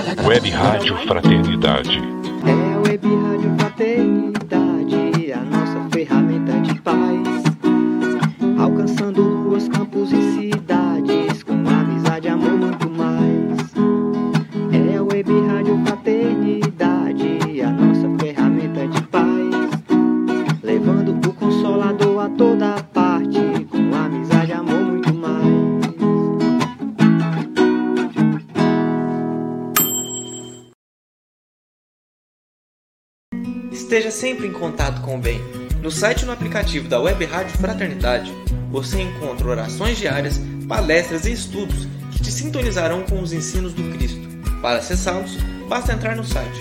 Web Rádio Fraternidade. É a Web Rádio Fraternidade, a nossa ferramenta de paz. Alcançando ruas, campos e cidades, com amizade, amor, muito mais. É a Web Rádio Fraternidade, a nossa ferramenta de paz. Levando o Consolador a toda parte, com amizade, amor, muito mais. Esteja sempre em contato com o bem. No site e no aplicativo da Web Rádio Fraternidade, você encontra orações diárias, palestras e estudos que te sintonizarão com os ensinos do Cristo. Para acessá-los, basta entrar no site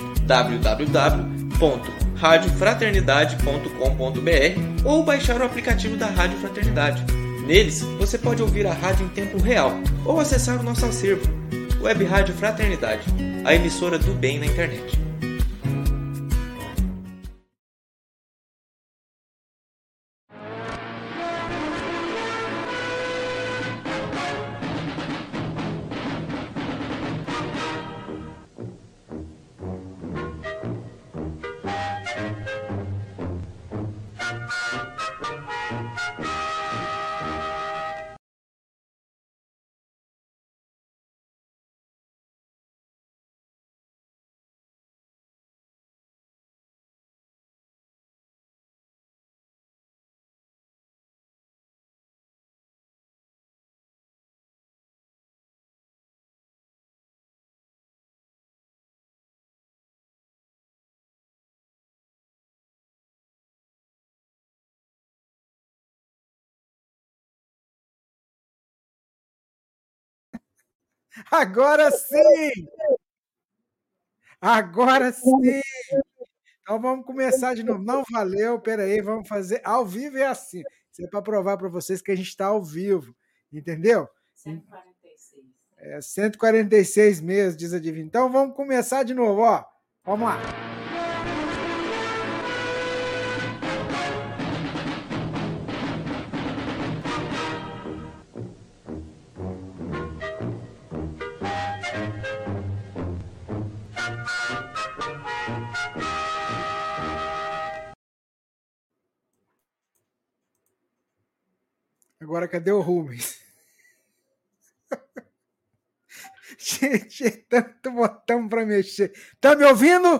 www.radiofraternidade.com.br ou baixar o aplicativo da Rádio Fraternidade. Neles, você pode ouvir a rádio em tempo real ou acessar o nosso acervo. Web Rádio Fraternidade, a emissora do bem na internet. Agora sim! Agora sim! Então vamos começar de novo. Não valeu, peraí, vamos fazer ao vivo é assim. Isso é para provar para vocês que a gente está ao vivo, entendeu? 146. 146 meses, diz a Divina. Então vamos começar de novo, ó. Vamos lá. Agora, cadê o Rubens? Gente, tanto botão para mexer. Tá me ouvindo?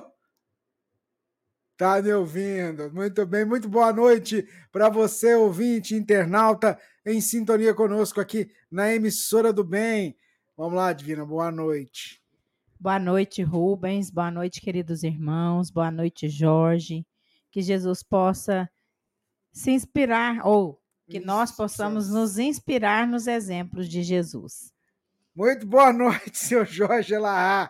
Tá me ouvindo. Muito bem, muito boa noite para você, ouvinte, internauta, em sintonia conosco aqui na emissora do bem. Vamos lá, Divina, boa noite. Boa noite, Rubens. Boa noite, queridos irmãos. Boa noite, Jorge. Que Jesus possa se inspirar, ou que nós possamos nos inspirar nos exemplos de Jesus. Muito boa noite, seu Jorge Elahá.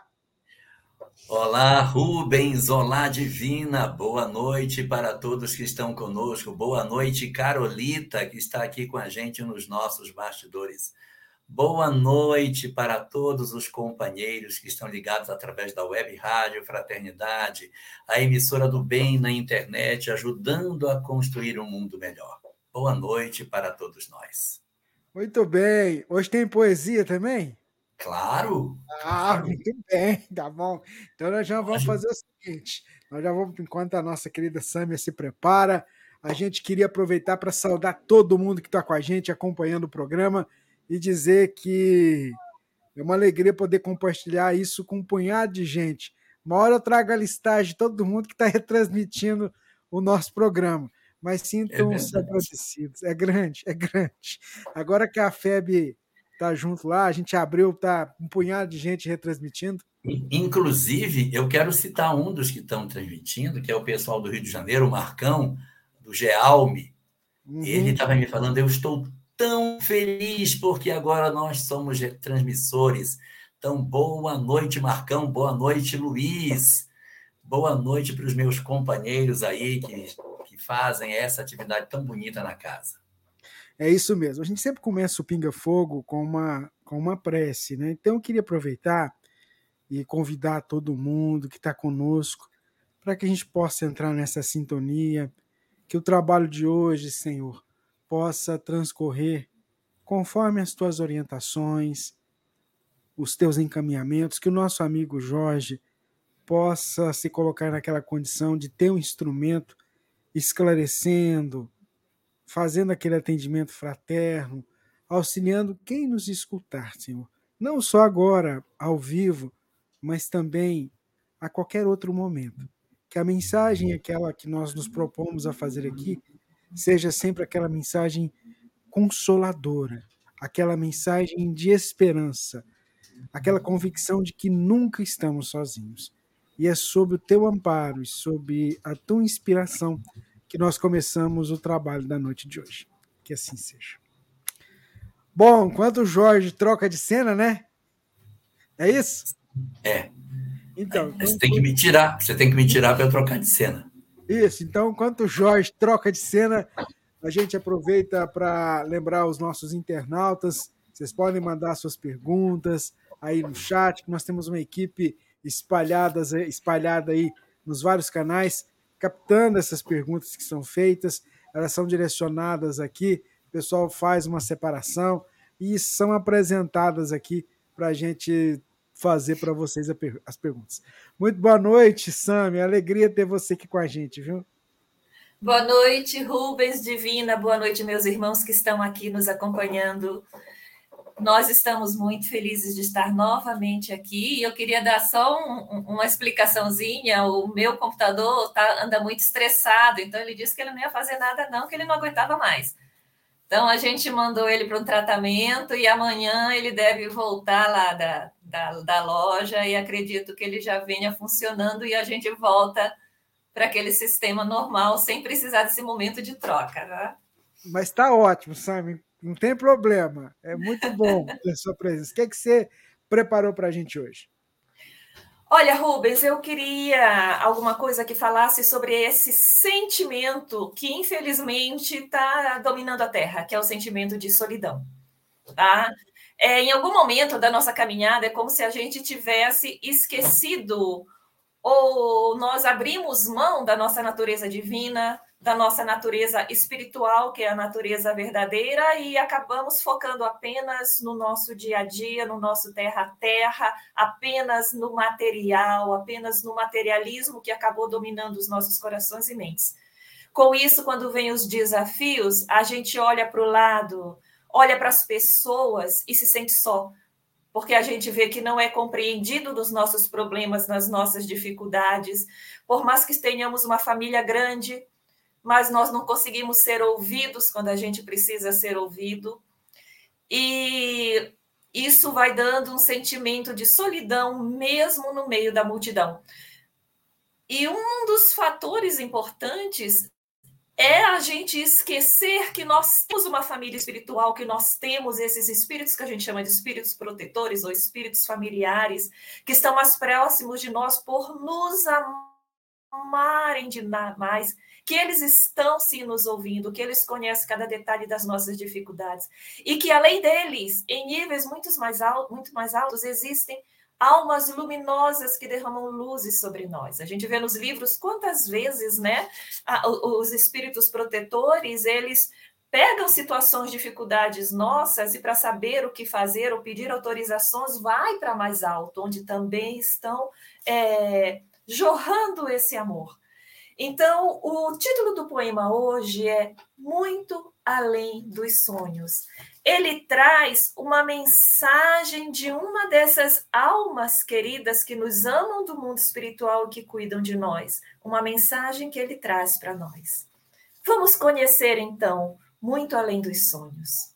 Olá, Rubens. Olá, Divina. Boa noite para todos que estão conosco. Boa noite, Carolita, que está aqui com a gente nos nossos bastidores. Boa noite para todos os companheiros que estão ligados através da Web Rádio Fraternidade, a emissora do bem na internet, ajudando a construir um mundo melhor. Boa noite para todos nós. Muito bem. Hoje tem poesia também? Claro. Muito bem, tá bom. Então nós já vamos fazer o seguinte, nós já vamos, enquanto a nossa querida Sâmia se prepara, a gente queria aproveitar para saudar todo mundo que está com a gente, acompanhando o programa, e dizer que é uma alegria poder compartilhar isso com um punhado de gente. Uma hora eu trago a listagem de todo mundo que está retransmitindo o nosso programa, mas sintam-se agradecidos. É grande, é grande. Agora que a FEB tá junto lá, a gente abriu, tá um punhado de gente retransmitindo. Inclusive, eu quero citar um dos que estão transmitindo, que é o pessoal do Rio de Janeiro, o Marcão, do Gealme. Ele estava me falando, eu estou tão feliz porque agora nós somos transmissores. Então, boa noite, Marcão, boa noite, Luiz. Boa noite para os meus companheiros aí que fazem essa atividade tão bonita na casa. É isso mesmo. A gente sempre começa o Pinga Fogo com uma prece, né? Então eu queria aproveitar e convidar todo mundo que está conosco para que a gente possa entrar nessa sintonia, que o trabalho de hoje, Senhor, possa transcorrer conforme as tuas orientações, os teus encaminhamentos, que o nosso amigo Jorge possa se colocar naquela condição de ter um instrumento esclarecendo, fazendo aquele atendimento fraterno, auxiliando quem nos escutar, Senhor. Não só agora, ao vivo, mas também a qualquer outro momento. Que a mensagem, aquela que nós nos propomos a fazer aqui, seja sempre aquela mensagem consoladora, aquela mensagem de esperança, aquela convicção de que nunca estamos sozinhos. E é sob o teu amparo e sob a tua inspiração que nós começamos o trabalho da noite de hoje. Que assim seja. Bom, enquanto o Jorge troca de cena, né? É isso? É. Então, você tem que me tirar para eu trocar de cena. Isso, então, enquanto o Jorge troca de cena, a gente aproveita para lembrar os nossos internautas. Vocês podem mandar suas perguntas aí no chat, que nós temos uma equipe espalhada aí nos vários canais, captando essas perguntas que são feitas. Elas são direcionadas aqui, o pessoal faz uma separação e são apresentadas aqui para a gente fazer para vocês as perguntas. Muito boa noite, Sami. Alegria ter você aqui com a gente, viu? Boa noite, Rubens Divina. Boa noite, meus irmãos que estão aqui nos acompanhando. Nós estamos muito felizes de estar novamente aqui. E eu queria dar só uma explicaçãozinha. O meu computador anda muito estressado, então ele disse que ele não ia fazer nada não, que ele não aguentava mais. Então, a gente mandou ele para um tratamento e amanhã ele deve voltar lá da loja e acredito que ele já venha funcionando e a gente volta para aquele sistema normal sem precisar desse momento de troca. Né? Mas está ótimo, Sami. Não tem problema. É muito bom ter sua presença. O que é que você preparou para a gente hoje? Olha, Rubens, eu queria alguma coisa que falasse sobre esse sentimento que, infelizmente, está dominando a Terra, que é o sentimento de solidão. Tá? Em algum momento da nossa caminhada, é como se a gente tivesse esquecido ou nós abrimos mão da nossa natureza divina, da nossa natureza espiritual, que é a natureza verdadeira, e acabamos focando apenas no nosso dia a dia, no nosso terra a terra, apenas no material, apenas no materialismo que acabou dominando os nossos corações e mentes. Com isso, quando vem os desafios, a gente olha para o lado, olha para as pessoas e se sente só, porque a gente vê que não é compreendido nos nossos problemas, nas nossas dificuldades, por mais que tenhamos uma família grande, mas nós não conseguimos ser ouvidos quando a gente precisa ser ouvido. E isso vai dando um sentimento de solidão mesmo no meio da multidão. E um dos fatores importantes é a gente esquecer que nós temos uma família espiritual, que nós temos esses espíritos que a gente chama de espíritos protetores ou espíritos familiares, que estão mais próximos de nós por nos amarem mais, que eles estão sim nos ouvindo, que eles conhecem cada detalhe das nossas dificuldades e que além deles, em níveis muito mais altos, existem almas luminosas que derramam luzes sobre nós. A gente vê nos livros quantas vezes, né, os espíritos protetores, eles pegam situações, dificuldades nossas e para saber o que fazer ou pedir autorizações, vai para mais alto, onde também estão jorrando esse amor. Então, o título do poema hoje é Muito Além dos Sonhos. Ele traz uma mensagem de uma dessas almas queridas que nos amam do mundo espiritual e que cuidam de nós. Uma mensagem que ele traz para nós. Vamos conhecer, então, Muito Além dos Sonhos.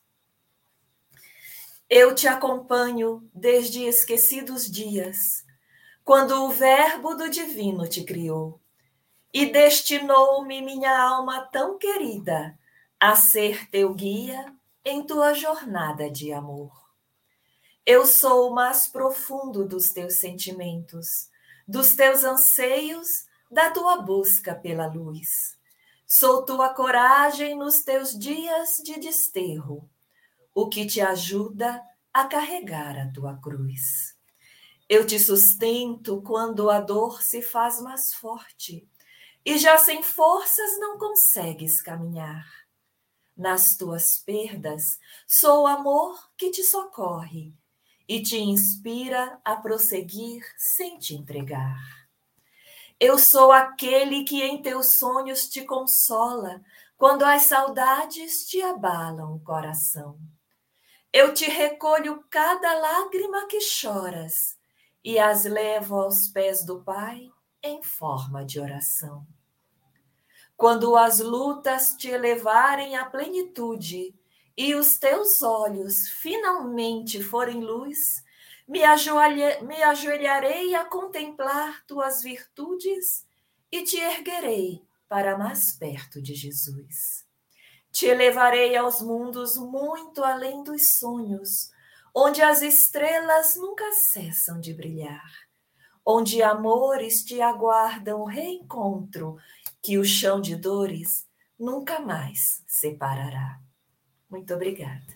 Eu te acompanho desde esquecidos dias, quando o verbo do divino te criou. E destinou-me minha alma tão querida a ser teu guia em tua jornada de amor. Eu sou o mais profundo dos teus sentimentos, dos teus anseios, da tua busca pela luz. Sou tua coragem nos teus dias de desterro, o que te ajuda a carregar a tua cruz. Eu te sustento quando a dor se faz mais forte, e já sem forças não consegues caminhar. Nas tuas perdas, sou o amor que te socorre e te inspira a prosseguir sem te entregar. Eu sou aquele que em teus sonhos te consola, quando as saudades te abalam o coração. Eu te recolho cada lágrima que choras e as levo aos pés do Pai em forma de oração. Quando as lutas te elevarem à plenitude e os teus olhos finalmente forem luz, me ajoelharei a contemplar tuas virtudes e te erguerei para mais perto de Jesus. Te elevarei aos mundos muito além dos sonhos, onde as estrelas nunca cessam de brilhar, onde amores te aguardam o reencontro, que o chão de dores nunca mais separará. Muito obrigada.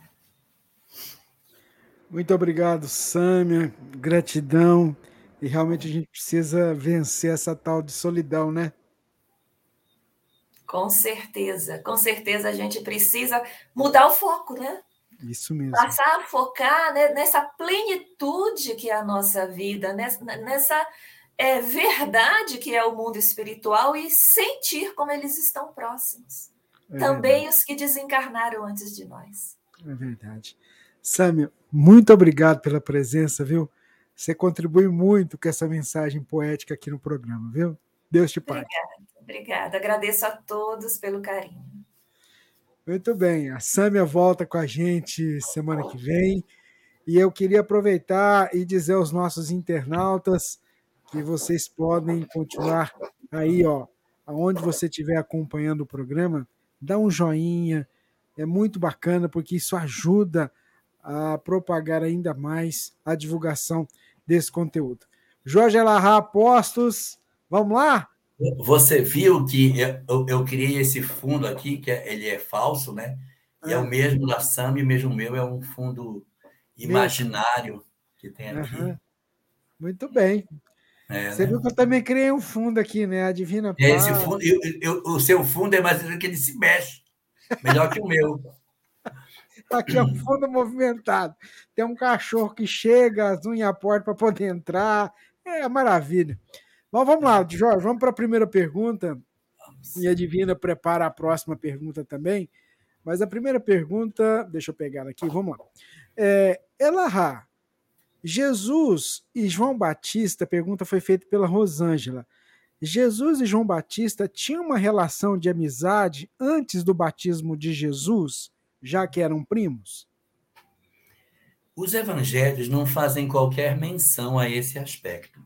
Muito obrigado, Sâmia. Gratidão. E realmente a gente precisa vencer essa tal de solidão, né? Com certeza a gente precisa mudar o foco, né? Isso mesmo. Passar a focar, né, nessa plenitude que é a nossa vida, nessa verdade que é o mundo espiritual e sentir como eles estão próximos. Também verdade. Os que desencarnaram antes de nós. É verdade. Sâmia, muito obrigado pela presença, viu? Você contribui muito com essa mensagem poética aqui no programa, viu? Deus te pague. Obrigada. Agradeço a todos pelo carinho. Muito bem. A Sâmia volta com a gente semana que vem. E eu queria aproveitar e dizer aos nossos internautas que vocês podem continuar aí, ó, aonde você estiver acompanhando o programa, dá um joinha. É muito bacana, porque isso ajuda a propagar ainda mais a divulgação desse conteúdo. Jorge Elahá Postos, vamos lá? Você viu que eu criei esse fundo aqui, que ele é falso, né? E é o mesmo da Sâmia, o mesmo meu, é um fundo imaginário que tem aqui. Muito bem. Você viu que eu também criei um fundo aqui, né? A Divina Paz. Esse fundo, o seu fundo é mais que ele se mexe. Melhor que o meu. Aqui é um fundo movimentado. Tem um cachorro que chega, as unhas à porta para poder entrar. É maravilha. Mas vamos lá, Jorge, vamos para a primeira pergunta. E a Divina prepara a próxima pergunta também. Mas a primeira pergunta, deixa eu pegar ela aqui, vamos lá. Elahá, Jesus e João Batista, a pergunta foi feita pela Rosângela. Jesus e João Batista tinham uma relação de amizade antes do batismo de Jesus, já que eram primos? Os evangelhos não fazem qualquer menção a esse aspecto.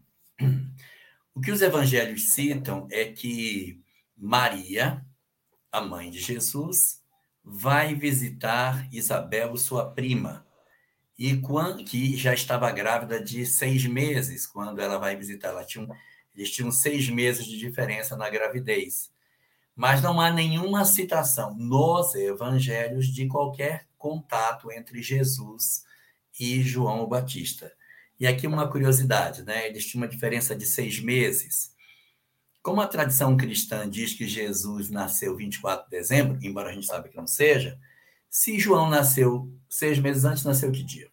O que os evangelhos citam é que Maria, a mãe de Jesus, vai visitar Isabel, sua prima, e que já estava grávida de 6 meses quando ela vai visitar. Eles tinham 6 meses de diferença na gravidez. Mas não há nenhuma citação nos evangelhos de qualquer contato entre Jesus e João o Batista. E aqui uma curiosidade, né? Eles tinham uma diferença de 6 meses. Como a tradição cristã diz que Jesus nasceu 24 de dezembro, embora a gente saiba que não seja, se João nasceu 6 meses antes, nasceu que dia?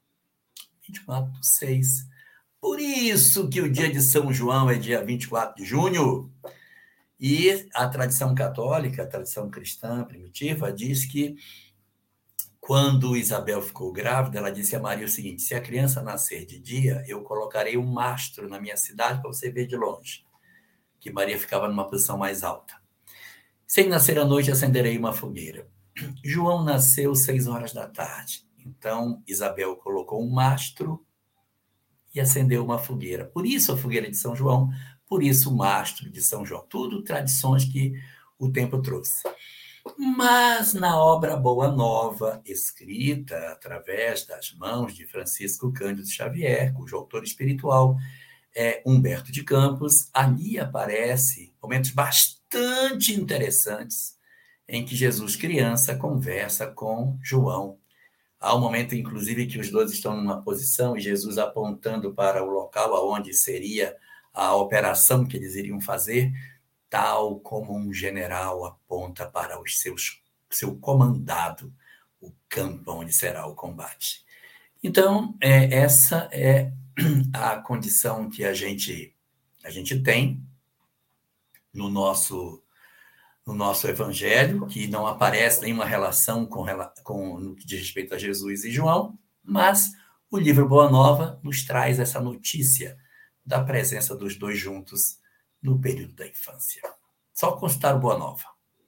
24/6. Por isso que o dia de São João é dia 24 de junho. E a tradição católica, a tradição cristã primitiva, diz que quando Isabel ficou grávida, ela disse a Maria o seguinte: se a criança nascer de dia, eu colocarei um mastro na minha cidade para você ver de longe. Que Maria ficava numa posição mais alta. Se ele nascer à noite, acenderei uma fogueira. João nasceu 6 horas da tarde. Então, Isabel colocou um mastro e acendeu uma fogueira. Por isso a fogueira de São João, por isso o mastro de São João. Tudo tradições que o tempo trouxe. Mas na obra Boa Nova, escrita através das mãos de Francisco Cândido Xavier, cujo autor espiritual é Humberto de Campos, ali aparece momentos bastante interessantes em que Jesus, criança, conversa com João. Há um momento, inclusive, que os dois estão numa posição e Jesus apontando para o local onde seria a operação que eles iriam fazer, tal como um general aponta para seu comandado, o campo onde será o combate. Então, essa é a condição que a gente tem no nosso evangelho, que não aparece nenhuma relação com no que diz respeito a Jesus e João, mas o livro Boa Nova nos traz essa notícia da presença dos dois juntos no período da infância. Só consultar o Boa Nova.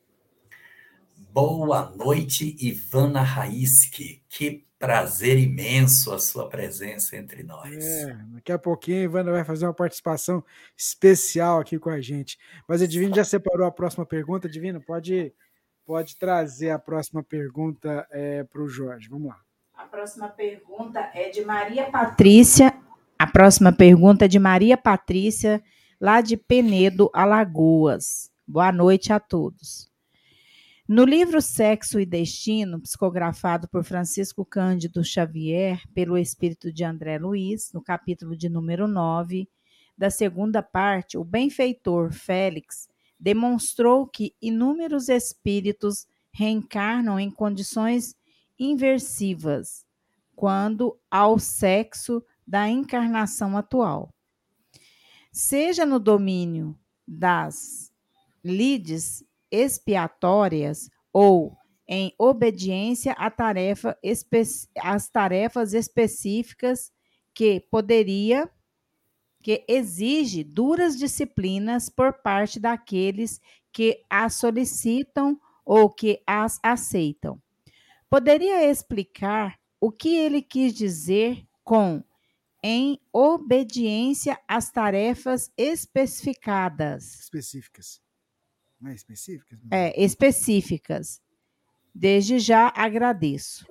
Boa noite, Ivana Raíski. Que prazer imenso a sua presença entre nós. Daqui a pouquinho a Ivana vai fazer uma participação especial aqui com a gente. Mas a Divina já separou a próxima pergunta. Divina, pode trazer a próxima pergunta para o Jorge. Vamos lá. A próxima pergunta é de Maria Patrícia. A próxima pergunta é de Maria Patrícia, lá de Penedo, Alagoas. Boa noite a todos. No livro Sexo e Destino, psicografado por Francisco Cândido Xavier, pelo espírito de André Luiz, no capítulo de número 9, da segunda parte, o benfeitor Félix demonstrou que inúmeros espíritos reencarnam em condições inversivas quando ao sexo da encarnação atual. Seja no domínio das lides expiatórias ou em obediência às tarefas específicas que exige duras disciplinas por parte daqueles que as solicitam ou que as aceitam. Poderia explicar o que ele quis dizer com em obediência às tarefas especificadas? Específicas. Não é específicas? Específicas. Desde já agradeço.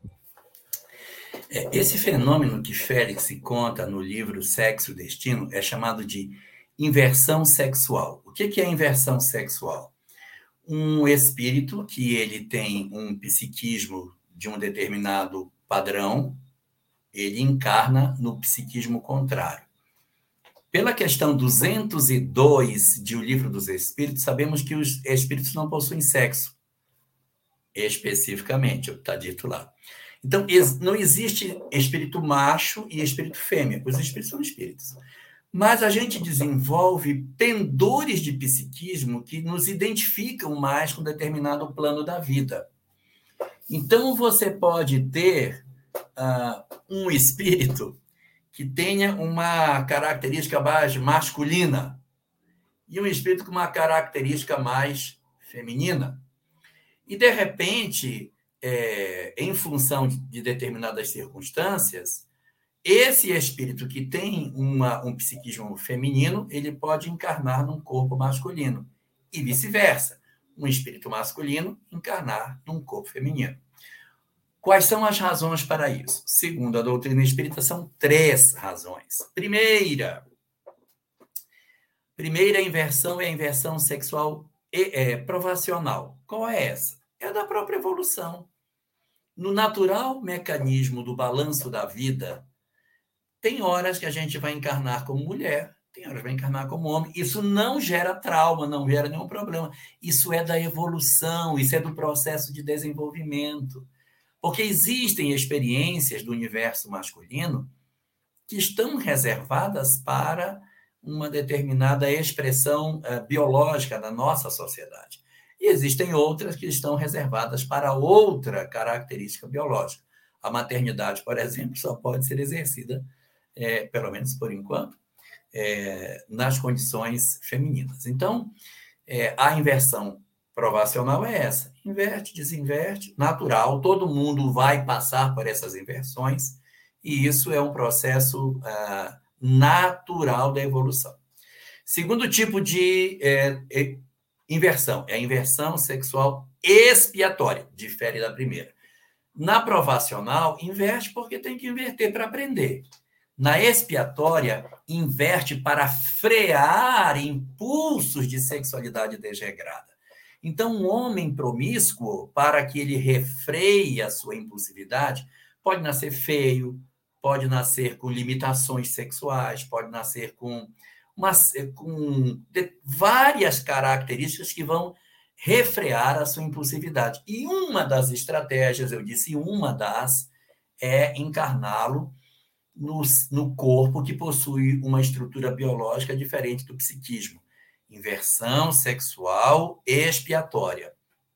Esse fenômeno que Félix conta no livro Sexo e Destino é chamado de inversão sexual. O que é inversão sexual? Um espírito que ele tem um psiquismo de um determinado padrão, ele encarna no psiquismo contrário. Pela questão 202 de O Livro dos Espíritos, sabemos que os espíritos não possuem sexo, especificamente, está dito lá. Então, não existe espírito macho e espírito fêmea, pois os espíritos são espíritos. Mas a gente desenvolve pendores de psiquismo que nos identificam mais com determinado plano da vida. Então, você pode ter um espírito que tenha uma característica mais masculina e um espírito com uma característica mais feminina. E, de repente, em função de determinadas circunstâncias, esse espírito que tem um psiquismo feminino, ele pode encarnar num corpo masculino. E vice-versa, um espírito masculino encarnar num corpo feminino. Quais são as razões para isso? Segundo a doutrina espírita, são 3 razões. Primeira inversão é a inversão sexual provacional. Qual é essa? É da própria evolução. No natural mecanismo do balanço da vida, tem horas que a gente vai encarnar como mulher, tem horas que vai encarnar como homem. Isso não gera trauma, não gera nenhum problema. Isso é da evolução, isso é do processo de desenvolvimento. Porque existem experiências do universo masculino que estão reservadas para uma determinada expressão biológica da nossa sociedade. E existem outras que estão reservadas para outra característica biológica. A maternidade, por exemplo, só pode ser exercida, pelo menos por enquanto, nas condições femininas. Então, a inversão provacional é essa. Inverte, desinverte, natural. Todo mundo vai passar por essas inversões e isso é um processo natural da evolução. Segundo tipo de inversão é a inversão sexual expiatória, difere da primeira. Na provacional, inverte porque tem que inverter para aprender. Na expiatória, inverte para frear impulsos de sexualidade desregrada. Então, um homem promíscuo, para que ele refreie a sua impulsividade, pode nascer feio, pode nascer com limitações sexuais, pode nascer com várias características que vão refrear a sua impulsividade. E uma das estratégias, eu disse uma das, é encarná-lo no corpo que possui uma estrutura biológica diferente do psiquismo. Inversão sexual expiatória,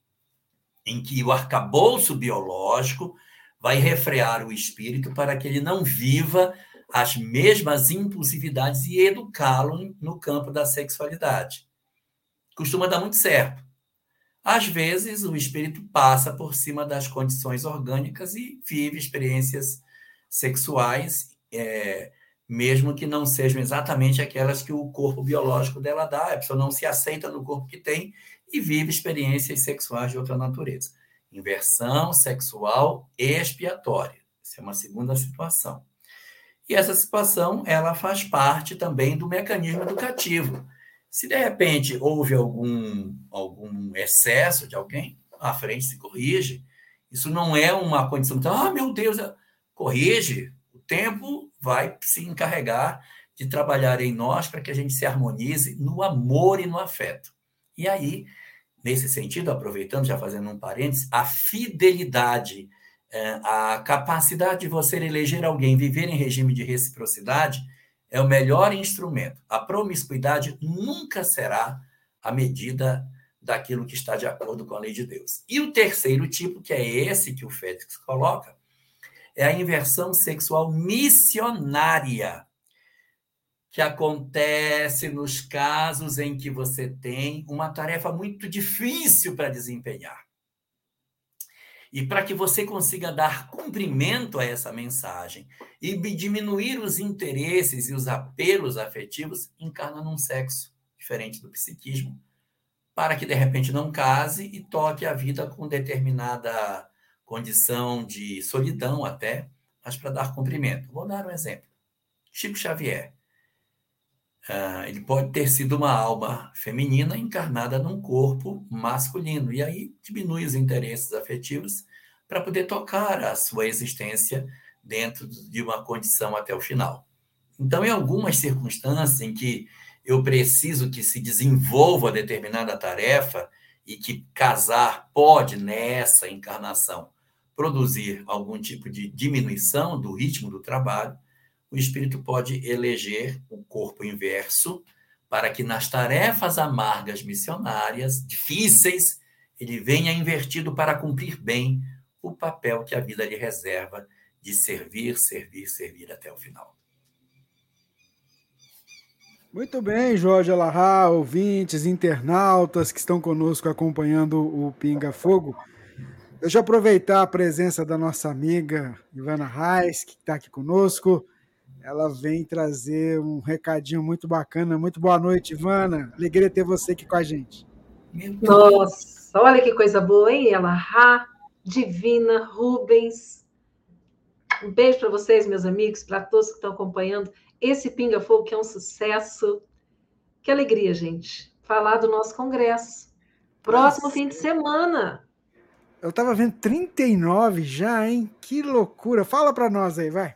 em que o arcabouço biológico vai refrear o espírito para que ele não viva as mesmas impulsividades e educá-lo no campo da sexualidade. Costuma dar muito certo. Às vezes, o espírito passa por cima das condições orgânicas e vive experiências sexuais, mesmo que não sejam exatamente aquelas que o corpo biológico dela dá. A pessoa não se aceita no corpo que tem e vive experiências sexuais de outra natureza. Inversão sexual expiatória. Essa é uma segunda situação. E essa situação, ela faz parte também do mecanismo educativo. Se, de repente, houve algum excesso de alguém, à frente se corrige. Isso não é uma condição de, meu Deus, corrige. O tempo vai se encarregar de trabalhar em nós para que a gente se harmonize no amor e no afeto. E aí, nesse sentido, aproveitando, já fazendo um parênteses, a fidelidade, a capacidade de você eleger alguém, viver em regime de reciprocidade, é o melhor instrumento. A promiscuidade nunca será a medida daquilo que está de acordo com a lei de Deus. E o terceiro tipo, que é esse que o Félix coloca, é a inversão sexual missionária, que acontece nos casos em que você tem uma tarefa muito difícil para desempenhar. E para que você consiga dar cumprimento a essa mensagem e diminuir os interesses e os apelos afetivos, encarna num sexo diferente do psiquismo, para que, de repente, não case e toque a vida com determinada condição de solidão até, mas para dar cumprimento. Vou dar um exemplo. Chico Xavier. Ele pode ter sido uma alma feminina encarnada num corpo masculino, e aí diminui os interesses afetivos para poder tocar a sua existência dentro de uma condição até o final. Então, em algumas circunstâncias em que eu preciso que se desenvolva determinada tarefa e que casar pode, nessa encarnação, produzir algum tipo de diminuição do ritmo do trabalho, o espírito pode eleger o corpo inverso para que nas tarefas amargas missionárias, difíceis, ele venha invertido para cumprir bem o papel que a vida lhe reserva de servir, servir, servir até o final. Muito bem, Jorge Alahá, ouvintes, internautas que estão conosco acompanhando o Pinga Fogo. Deixa eu aproveitar a presença da nossa amiga Ivana Reis, que está aqui conosco. Ela vem trazer um recadinho muito bacana. Muito boa noite, Ivana. Alegria ter você aqui com a gente. Nossa, olha que coisa boa, hein? Alahá, Divina, Rubens. Um beijo para vocês, meus amigos, para todos que estão acompanhando esse Pinga Fogo, que é um sucesso. Que alegria, gente. Falar do nosso congresso. Próximo fim de semana. Eu estava vendo 39 já, hein? Que loucura. Fala para nós aí, vai.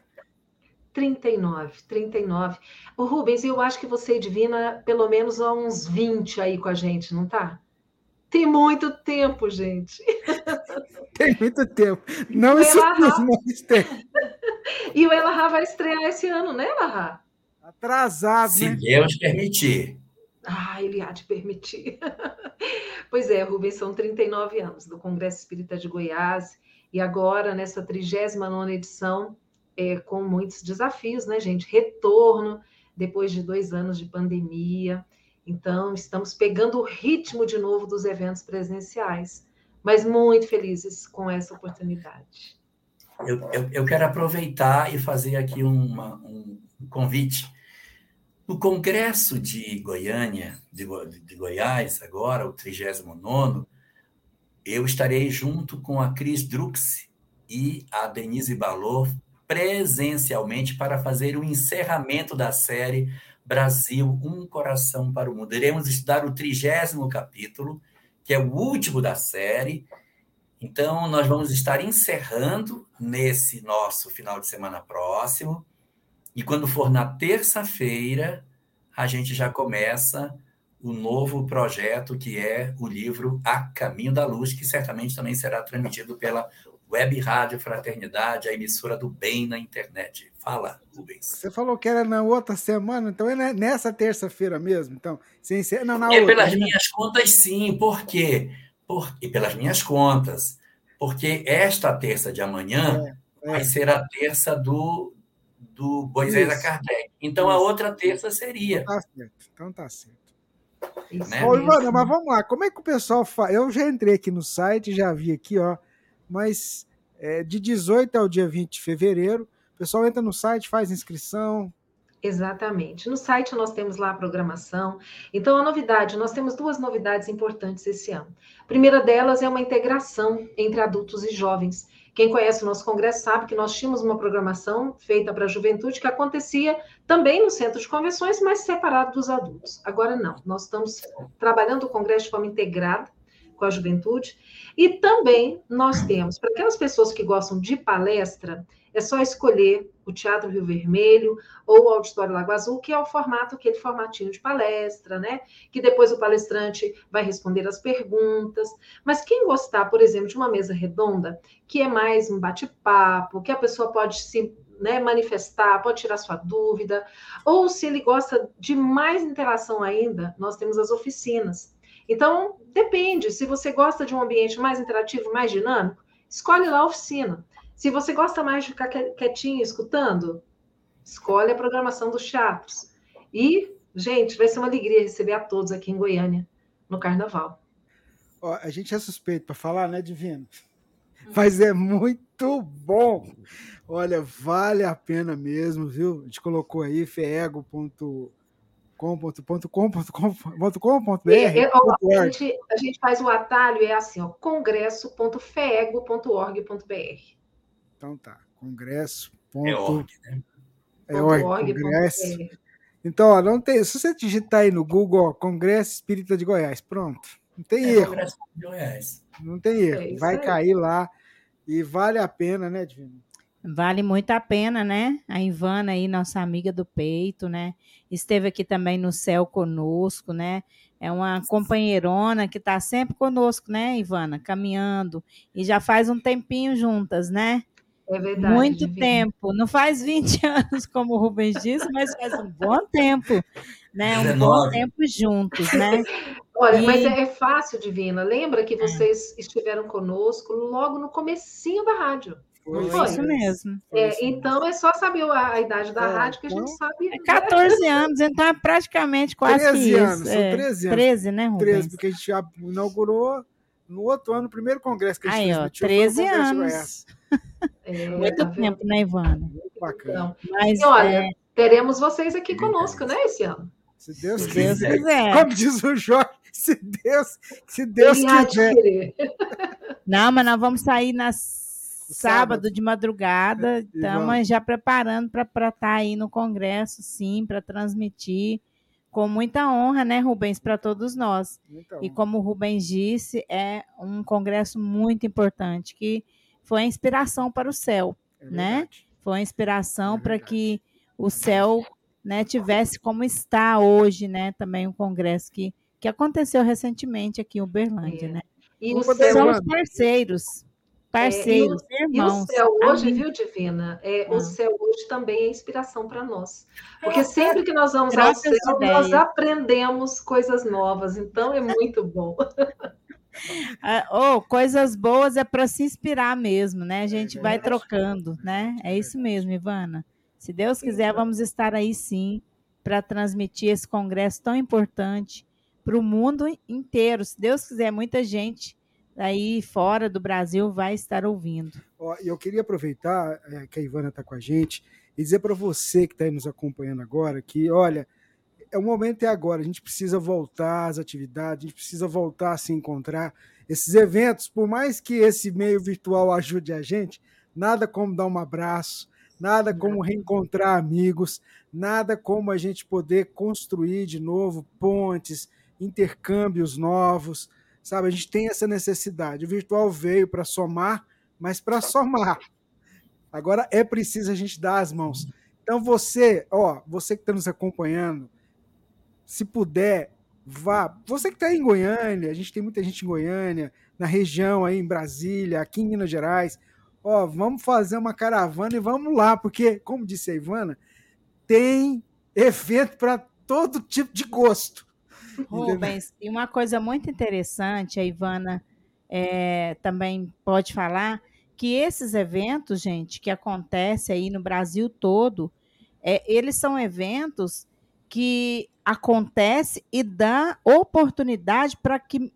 39. O Rubens, eu acho que você e Divina, pelo menos há uns 20 aí com a gente, não tá? Tem muito tempo, gente. Tem muito tempo. Não isso mesmo, mas tem. E o Elahá vai estrear esse ano, né, Elahá? Atrasado, Se né? Deus permitir. Ele há de permitir. Pois é, Rubens, são 39 anos do Congresso Espírita de Goiás, e agora, nessa 39ª edição, com muitos desafios, né, gente? Retorno, depois de 2 anos de pandemia. Então, estamos pegando o ritmo de novo dos eventos presenciais, mas muito felizes com essa oportunidade. Eu quero aproveitar e fazer aqui um convite. No Congresso de Goiânia, de Goiás, agora, o 39º, eu estarei junto com a Cris Drux e a Denise Balor, presencialmente, para fazer o encerramento da série Brasil, um coração para o mundo. Iremos estudar o 30º capítulo, que é o último da série. Então, nós vamos estar encerrando nesse nosso final de semana próximo, e quando for na terça-feira, a gente já começa o novo projeto, que é o livro A Caminho da Luz, que certamente também será transmitido pela Web Rádio Fraternidade, a emissora do bem na internet. Fala, Rubens. Você falou que era na outra semana, então é nessa terça-feira mesmo? Então, não, na É outra. pelas minhas contas, sim. Por quê? E pelas minhas contas. Porque esta terça de amanhã vai ser a terça do Moisés a Kardec. Então, a outra terça seria. Então tá certo. Né? Ô, Ivana, mas vamos lá. Como é que o pessoal faz? Eu já entrei aqui no site, já vi aqui, ó. Mas de 18 ao dia 20 de fevereiro, o pessoal entra no site, faz inscrição. Exatamente. No site nós temos lá a programação. Então, nós temos 2 novidades importantes esse ano. A primeira delas é uma integração entre adultos e jovens. Quem conhece o nosso congresso sabe que nós tínhamos uma programação feita para a juventude que acontecia também no centro de convenções, mas separado dos adultos. Agora não, nós estamos trabalhando o congresso de forma integrada com a juventude. E também nós temos, para aquelas pessoas que gostam de palestra, é só escolher o Teatro Rio Vermelho ou o Auditório Lago Azul, que é o formato, aquele formatinho de palestra, né? Que depois o palestrante vai responder as perguntas. Mas quem gostar, por exemplo, de uma mesa redonda, que é mais um bate-papo, que a pessoa pode se manifestar, pode tirar sua dúvida, ou se ele gosta de mais interação ainda, nós temos as oficinas. Então, depende. Se você gosta de um ambiente mais interativo, mais dinâmico, escolhe lá a oficina. Se você gosta mais de ficar quietinho, escutando, escolhe a programação dos teatros. E, gente, vai ser uma alegria receber a todos aqui em Goiânia, no Carnaval. Ó, a gente é suspeito para falar, né, Divino? Mas é muito bom. Olha, vale a pena mesmo, viu? A gente colocou aí feego.com.br. A gente faz o atalho, é assim, ó, congresso.feego.org.br. Então tá, congresso. É org, né? É org, congresso. Então, ó, não tem, se você digitar aí no Google, ó, Congresso Espírita de Goiás, pronto. Não tem erro. Congresso de Goiás. Não tem erro. Vai cair lá e vale a pena, né, Divino? Vale muito a pena, né? A Ivana aí, nossa amiga do peito, né? Esteve aqui também no céu conosco, né? É uma companheirona que está sempre conosco, né, Ivana? Caminhando. E já faz um tempinho juntas, né? É verdade. Muito Divino. tempo. Não faz 20 anos, como o Rubens disse, mas faz um bom tempo, né? Um bom tempo juntos, né? Olha, mas é fácil, Divina. Lembra que vocês estiveram conosco logo no comecinho da rádio. Foi isso mesmo. Então é só saber a idade da rádio que a gente sabe. 14 anos, então é praticamente quase 13 anos, isso. São 13 anos. 13, né, Rubens? 13, porque a gente já inaugurou no outro ano, o primeiro congresso que a gente transmitiu. 13 anos. Muito tempo, né, Ivana? Muito bacana. Mas, e olha, teremos vocês aqui conosco, né, esse ano. Se Deus quiser. Como diz o Jorge, se Deus quiser. Não, mas nós vamos sair sábado de madrugada, estamos já preparando para estar aí no congresso, sim, para transmitir com muita honra, né, Rubens, para todos nós. E como o Rubens disse, é um congresso muito importante, que foi a inspiração para o céu, né? Foi a inspiração para que o céu, né, tivesse como está hoje, né, também um congresso que aconteceu recentemente aqui em Uberlândia, né? E são os parceiros, irmãos. E o céu hoje, viu, Divina? O céu hoje também é inspiração para nós. Porque sempre que nós vamos ao céu, nós aprendemos coisas novas. Então, é muito bom. Coisas boas é para se inspirar mesmo, né? A gente vai trocando, né? É isso mesmo, Ivana. Se Deus quiser, vamos estar aí sim para transmitir esse congresso tão importante para o mundo inteiro. Se Deus quiser, muita gente aí fora do Brasil vai estar ouvindo. Eu queria aproveitar que a Ivana está com a gente e dizer para você que está aí nos acompanhando agora que, olha, o momento é agora, a gente precisa voltar às atividades, a gente precisa voltar a se encontrar. Esses eventos, por mais que esse meio virtual ajude a gente, nada como dar um abraço, nada como reencontrar amigos, nada como a gente poder construir de novo pontes, intercâmbios novos, sabe? A gente tem essa necessidade. O virtual veio para somar, mas para somar. Agora é preciso a gente dar as mãos. Então você que está nos acompanhando, se puder, vá. Você que está em Goiânia, a gente tem muita gente em Goiânia, na região aí em Brasília, aqui em Minas Gerais, Ó, vamos fazer uma caravana e vamos lá, porque, como disse a Ivana, tem evento para todo tipo de gosto. Rubens, e uma coisa muito interessante, a Ivana também pode falar, que esses eventos, gente, que acontecem aí no Brasil todo, eles são eventos que acontecem e dão oportunidade para que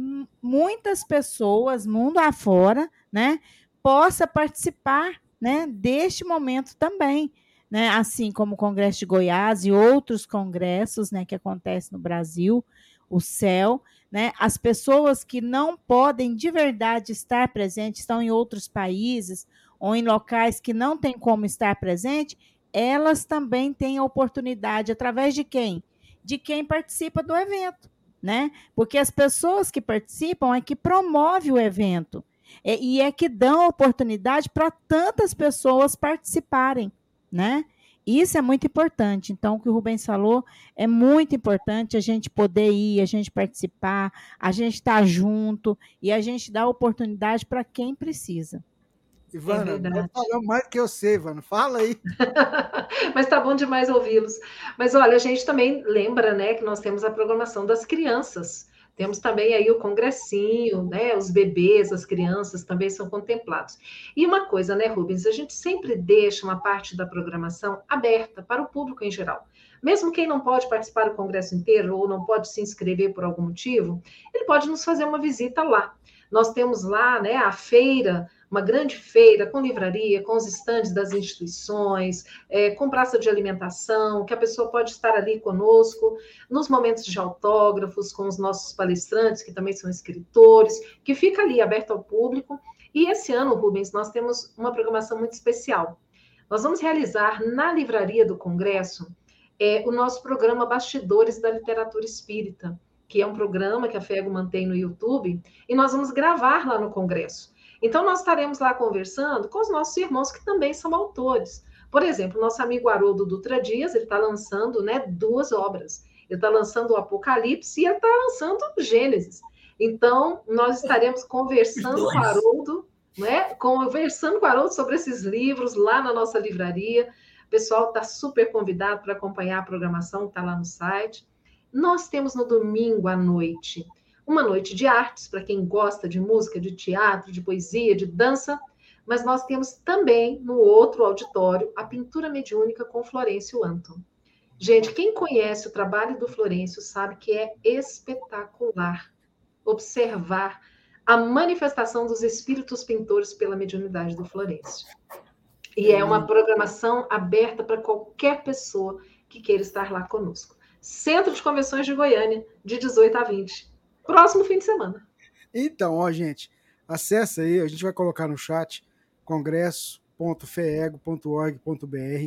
muitas pessoas, mundo afora, né, possa participar, né, deste momento também, né, assim como o Congresso de Goiás e outros congressos, né, que acontecem no Brasil, o CEL, né, as pessoas que não podem de verdade estar presentes, estão em outros países ou em locais que não têm como estar presente, elas também têm a oportunidade, através de quem? De quem participa do evento, né? Porque as pessoas que participam é que promovem o evento e é que dão oportunidade para tantas pessoas participarem, né? Isso é muito importante. Então, o que o Rubens falou é muito importante, a gente poder ir, a gente participar, a gente estar junto e a gente dar oportunidade para quem precisa. Ivana, vai falando mais do que eu sei, Ivana. Fala aí. Mas tá bom demais ouvi-los. Mas olha, a gente também lembra, né, que nós temos a programação das crianças. Temos também aí o congressinho, né? Os bebês, as crianças também são contemplados. E uma coisa, né, Rubens? A gente sempre deixa uma parte da programação aberta para o público em geral. Mesmo quem não pode participar do congresso inteiro ou não pode se inscrever por algum motivo, ele pode nos fazer uma visita lá. Nós temos lá, né, a feira, uma grande feira com livraria, com os estandes das instituições, com praça de alimentação, que a pessoa pode estar ali conosco, nos momentos de autógrafos, com os nossos palestrantes, que também são escritores, que fica ali aberto ao público. E esse ano, Rubens, nós temos uma programação muito especial. Nós vamos realizar na livraria do Congresso o nosso programa Bastidores da Literatura Espírita, que é um programa que a FEGO mantém no YouTube, e nós vamos gravar lá no Congresso. Então, nós estaremos lá conversando com os nossos irmãos que também são autores. Por exemplo, nosso amigo Haroldo Dutra Dias, ele está lançando, né, 2 obras. Ele está lançando o Apocalipse e ele está lançando o Gênesis. Então, nós estaremos conversando com o Haroldo, né, conversando com o Haroldo sobre esses livros lá na nossa livraria. O pessoal está super convidado para acompanhar a programação que está lá no site. Nós temos no domingo à noite uma noite de artes, para quem gosta de música, de teatro, de poesia, de dança, mas nós temos também, no outro auditório, a pintura mediúnica com Florencio Anton. Gente, quem conhece o trabalho do Florencio sabe que é espetacular observar a manifestação dos espíritos pintores pela mediunidade do Florencio. E é uma programação aberta para qualquer pessoa que queira estar lá conosco. Centro de Convenções de Goiânia, de 18 a 20. Próximo fim de semana. Então, ó, gente, acessa aí, a gente vai colocar no chat congresso.feego.org.br,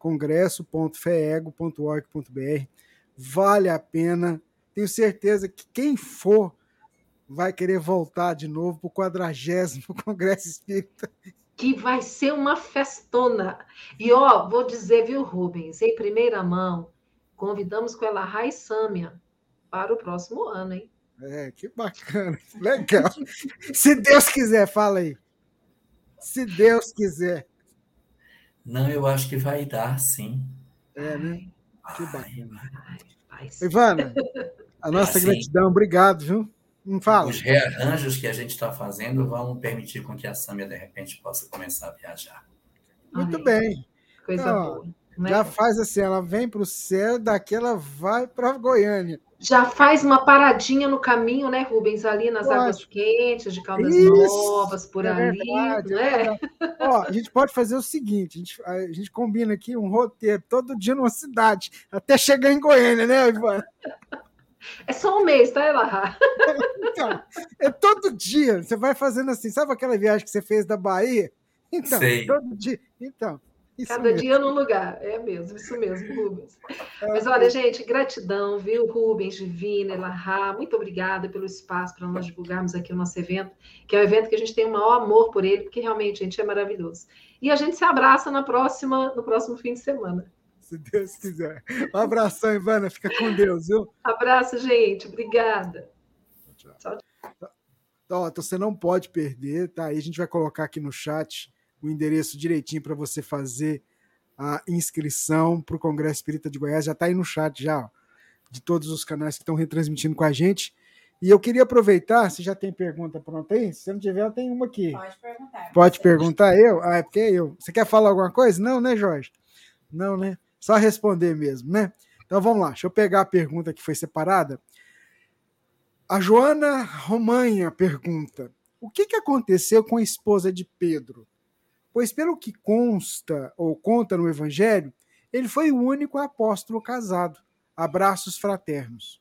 congresso.feego.org.br. Vale a pena. Tenho certeza que quem for vai querer voltar de novo para o 40º Congresso Espírita. Que vai ser uma festona. E, ó, vou dizer, viu, Rubens, em primeira mão, convidamos com ela Rai Sâmia para o próximo ano, hein? Que bacana, legal. Se Deus quiser, fala aí. Se Deus quiser. Não, eu acho que vai dar, sim. Né? Que bacana. Ivana, a nossa gratidão, obrigado, viu? Não fala. Os rearranjos que a gente está fazendo vão permitir com que a Sâmia, de repente, possa começar a viajar. Muito bem. Coisa boa. Né? Já faz assim, ela vem para o céu, daqui ela vai para Goiânia. Já faz uma paradinha no caminho, né, Rubens? Ali nas águas quentes, de Caldas Novas, por ali. Verdade, né? Ó, a gente pode fazer o seguinte: a gente combina aqui um roteiro todo dia numa cidade, até chegar em Goiânia, né, Ivana? É só um mês, tá, Elahá? Então, é todo dia. Você vai fazendo assim. Sabe aquela viagem que você fez da Bahia? Então, sei. Todo dia. Então. Cada dia num lugar, é mesmo, isso mesmo, Rubens. Mas olha, gente, gratidão, viu, Rubens, Divina, Elahá, muito obrigada pelo espaço para nós divulgarmos aqui o nosso evento, que é um evento que a gente tem o maior amor por ele, porque realmente, gente, é maravilhoso. E a gente se abraça no próximo fim de semana. Se Deus quiser. Um abração, Ivana, fica com Deus, viu? Abraço, gente, obrigada. Tchau. Ó, então você não pode perder, tá? Aí a gente vai colocar aqui no chat o endereço direitinho para você fazer a inscrição para o Congresso Espírita de Goiás. Já está aí no chat já, ó, de todos os canais que estão retransmitindo com a gente. E eu queria aproveitar, se já tem pergunta pronta aí? Se não tiver, tem uma aqui. Pode perguntar. Pode perguntar eu? Ah, é porque é eu. Você quer falar alguma coisa? Não, né, Jorge? Não, né? Só responder mesmo, né? Então vamos lá, deixa eu pegar a pergunta que foi separada. A Joana Romanha pergunta: o que aconteceu com a esposa de Pedro? Pois pelo que consta ou conta no Evangelho, ele foi o único apóstolo casado. Abraços fraternos.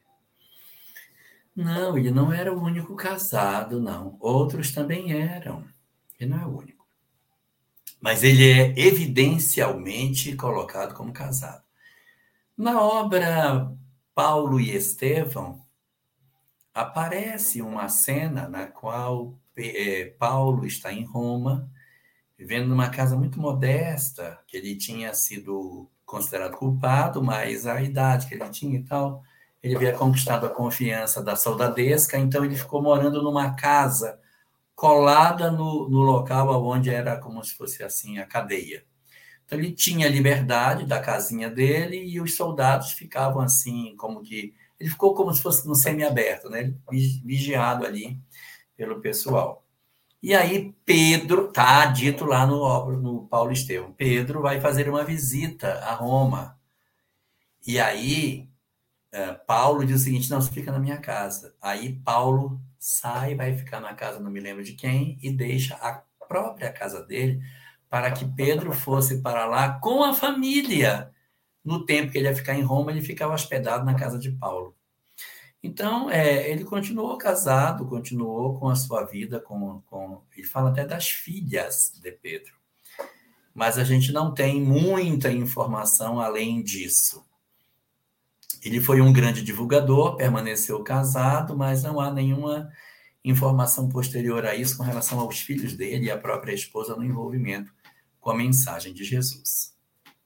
Não, ele não era o único casado, não. Outros também eram. Ele não é o único. Mas ele é evidencialmente colocado como casado. Na obra Paulo e Estevão, aparece uma cena na qual Paulo está em Roma, vivendo numa casa muito modesta, que ele tinha sido considerado culpado, mas a idade que ele tinha e tal, ele havia conquistado a confiança da soldadesca, então ele ficou morando numa casa colada no local onde era como se fosse assim a cadeia. Então ele tinha a liberdade da casinha dele e os soldados ficavam assim, como que... Ele ficou como se fosse no semiaberto, né? Vigiado ali pelo pessoal. E aí Pedro, está dito lá no Paulo e Estevão, Pedro vai fazer uma visita a Roma. E aí Paulo diz o seguinte: não, você fica na minha casa. Aí Paulo sai, vai ficar na casa, não me lembro de quem, e deixa a própria casa dele para que Pedro fosse para lá com a família. No tempo que ele ia ficar em Roma, ele ficava hospedado na casa de Paulo. Então, ele continuou casado, continuou com a sua vida, ele fala até das filhas de Pedro. Mas a gente não tem muita informação além disso. Ele foi um grande divulgador, permaneceu casado, mas não há nenhuma informação posterior a isso com relação aos filhos dele e à própria esposa no envolvimento com a mensagem de Jesus.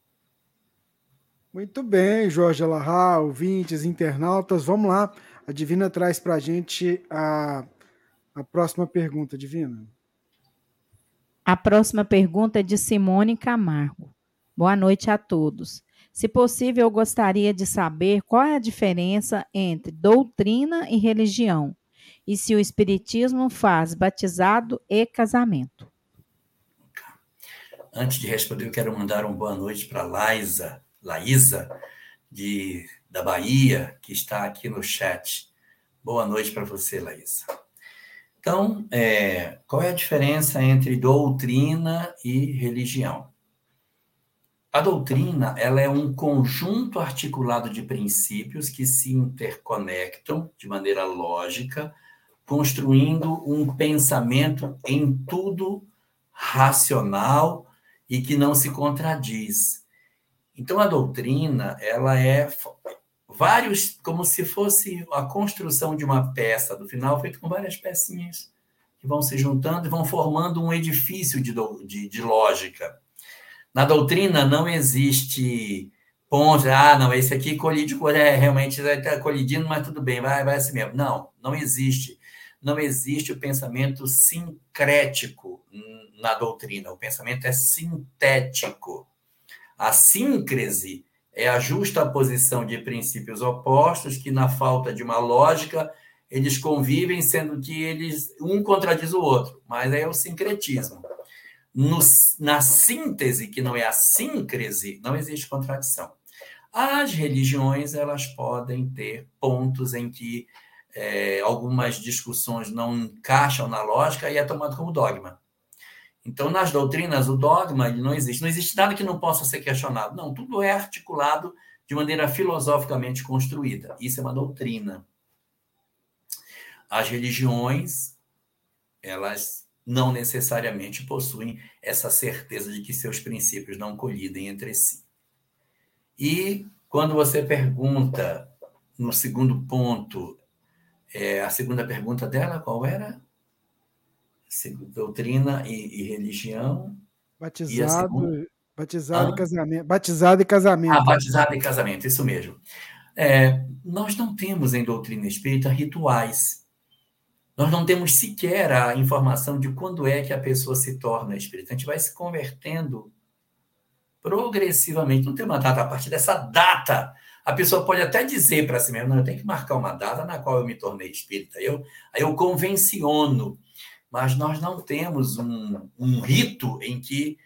Muito bem, Jorge Alahá, ouvintes, internautas, vamos lá. A Divina traz para a gente a próxima pergunta, Divina. A próxima pergunta é de Simone Camargo. Boa noite a todos. Se possível, eu gostaria de saber qual é a diferença entre doutrina e religião, e se o Espiritismo faz batizado e casamento. Antes de responder, eu quero mandar uma boa noite para Laísa, da Bahia, que está aqui no chat. Boa noite para você, Laísa. Então, qual é a diferença entre doutrina e religião? A doutrina, ela é um conjunto articulado de princípios que se interconectam de maneira lógica, construindo um pensamento em tudo racional e que não se contradiz. Então, a doutrina, ela é como se fosse a construção de uma peça do final, feito com várias pecinhas que vão se juntando e vão formando um edifício de lógica. Na doutrina não existe ponto, não, esse aqui colide com realmente está colidindo, mas tudo bem, vai assim mesmo. Não existe. Não existe o pensamento sincrético na doutrina, o pensamento é sintético. A síncrese é a justa posição de princípios opostos que, na falta de uma lógica, eles convivem, sendo que um contradiz o outro, mas é o sincretismo. Na síntese, que não é a síncrese, não existe contradição. As religiões, elas podem ter pontos em que algumas discussões não encaixam na lógica e é tomado como dogma. Então, nas doutrinas, o dogma ele não existe. Não existe nada que não possa ser questionado. Não, tudo é articulado de maneira filosoficamente construída. Isso é uma doutrina. As religiões, elas não necessariamente possuem essa certeza de que seus princípios não colidem entre si. E quando você pergunta, no segundo ponto, a segunda pergunta dela, qual era? Doutrina e religião. Batizado e casamento. Batizado e casamento. Batizado e casamento, isso mesmo. Nós não temos em doutrina espírita rituais. Nós não temos sequer a informação de quando é que a pessoa se torna espírita. A gente vai se convertendo progressivamente. Não tem uma data. A partir dessa data, a pessoa pode até dizer para si mesma, não, eu tenho que marcar uma data na qual eu me tornei espírita. Aí eu convenciono. Mas nós não temos um rito em que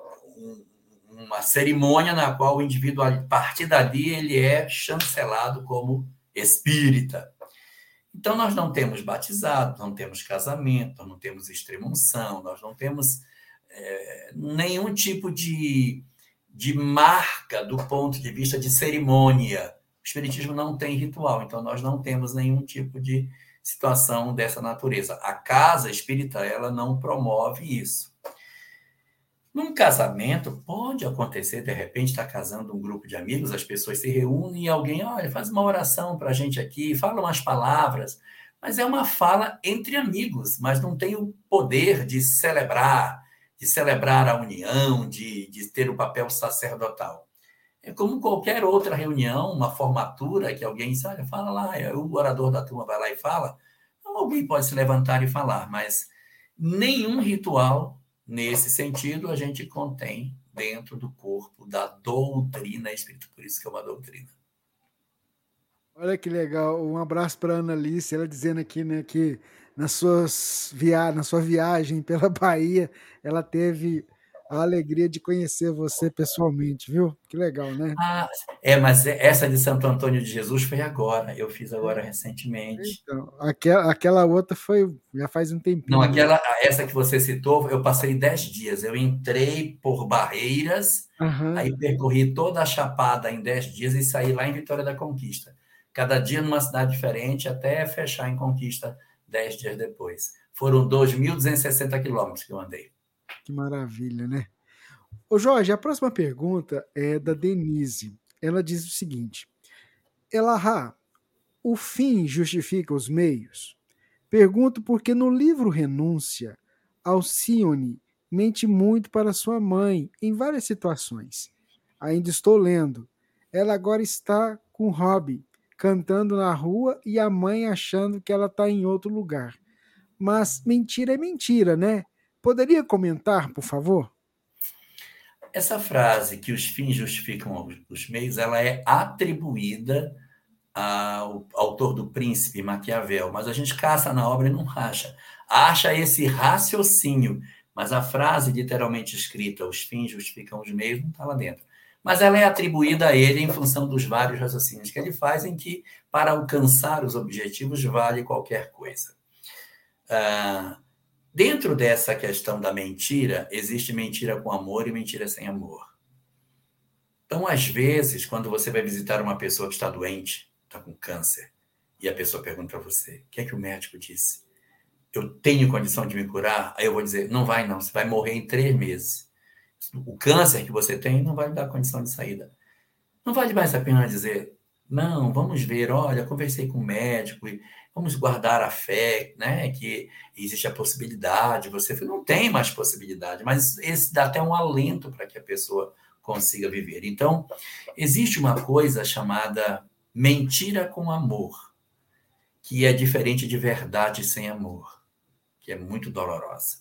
uma cerimônia na qual o indivíduo, a partir dali, ele é chancelado como espírita. Então, nós não temos batizado, não temos casamento, nós não temos extrema-unção, nós não temos nenhum tipo de marca do ponto de vista de cerimônia. O espiritismo não tem ritual, então nós não temos nenhum tipo de situação dessa natureza. A casa espírita, ela não promove isso. Num casamento, pode acontecer, de repente, está casando um grupo de amigos, as pessoas se reúnem e alguém, olha, faz uma oração para a gente aqui, fala umas palavras, mas é uma fala entre amigos, mas não tem o poder de celebrar a união, de ter o papel sacerdotal. É como qualquer outra reunião, uma formatura, que alguém diz, olha, fala lá, o orador da turma vai lá e fala, alguém pode se levantar e falar, mas nenhum ritual nesse sentido a gente contém dentro do corpo da doutrina espírita, por isso que é uma doutrina. Olha que legal, um abraço para a Ana Alice, ela dizendo aqui, né, que na sua viagem pela Bahia, ela teve a alegria de conhecer você pessoalmente, viu? Que legal, né? Mas essa de Santo Antônio de Jesus foi agora, eu fiz agora recentemente. Então, aquela outra foi, já faz um tempinho. Não, essa que você citou, eu passei 10 dias, eu entrei por Barreiras, aí percorri toda a Chapada em 10 dias e saí lá em Vitória da Conquista. Cada dia numa cidade diferente, até fechar em Conquista 10 dias depois. Foram 2.260 quilômetros que eu andei. Que maravilha, né? Ô Jorge, a próxima pergunta é da Denise. Ela diz o seguinte: Elahá, o fim justifica os meios? Pergunto porque no livro Renúncia, Alcione mente muito para sua mãe em várias situações. Ainda estou lendo. Ela agora está com Robbie, cantando na rua e a mãe achando que ela está em outro lugar. Mas mentira é mentira, né? Poderia comentar, por favor? Essa frase, que os fins justificam os meios, ela é atribuída ao autor do Príncipe, Maquiavel, mas a gente caça na obra e não acha. Acha esse raciocínio, mas a frase literalmente escrita, os fins justificam os meios, não está lá dentro. Mas ela é atribuída a ele em função dos vários raciocínios que ele faz, em que, para alcançar os objetivos, vale qualquer coisa. Dentro dessa questão da mentira, existe mentira com amor e mentira sem amor. Então, às vezes, quando você vai visitar uma pessoa que está doente, está com câncer, e a pessoa pergunta para você, o que é que o médico disse? Eu tenho condição de me curar? Aí eu vou dizer, não vai não, você vai morrer em 3 meses. O câncer que você tem não vai lhe dar condição de saída. Não vale mais a pena dizer, não, vamos ver, olha, conversei com o médico, e vamos guardar a fé, né, que existe a possibilidade, você não tem mais possibilidade, mas esse dá até um alento para que a pessoa consiga viver. Então, existe uma coisa chamada mentira com amor, que é diferente de verdade sem amor, que é muito dolorosa.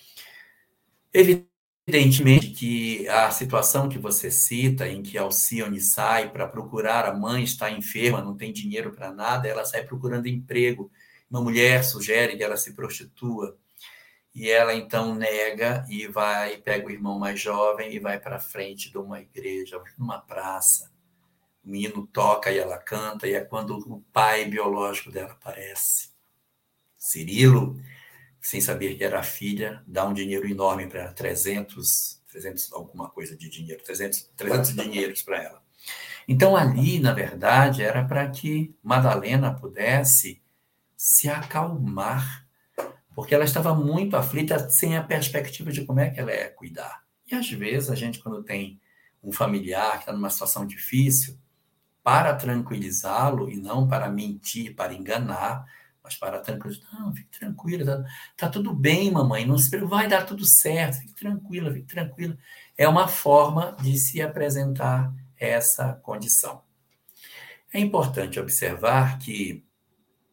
Evidentemente que a situação que você cita, em que Alcione sai para procurar, a mãe está enferma, não tem dinheiro para nada, ela sai procurando emprego, uma mulher sugere que ela se prostitua, e ela então nega e pega o irmão mais jovem e vai para frente de uma igreja, numa praça. O menino toca e ela canta, e é quando o pai biológico dela aparece. Cirilo, sem saber que era a filha, dá um dinheiro enorme para ela, 300 alguma coisa de dinheiro, 300 dinheiros para ela. Então ali, na verdade, era para que Madalena pudesse se acalmar, porque ela estava muito aflita, sem a perspectiva de como é que ela ia cuidar. E às vezes a gente, quando tem um familiar que está numa situação difícil, para tranquilizá-lo, e não para mentir, para enganar, mas para tranquilizar, não, fique tranquila, tá tudo bem, mamãe, não se preocupe, vai dar tudo certo, fique tranquila, fique tranquila. É uma forma de se apresentar essa condição. É importante observar que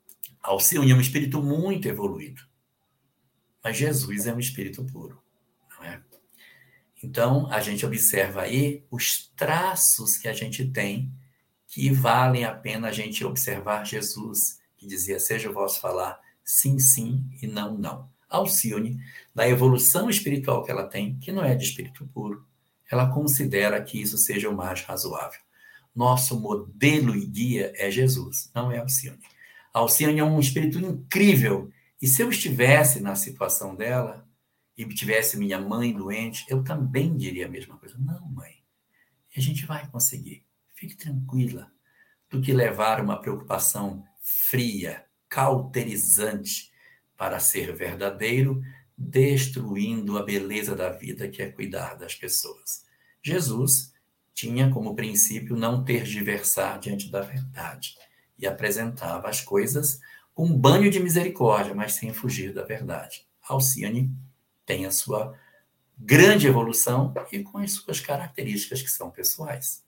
Alcione é um espírito muito evoluído, mas Jesus é um espírito puro, não é? Então, a gente observa aí os traços que a gente tem que valem a pena a gente observar Jesus, que dizia, seja o vosso falar sim, sim e não, não. Alcione, na evolução espiritual que ela tem, que não é de espírito puro, ela considera que isso seja o mais razoável. Nosso modelo e guia é Jesus, não é Alcione. Alcione é um espírito incrível, e se eu estivesse na situação dela, e tivesse minha mãe doente, eu também diria a mesma coisa. Não, mãe, a gente vai conseguir. Fique tranquila, do que levar uma preocupação fria, cauterizante, para ser verdadeiro, destruindo a beleza da vida, que é cuidar das pessoas. Jesus tinha como princípio não tergiversar diante da verdade e apresentava as coisas com um banho de misericórdia, mas sem fugir da verdade. Alcione tem a sua grande evolução e com as suas características que são pessoais.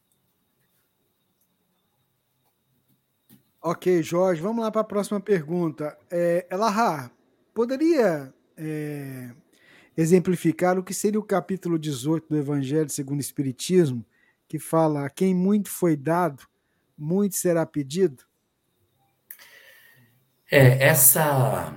Ok, Jorge, vamos lá para a próxima pergunta. Elahá, poderia exemplificar o que seria o capítulo 18 do Evangelho segundo o Espiritismo, que fala, a quem muito foi dado, muito será pedido? Essa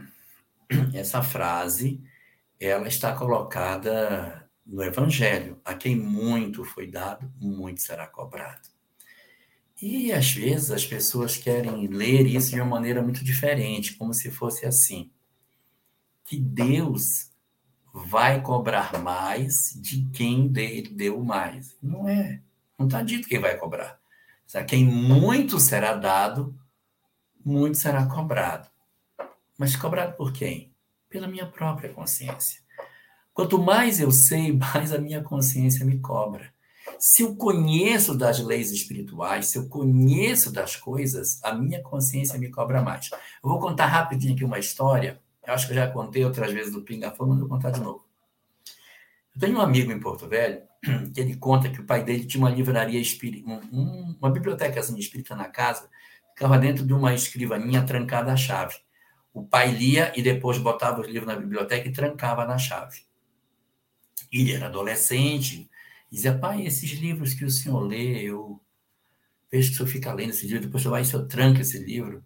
frase, ela está colocada no Evangelho. A quem muito foi dado, muito será cobrado. E, às vezes, as pessoas querem ler isso de uma maneira muito diferente, como se fosse assim, que Deus vai cobrar mais de quem deu mais. Não é. Não está dito quem vai cobrar. A quem muito será dado, muito será cobrado. Mas cobrado por quem? Pela minha própria consciência. Quanto mais eu sei, mais a minha consciência me cobra. Se eu conheço das leis espirituais, se eu conheço das coisas, a minha consciência me cobra mais. Eu vou contar rapidinho aqui uma história. Eu acho que eu já contei outras vezes do Pinga Fogo, mas eu vou contar de novo. Eu tenho um amigo em Porto Velho, que ele conta que o pai dele tinha uma livraria espírita, uma bibliotecazinha espírita na casa, ficava dentro de uma escrivaninha trancada à chave. O pai lia e depois botava os livros na biblioteca e trancava na chave. Ele era adolescente, dizia, pai, esses livros que o senhor lê, eu vejo que o senhor fica lendo esse livro, depois o senhor tranca esse livro.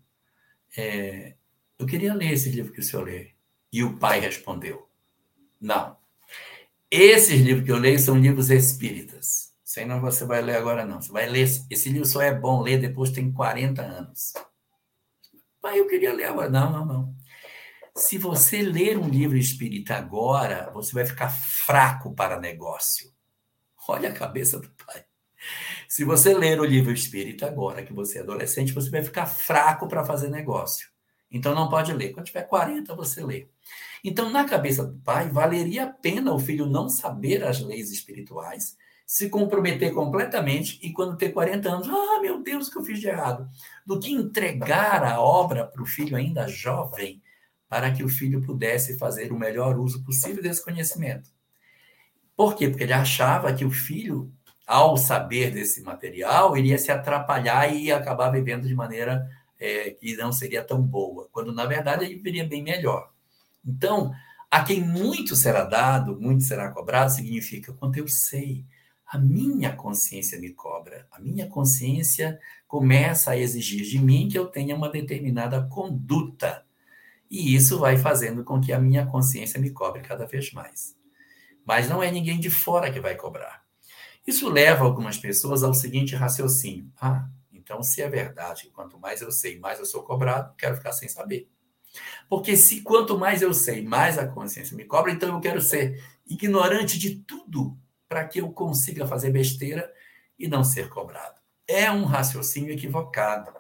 Eu queria ler esse livro que o senhor lê. E o pai respondeu, não, esses livros que eu leio são livros espíritas. Isso aí não você vai ler agora, não. Você vai ler, esse livro só é bom ler depois tem 40 anos. Pai, eu queria ler agora. Não. Se você ler um livro espírita agora, você vai ficar fraco para negócio. Olha a cabeça do pai. Se você ler o livro espírita agora, que você é adolescente, você vai ficar fraco para fazer negócio. Então não pode ler. Quando tiver 40, você lê. Então, na cabeça do pai, valeria a pena o filho não saber as leis espirituais, se comprometer completamente e quando ter 40 anos, meu Deus, o que eu fiz de errado? Do que entregar a obra para o filho ainda jovem, para que o filho pudesse fazer o melhor uso possível desse conhecimento. Por quê? Porque ele achava que o filho, ao saber desse material, iria se atrapalhar e ia acabar vivendo de maneira que não seria tão boa, quando, na verdade, ele viveria bem melhor. Então, a quem muito será dado, muito será cobrado, significa, quanto eu sei, a minha consciência me cobra. A minha consciência começa a exigir de mim que eu tenha uma determinada conduta. E isso vai fazendo com que a minha consciência me cobre cada vez mais. Mas não é ninguém de fora que vai cobrar. Isso leva algumas pessoas ao seguinte raciocínio. Então se é verdade, quanto mais eu sei, mais eu sou cobrado, quero ficar sem saber. Porque se quanto mais eu sei, mais a consciência me cobra, então eu quero ser ignorante de tudo para que eu consiga fazer besteira e não ser cobrado. É um raciocínio equivocado.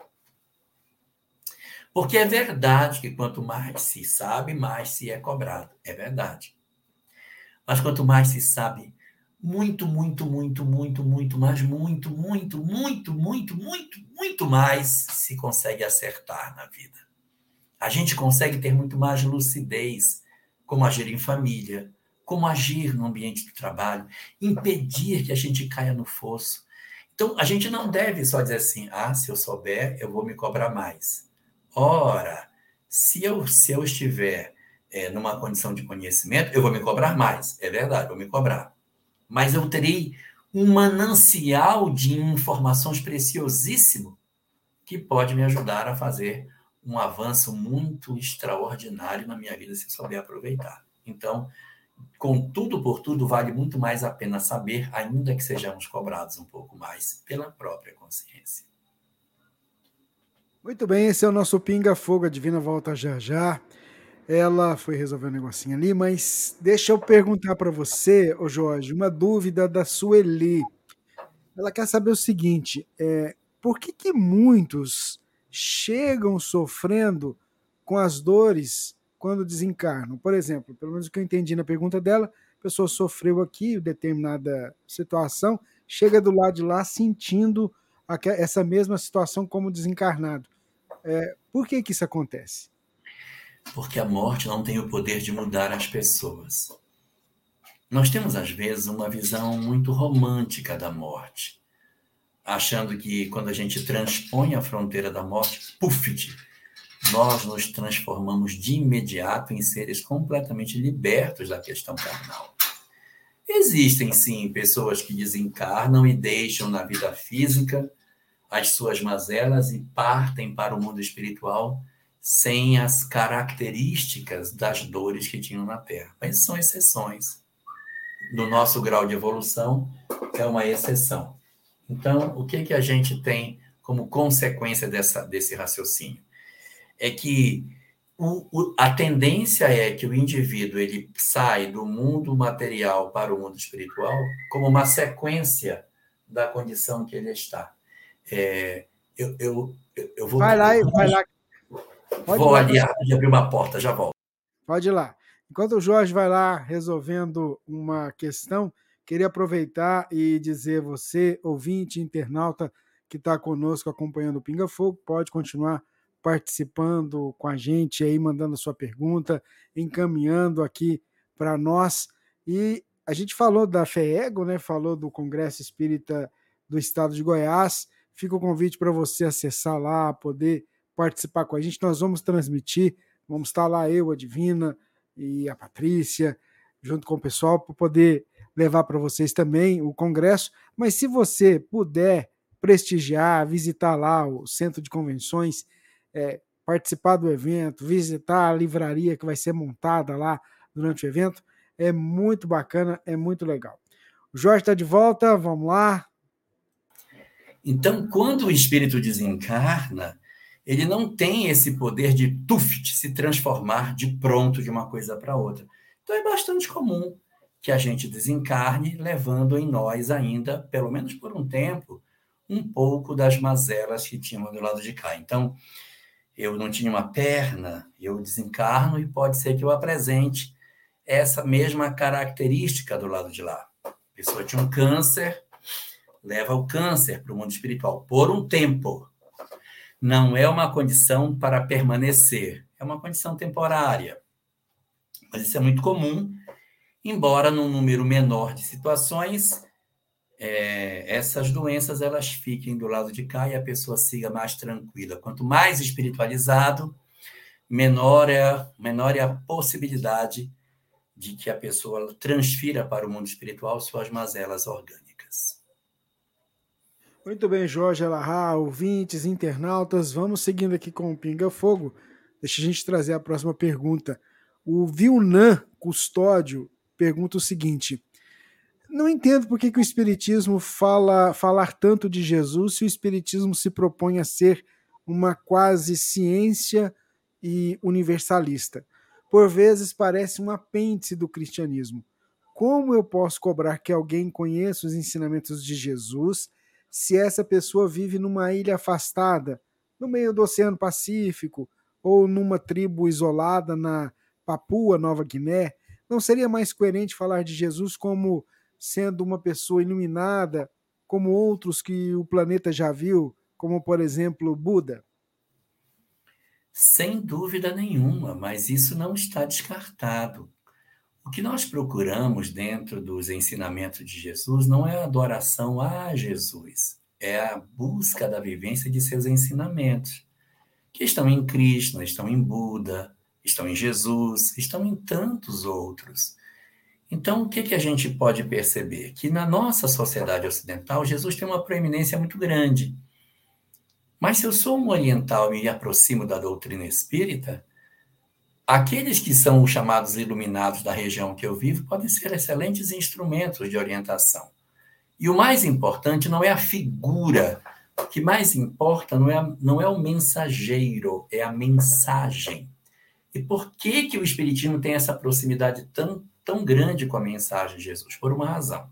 Porque é verdade que quanto mais se sabe, mais se é cobrado. É verdade. Mas quanto mais se sabe, muito mais se consegue acertar na vida. A gente consegue ter muito mais lucidez, como agir em família, como agir no ambiente do trabalho, impedir que a gente caia no fosso. Então, a gente não deve só dizer assim, se eu souber, eu vou me cobrar mais. Ora, Se eu estiver numa condição de conhecimento, eu vou me cobrar mais, é verdade, vou me cobrar. Mas eu terei um manancial de informações preciosíssimo que pode me ajudar a fazer um avanço muito extraordinário na minha vida, se souber aproveitar. Então, com tudo por tudo, vale muito mais a pena saber, ainda que sejamos cobrados um pouco mais pela própria consciência. Muito bem, esse é o nosso Pinga Fogo, a Divina volta já já. Ela foi resolver um negocinho ali, mas deixa eu perguntar para você, ô Jorge, uma dúvida da Sueli. Ela quer saber o seguinte, por que muitos chegam sofrendo com as dores quando desencarnam? Por exemplo, pelo menos o que eu entendi na pergunta dela, a pessoa sofreu aqui determinada situação, chega do lado de lá sentindo essa mesma situação como desencarnado. Por que isso acontece? Porque a morte não tem o poder de mudar as pessoas. Nós temos, às vezes, uma visão muito romântica da morte, achando que quando a gente transpõe a fronteira da morte, nós nos transformamos de imediato em seres completamente libertos da questão carnal. Existem, sim, pessoas que desencarnam e deixam na vida física as suas mazelas e partem para o mundo espiritual sem as características das dores que tinham na Terra. Mas são exceções. No nosso grau de evolução, é uma exceção. Então, o que a gente tem como consequência desse raciocínio? É que a tendência é que o indivíduo ele sai do mundo material para o mundo espiritual como uma sequência da condição que ele está. Eu vou... Vai lá. Vou ali abrir uma porta, já volto. Pode ir lá. Enquanto o Jorge vai lá resolvendo uma questão, queria aproveitar e dizer você, ouvinte, internauta, que está conosco acompanhando o Pinga Fogo, pode continuar participando com a gente aí, mandando a sua pergunta, encaminhando aqui para nós. E a gente falou da FEEGO, né? Falou do Congresso Espírita do Estado de Goiás. Fica o convite para você acessar lá, poder participar com a gente. Nós vamos transmitir, vamos estar lá eu, a Divina e a Patrícia, junto com o pessoal, para poder levar para vocês também o congresso. Mas se você puder prestigiar, visitar lá o Centro de Convenções, participar do evento, visitar a livraria que vai ser montada lá durante o evento, é muito bacana, é muito legal. O Jorge está de volta, vamos lá. Então, quando o espírito desencarna, ele não tem esse poder de se transformar de pronto de uma coisa para outra. Então, é bastante comum que a gente desencarne, levando em nós ainda, pelo menos por um tempo, um pouco das mazelas que tínhamos do lado de cá. Então, eu não tinha uma perna, eu desencarno e pode ser que eu apresente essa mesma característica do lado de lá. A pessoa tinha um câncer, leva o câncer para o mundo espiritual por um tempo. Não é uma condição para permanecer, é uma condição temporária. Mas isso é muito comum, embora num número menor de situações, essas doenças elas fiquem do lado de cá e a pessoa siga mais tranquila. Quanto mais espiritualizado, menor é a possibilidade de que a pessoa transfira para o mundo espiritual suas mazelas orgânicas. Muito bem, Jorge Alahá, ouvintes, internautas, vamos seguindo aqui com o Pinga Fogo. Deixa a gente trazer a próxima pergunta. O Vilnan Custódio pergunta o seguinte: não entendo por que o Espiritismo falar tanto de Jesus se o Espiritismo se propõe a ser uma quase ciência e universalista. Por vezes parece um apêndice do cristianismo. Como eu posso cobrar que alguém conheça os ensinamentos de Jesus se essa pessoa vive numa ilha afastada, no meio do Oceano Pacífico, ou numa tribo isolada na Papua Nova Guiné? Não seria mais coerente falar de Jesus como sendo uma pessoa iluminada, como outros que o planeta já viu, como, por exemplo, Buda? Sem dúvida nenhuma, mas isso não está descartado. O que nós procuramos dentro dos ensinamentos de Jesus não é a adoração a Jesus, é a busca da vivência de seus ensinamentos. que estão em Krishna, estão em Buda, estão em Jesus, estão em tantos outros. Então, o que a gente pode perceber? Que na nossa sociedade ocidental, Jesus tem uma proeminência muito grande. Mas se eu sou um oriental e me aproximo da doutrina espírita, aqueles que são os chamados iluminados da região que eu vivo podem ser excelentes instrumentos de orientação. E o mais importante não é a figura. O que mais importa não é o mensageiro, é a mensagem. E por que o Espiritismo tem essa proximidade tão grande com a mensagem de Jesus? Por uma razão.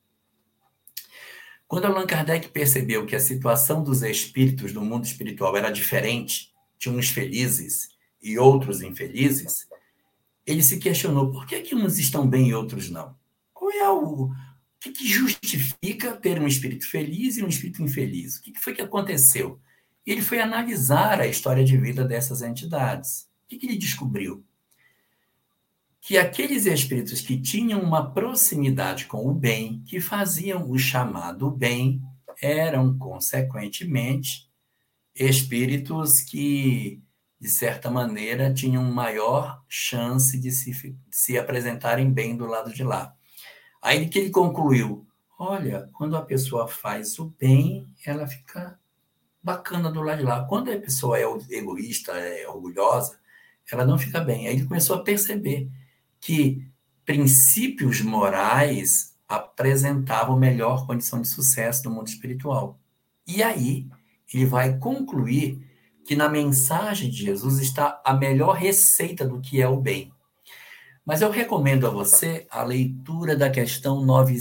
Quando Allan Kardec percebeu que a situação dos espíritos do mundo espiritual era diferente, tinha uns felizes e outros infelizes, ele se questionou por que uns estão bem e outros não? Qual é o que justifica ter um espírito feliz e um espírito infeliz? O que foi que aconteceu? E ele foi analisar a história de vida dessas entidades. O que ele descobriu? Que aqueles espíritos que tinham uma proximidade com o bem, que faziam o chamado bem, eram, consequentemente, espíritos que, de certa maneira, tinham maior chance de se apresentarem bem do lado de lá. Aí que ele concluiu, olha, quando a pessoa faz o bem, ela fica bacana do lado de lá. Quando a pessoa é egoísta, é orgulhosa, ela não fica bem. Aí ele começou a perceber que princípios morais apresentavam melhor condição de sucesso no mundo espiritual. E aí ele vai concluir que na mensagem de Jesus está a melhor receita do que é o bem. Mas eu recomendo a você a leitura da questão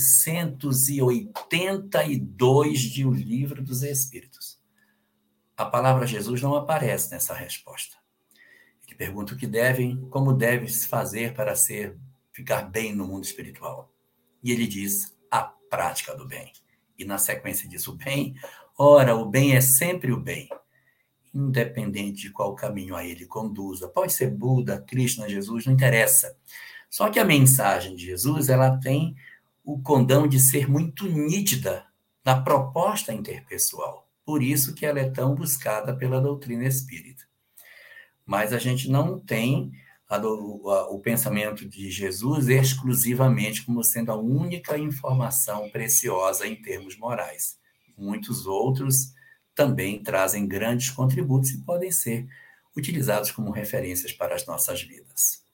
982 de O Livro dos Espíritos. A palavra Jesus não aparece nessa resposta. Ele pergunta como deve se fazer para ficar bem no mundo espiritual. E ele diz, a prática do bem. E na sequência diz o bem, ora, o bem é sempre o bem, independente de qual caminho a ele conduza. Pode ser Buda, Krishna, Jesus, não interessa. Só que a mensagem de Jesus, ela tem o condão de ser muito nítida na proposta interpessoal. Por isso que ela é tão buscada pela doutrina espírita. Mas a gente não tem o pensamento de Jesus exclusivamente como sendo a única informação preciosa em termos morais. Muitos outros também trazem grandes contributos e podem ser utilizados como referências para as nossas vidas.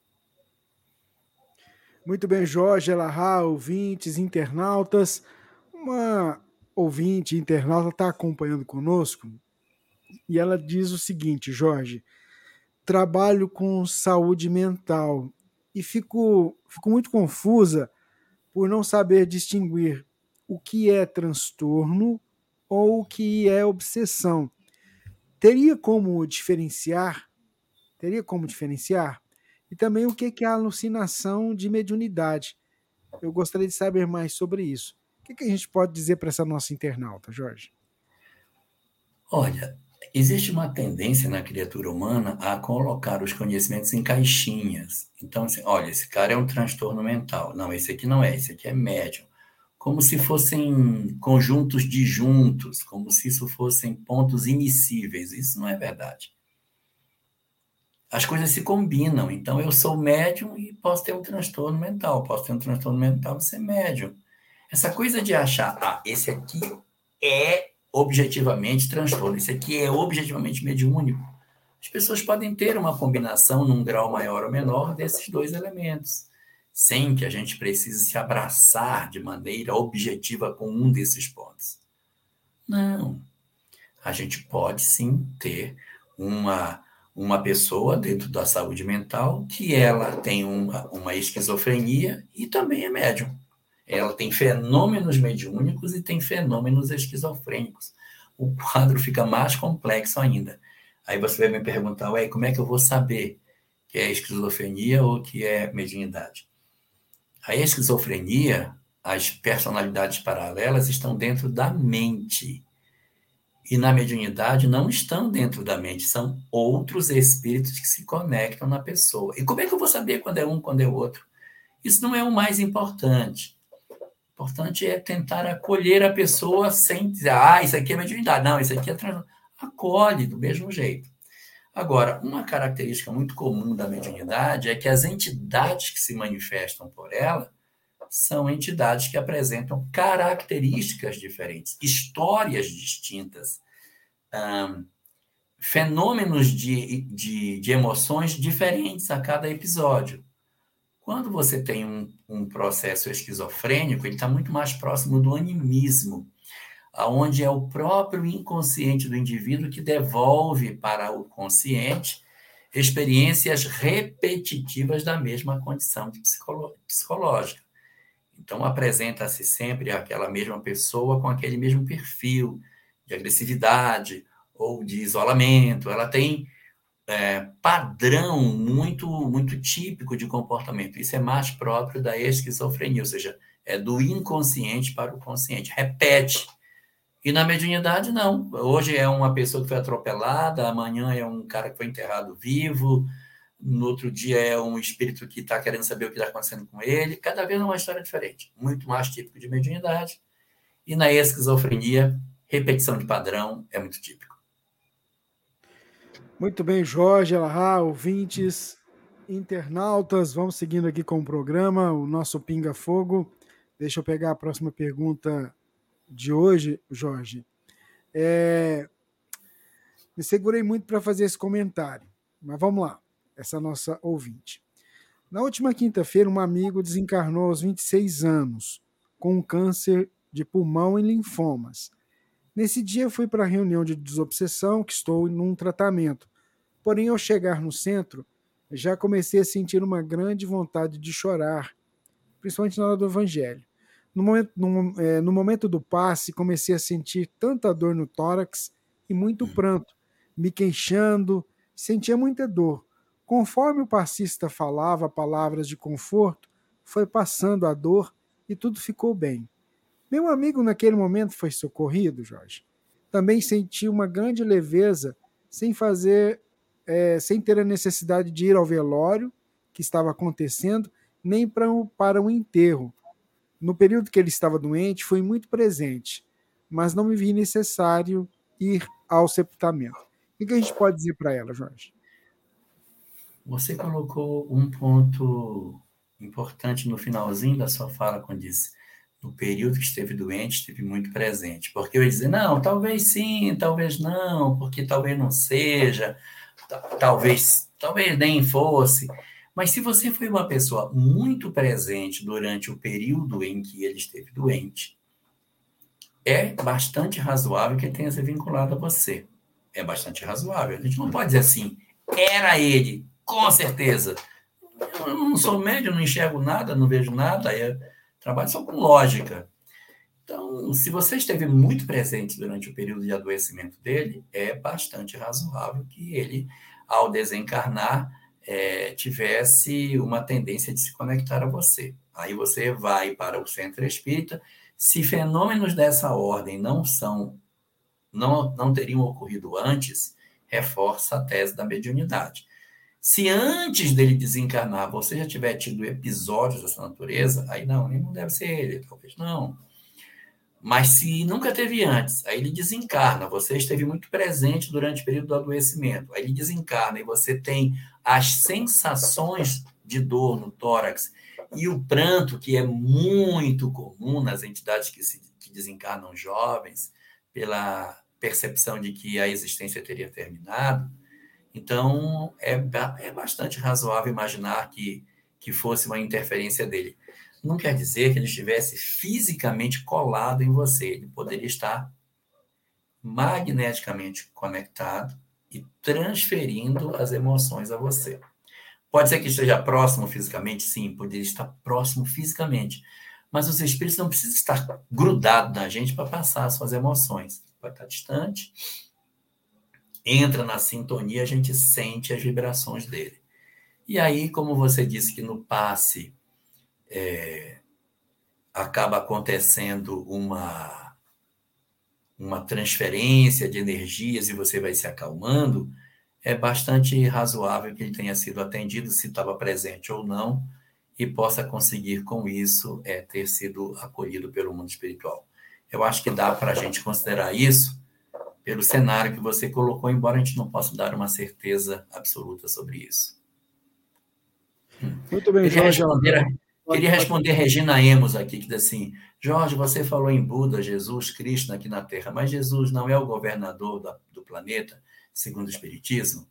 Muito bem, Jorge, Elahá, ouvintes, internautas. Uma ouvinte internauta está acompanhando conosco e ela diz o seguinte, Jorge, trabalho com saúde mental e fico muito confusa por não saber distinguir o que é transtorno ou o que é obsessão. Teria como diferenciar? E também o que é alucinação de mediunidade. Eu gostaria de saber mais sobre isso. O que a gente pode dizer para essa nossa internauta, Jorge? Olha, existe uma tendência na criatura humana a colocar os conhecimentos em caixinhas. Então, assim, olha, esse cara é um transtorno mental. Não, esse aqui não é, esse aqui é médium. Como se fossem conjuntos disjuntos, como se isso fossem pontos imissíveis. Isso não é verdade. As coisas se combinam. Então, eu sou médium e posso ter um transtorno mental. Posso ter um transtorno mental e ser médium. Essa coisa de achar, esse aqui é objetivamente transtorno, esse aqui é objetivamente mediúnico. As pessoas podem ter uma combinação num grau maior ou menor desses dois elementos, sem que a gente precise se abraçar de maneira objetiva com um desses pontos. Não. A gente pode sim ter uma pessoa dentro da saúde mental que ela tem uma esquizofrenia e também é médium. Ela tem fenômenos mediúnicos e tem fenômenos esquizofrênicos. O quadro fica mais complexo ainda. Aí você vai me perguntar, como é que eu vou saber que é esquizofrenia ou que é mediunidade? A esquizofrenia, as personalidades paralelas estão dentro da mente. E na mediunidade não estão dentro da mente, são outros espíritos que se conectam na pessoa. E como é que eu vou saber quando é um, quando é o outro? Isso não é o mais importante. O importante é tentar acolher a pessoa sem dizer, isso aqui é mediunidade, não, isso aqui é transtorno. Acolhe do mesmo jeito. Agora, uma característica muito comum da mediunidade é que as entidades que se manifestam por ela são entidades que apresentam características diferentes, histórias distintas, fenômenos de emoções diferentes a cada episódio. Quando você tem um processo esquizofrênico, ele está muito mais próximo do animismo, onde é o próprio inconsciente do indivíduo que devolve para o consciente experiências repetitivas da mesma condição psicológica. Então, apresenta-se sempre aquela mesma pessoa com aquele mesmo perfil de agressividade ou de isolamento. Ela tem padrão muito típico de comportamento. Isso é mais próprio da esquizofrenia, ou seja, é do inconsciente para o consciente. Repete. E na mediunidade, não. Hoje é uma pessoa que foi atropelada, amanhã é um cara que foi enterrado vivo, no outro dia é um espírito que está querendo saber o que está acontecendo com ele. Cada vez é uma história diferente. Muito mais típico de mediunidade. E na esquizofrenia, repetição de padrão é muito típico. Muito bem, Jorge, Elahá, ouvintes, internautas, vamos seguindo aqui com o programa, o nosso Pinga Fogo. Deixa eu pegar a próxima pergunta de hoje, Jorge. Me segurei muito para fazer esse comentário, mas vamos lá, essa nossa ouvinte. Na última quinta-feira, um amigo desencarnou aos 26 anos, com um câncer de pulmão e linfomas. Nesse dia, eu fui para a reunião de desobsessão, que estou num tratamento. Porém, ao chegar no centro, já comecei a sentir uma grande vontade de chorar, principalmente na hora do evangelho. No momento do passe, comecei a sentir tanta dor no tórax e muito pranto, me queixando, sentia muita dor. Conforme o passista falava palavras de conforto, foi passando a dor e tudo ficou bem. Meu amigo, naquele momento, foi socorrido, Jorge. Também senti uma grande leveza sem ter a necessidade de ir ao velório que estava acontecendo, nem para um enterro. No período que ele estava doente, fui muito presente, mas não me vi necessário ir ao sepultamento. O que a gente pode dizer para ela, Jorge? Você colocou um ponto importante no finalzinho da sua fala, quando disse: no período que esteve doente, esteve muito presente. Porque eu ia dizer, não, talvez sim, talvez não, porque talvez não seja, talvez nem fosse. Mas se você foi uma pessoa muito presente durante o período em que ele esteve doente, é bastante razoável que ele tenha se vinculado a você. É bastante razoável. A gente não pode dizer assim, era ele, com certeza. Eu não sou médium, não enxergo nada, não vejo nada, trabalho só com lógica. Então, se você esteve muito presente durante o período de adoecimento dele, é bastante razoável que ele, ao desencarnar, tivesse uma tendência de se conectar a você. Aí você vai para o centro espírita. Se fenômenos dessa ordem não teriam ocorrido antes, reforça a tese da mediunidade. Se antes dele desencarnar você já tiver tido episódios dessa natureza, aí não deve ser ele, talvez não. Mas se nunca teve antes, aí ele desencarna, você esteve muito presente durante o período do adoecimento, aí ele desencarna e você tem as sensações de dor no tórax e o pranto, que é muito comum nas entidades que desencarnam jovens, pela percepção de que a existência teria terminado. Então, é bastante razoável imaginar que fosse uma interferência dele. Não quer dizer que ele estivesse fisicamente colado em você. Ele poderia estar magneticamente conectado e transferindo as emoções a você. Pode ser que esteja próximo fisicamente? Sim, poderia estar próximo fisicamente. Mas os espíritos não precisam estar grudados na gente para passar as suas emoções. Pode estar distante, entra na sintonia, a gente sente as vibrações dele. E aí, como você disse que no passe acaba acontecendo uma transferência de energias e você vai se acalmando, é bastante razoável que ele tenha sido atendido, se estava presente ou não, e possa conseguir, com isso, ter sido acolhido pelo mundo espiritual. Eu acho que dá para a gente considerar isso pelo cenário que você colocou, embora a gente não possa dar uma certeza absoluta sobre isso. Muito bem, Jorge. Queria responder a Regina Emos aqui, que diz assim: Jorge, você falou em Buda, Jesus, Krishna aqui na Terra, mas Jesus não é o governador do planeta, segundo o Espiritismo?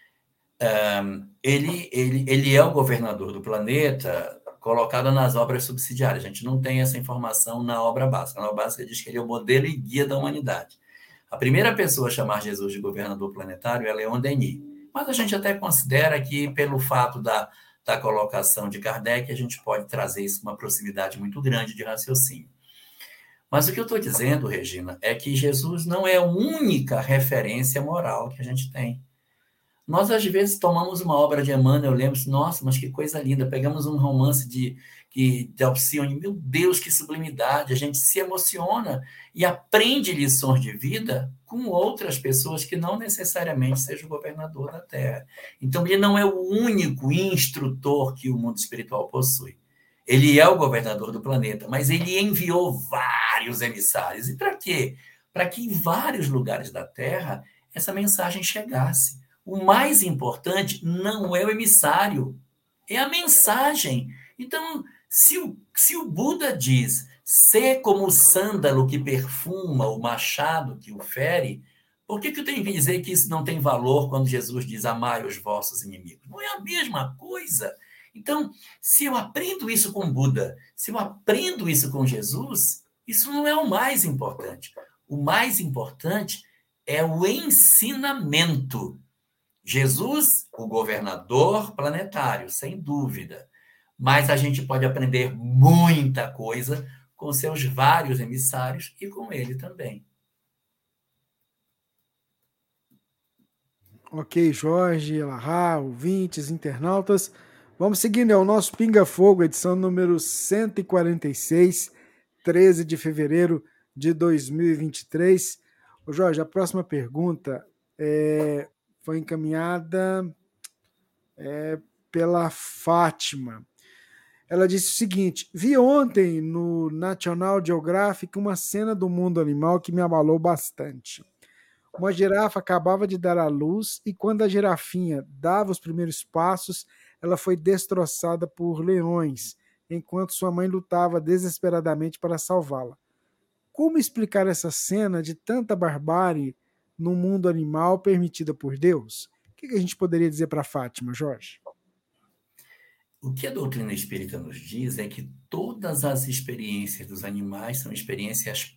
Ele é o governador do planeta colocado nas obras subsidiárias. A gente não tem essa informação na obra básica. Na obra básica diz que ele é o modelo e guia da humanidade. A primeira pessoa a chamar Jesus de governador planetário é Leon Denis. Mas a gente até considera que, pelo fato da colocação de Kardec, a gente pode trazer isso com uma proximidade muito grande de raciocínio. Mas o que eu estou dizendo, Regina, é que Jesus não é a única referência moral que a gente tem. Nós, às vezes, tomamos uma obra de Emmanuel, eu lembro, nossa, mas que coisa linda, pegamos um romance de Alcione, meu Deus, que sublimidade, a gente se emociona e aprende lições de vida com outras pessoas que não necessariamente seja o governador da Terra. Então, ele não é o único instrutor que o mundo espiritual possui. Ele é o governador do planeta, mas ele enviou vários emissários. E para quê? Para que em vários lugares da Terra essa mensagem chegasse. O mais importante não é o emissário, é a mensagem. Então, se o Buda diz, ser como o sândalo que perfuma, o machado que o fere, por que eu tenho que dizer que isso não tem valor quando Jesus diz, amai os vossos inimigos? Não é a mesma coisa? Então, se eu aprendo isso com Buda, se eu aprendo isso com Jesus, isso não é o mais importante. O mais importante é o ensinamento. Jesus, o governador planetário, sem dúvida. Mas a gente pode aprender muita coisa com seus vários emissários e com ele também. Ok, Jorge, Elahá, ouvintes, internautas. Vamos seguindo, é o nosso Pinga Fogo, edição número 146, 13 de fevereiro de 2023. Ô Jorge, a próxima pergunta foi encaminhada pela Fátima. Ela disse o seguinte: vi ontem no National Geographic uma cena do mundo animal que me abalou bastante. Uma girafa acabava de dar à luz e quando a girafinha dava os primeiros passos, ela foi destroçada por leões, enquanto sua mãe lutava desesperadamente para salvá-la. Como explicar essa cena de tanta barbárie no mundo animal permitida por Deus? O que a gente poderia dizer para Fátima, Jorge? O que a doutrina espírita nos diz é que todas as experiências dos animais são experiências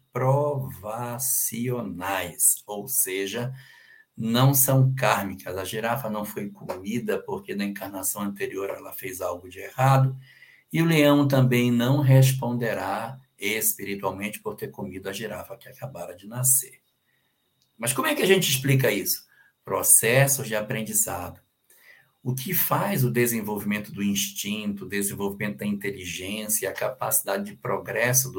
provacionais, ou seja, não são kármicas. A girafa não foi comida porque na encarnação anterior ela fez algo de errado, e o leão também não responderá espiritualmente por ter comido a girafa que acabara de nascer. Mas como é que a gente explica isso? Processos de aprendizado. O que faz o desenvolvimento do instinto, o desenvolvimento da inteligência, a capacidade de progresso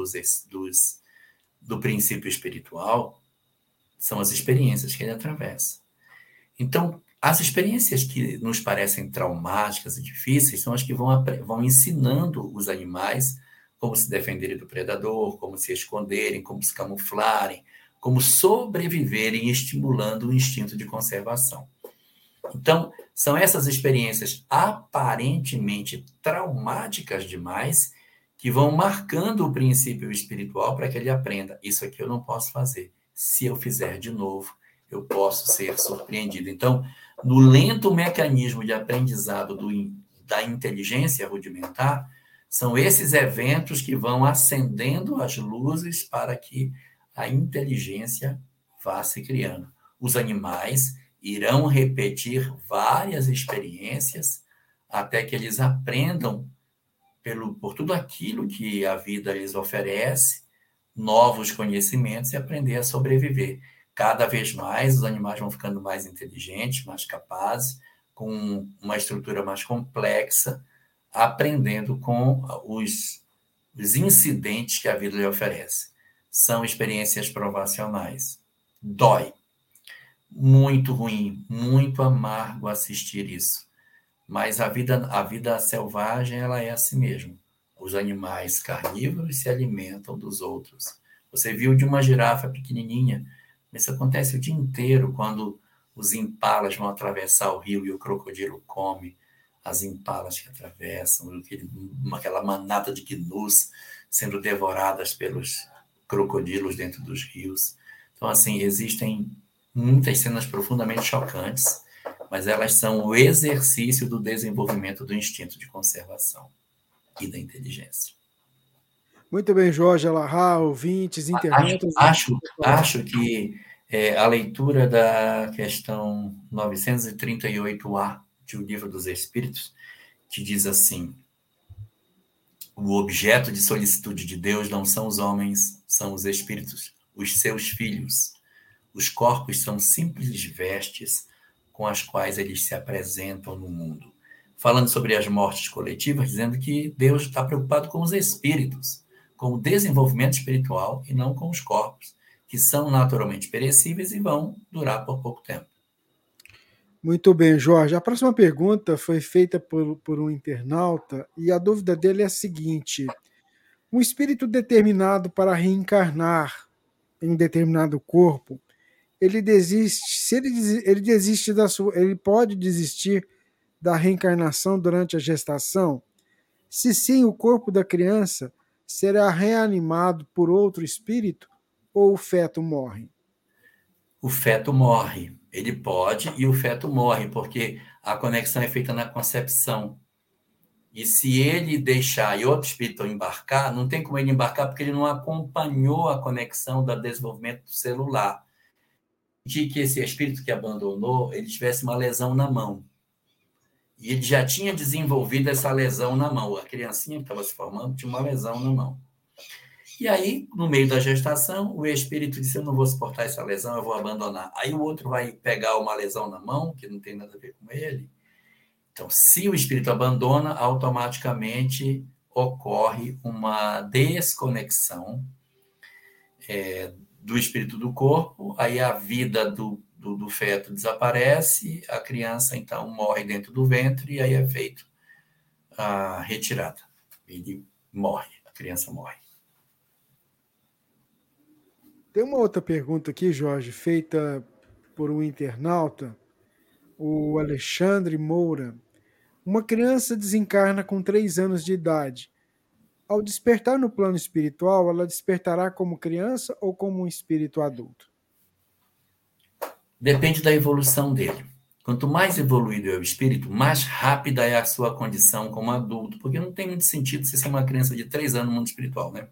do princípio espiritual são as experiências que ele atravessa. Então, as experiências que nos parecem traumáticas e difíceis são as que vão ensinando os animais como se defenderem do predador, como se esconderem, como se camuflarem, como sobreviverem, estimulando o instinto de conservação. Então, são essas experiências aparentemente traumáticas demais que vão marcando o princípio espiritual para que ele aprenda. Isso aqui eu não posso fazer. Se eu fizer de novo, eu posso ser surpreendido. Então, no lento mecanismo de aprendizado da inteligência rudimentar, são esses eventos que vão acendendo as luzes para que a inteligência vá se criando. Os animais irão repetir várias experiências até que eles aprendam por tudo aquilo que a vida lhes oferece, novos conhecimentos e aprender a sobreviver. Cada vez mais os animais vão ficando mais inteligentes, mais capazes, com uma estrutura mais complexa, aprendendo com os incidentes que a vida lhe oferece. São experiências provacionais. Dói. Muito ruim, muito amargo assistir isso. Mas a vida selvagem, ela é assim mesmo. Os animais carnívoros se alimentam dos outros. Você viu de uma girafa pequenininha, Isso acontece o dia inteiro, quando os impalas vão atravessar o rio e o crocodilo come as impalas que atravessam, aquela manada de gnus sendo devoradas pelos crocodilos dentro dos rios. Então, assim, existem muitas cenas profundamente chocantes, mas elas são o exercício do desenvolvimento do instinto de conservação e da inteligência. Muito bem, Jorge Alahá, ouvintes, internautas. Acho que a leitura da questão 938A do Livro dos Espíritos, que diz assim: o objeto de solicitude de Deus não são os homens, são os espíritos, os seus filhos. Os corpos são simples vestes com as quais eles se apresentam no mundo. Falando sobre as mortes coletivas, dizendo que Deus está preocupado com os espíritos, com o desenvolvimento espiritual e não com os corpos, que são naturalmente perecíveis e vão durar por pouco tempo. Muito bem, Jorge. A próxima pergunta foi feita por um internauta e a dúvida dele é a seguinte: um espírito determinado para reencarnar em determinado corpo, ele desiste, se ele desiste ele pode desistir da reencarnação durante a gestação? Se sim, o corpo da criança será reanimado por outro espírito ou o feto morre? O feto morre. Ele pode e o feto morre, porque a conexão é feita na concepção. E se ele deixar e outro espírito embarcar, não tem como ele embarcar porque ele não acompanhou a conexão do desenvolvimento celular. De que esse espírito que abandonou, ele tivesse uma lesão na mão. E ele já tinha desenvolvido essa lesão na mão. A criancinha que estava se formando tinha uma lesão na mão. E aí, no meio da gestação, o espírito disse: eu não vou suportar essa lesão, eu vou abandonar. Aí o outro vai pegar uma lesão na mão, que não tem nada a ver com ele. Então, se o espírito abandona, automaticamente ocorre uma desconexão do espírito do corpo, aí a vida do feto desaparece, a criança, então, morre dentro do ventre, e aí é feito a retirada. Ele morre, a criança morre. Tem uma outra pergunta aqui, Jorge, feita por um internauta, o Alexandre Moura. Uma criança desencarna com 3 anos de idade. Ao despertar no plano espiritual, ela despertará como criança ou como um espírito adulto? Depende da evolução dele. Quanto mais evoluído é o espírito, mais rápida é a sua condição como adulto, porque não tem muito sentido você ser uma criança de 3 anos no mundo espiritual, né?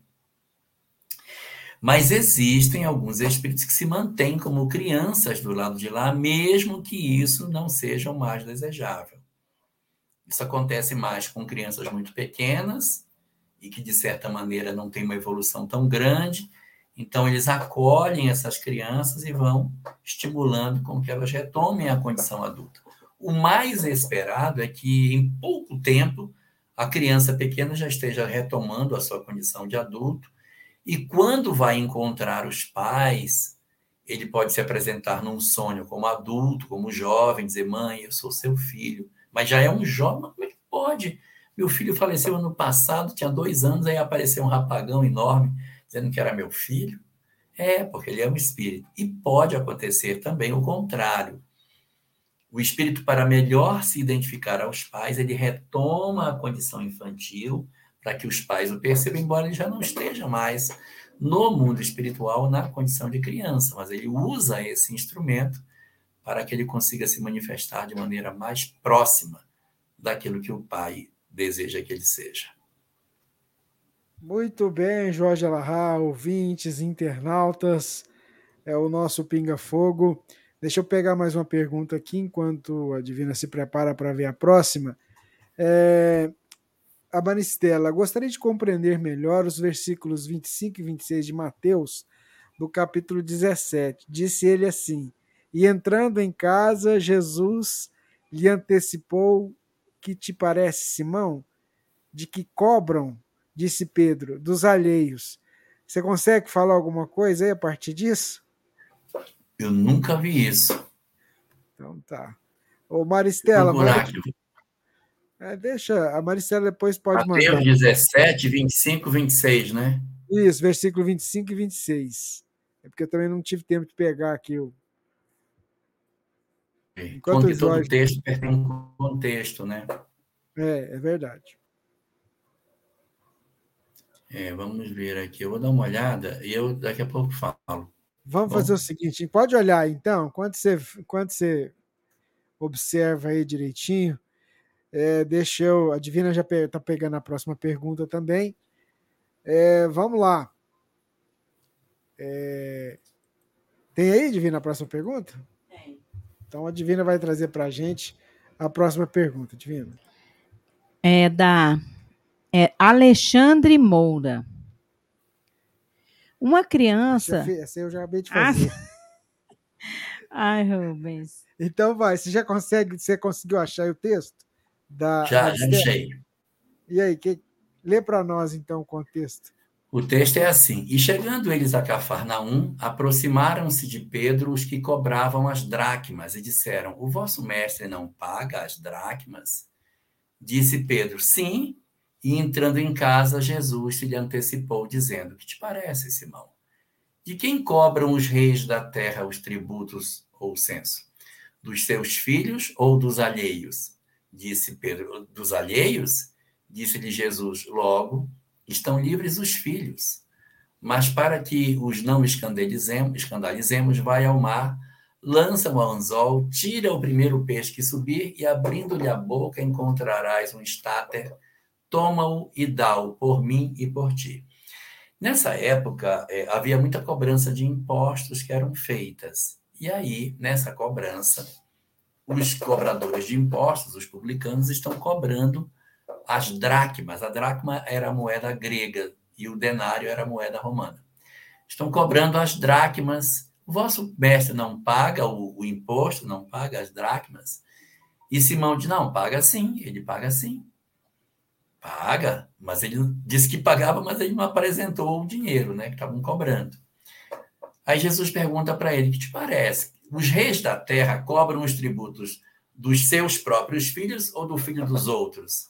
Mas existem alguns espíritos que se mantêm como crianças do lado de lá, mesmo que isso não seja o mais desejável. Isso acontece mais com crianças muito pequenas e que, de certa maneira, não têm uma evolução tão grande. Então, eles acolhem essas crianças e vão estimulando com que elas retomem a condição adulta. O mais esperado é que, em pouco tempo, a criança pequena já esteja retomando a sua condição de adulto. E quando vai encontrar os pais, ele pode se apresentar num sonho como adulto, como jovem, dizer: mãe, eu sou seu filho. Mas já é um jovem, como é que pode? Meu filho faleceu ano passado, tinha 2 anos, aí apareceu um rapagão enorme, dizendo que era meu filho. Porque ele é um espírito. E pode acontecer também o contrário. O espírito, para melhor se identificar aos pais, ele retoma a condição infantil, para que os pais o percebam, embora ele já não esteja mais no mundo espiritual na condição de criança, mas ele usa esse instrumento para que ele consiga se manifestar de maneira mais próxima daquilo que o pai deseja que ele seja. Muito bem, Jorge Alahá, ouvintes, internautas, é o nosso Pinga Fogo. Deixa eu pegar mais uma pergunta aqui, enquanto a Divina se prepara para ver a próxima. A Maristela: gostaria de compreender melhor os versículos 25 e 26 de Mateus, do capítulo 17. Disse ele assim: e entrando em casa, Jesus lhe antecipou: que te parece, Simão? De que cobram, disse Pedro, dos alheios. Você consegue falar alguma coisa aí a partir disso? Eu nunca vi isso. Então tá. Ô Maristela, deixa, a Maristela depois pode mandar. Mateus 17, 25, 26, né? Isso, versículo 25 e 26. É porque eu também não tive tempo de pegar aqui o. Enquanto todo Jorge... texto tem um contexto, né? É verdade. Vamos ver aqui. Eu vou dar uma olhada e eu daqui a pouco falo. Vamos fazer o seguinte, pode olhar então, enquanto você observa aí direitinho, a Divina já está pegando a próxima pergunta também. Vamos lá. Tem aí, Divina, a próxima pergunta? Tem. Então a Divina vai trazer para a gente a próxima pergunta, Divina. É da Alexandre Moura. Uma criança... Essa eu já acabei de fazer. Ai, Rubens. Então vai, você conseguiu achar o texto? Já achei. E aí, lê para nós então o contexto. O texto é assim: e chegando eles a Cafarnaum, aproximaram-se de Pedro os que cobravam as dracmas e disseram: o vosso mestre não paga as dracmas? Disse Pedro: sim. E entrando em casa, Jesus se lhe antecipou, dizendo: que te parece, Simão? De quem cobram os reis da terra os tributos ou o censo? Dos seus filhos ou dos alheios? Disse Pedro: dos alheios? Disse-lhe Jesus: logo, estão livres os filhos. Mas para que os não escandalizemos, vai ao mar, lança o anzol, tira o primeiro peixe que subir e, abrindo-lhe a boca, encontrarás um estáter, toma-o e dá-o por mim e por ti. Nessa época, havia muita cobrança de impostos que eram feitas. E aí, nessa cobrança, os cobradores de impostos, os publicanos, estão cobrando as dracmas. A dracma era a moeda grega e o denário era a moeda romana. Estão cobrando as dracmas. O vosso mestre não paga o imposto, não paga as dracmas? E Simão diz: não, paga sim, ele paga sim. Paga, mas ele disse que pagava, mas ele não apresentou o dinheiro, né, que estavam cobrando. Aí Jesus pergunta para ele: que te parece? Os reis da terra cobram os tributos dos seus próprios filhos ou do filho dos outros?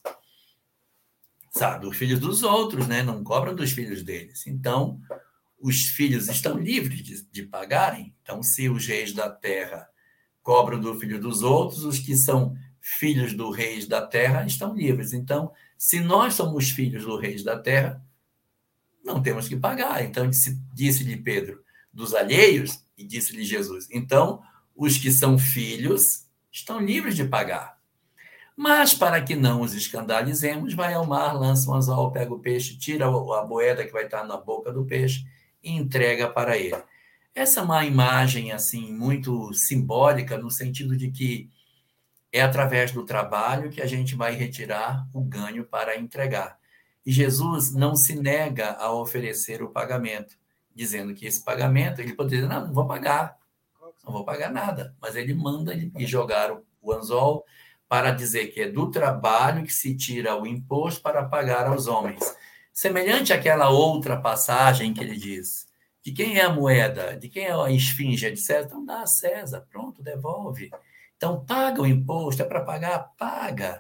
Sabe, dos filhos dos outros, né? Não cobram dos filhos deles. Então, os filhos estão livres de pagarem. Então, se os reis da terra cobram do filho dos outros, os que são filhos do reis da terra estão livres. Então, se nós somos filhos do reis da terra, não temos que pagar. Então, disse-lhe Pedro: dos alheios, e disse-lhe Jesus: então, os que são filhos estão livres de pagar. Mas, para que não os escandalizemos, vai ao mar, lança um anzol, pega o peixe, tira a moeda que vai estar na boca do peixe e entrega para ele. Essa é uma imagem assim muito simbólica, no sentido de que é através do trabalho que a gente vai retirar o ganho para entregar. E Jesus não se nega a oferecer o pagamento, dizendo que esse pagamento, ele poderia dizer: não vou pagar nada. Mas ele manda e jogar o anzol para dizer que é do trabalho que se tira o imposto para pagar aos homens. Semelhante àquela outra passagem que ele diz: de quem é a moeda? De quem é a esfinge? De César? Então dá a César, pronto, devolve. Então, paga o imposto, é para pagar? Paga.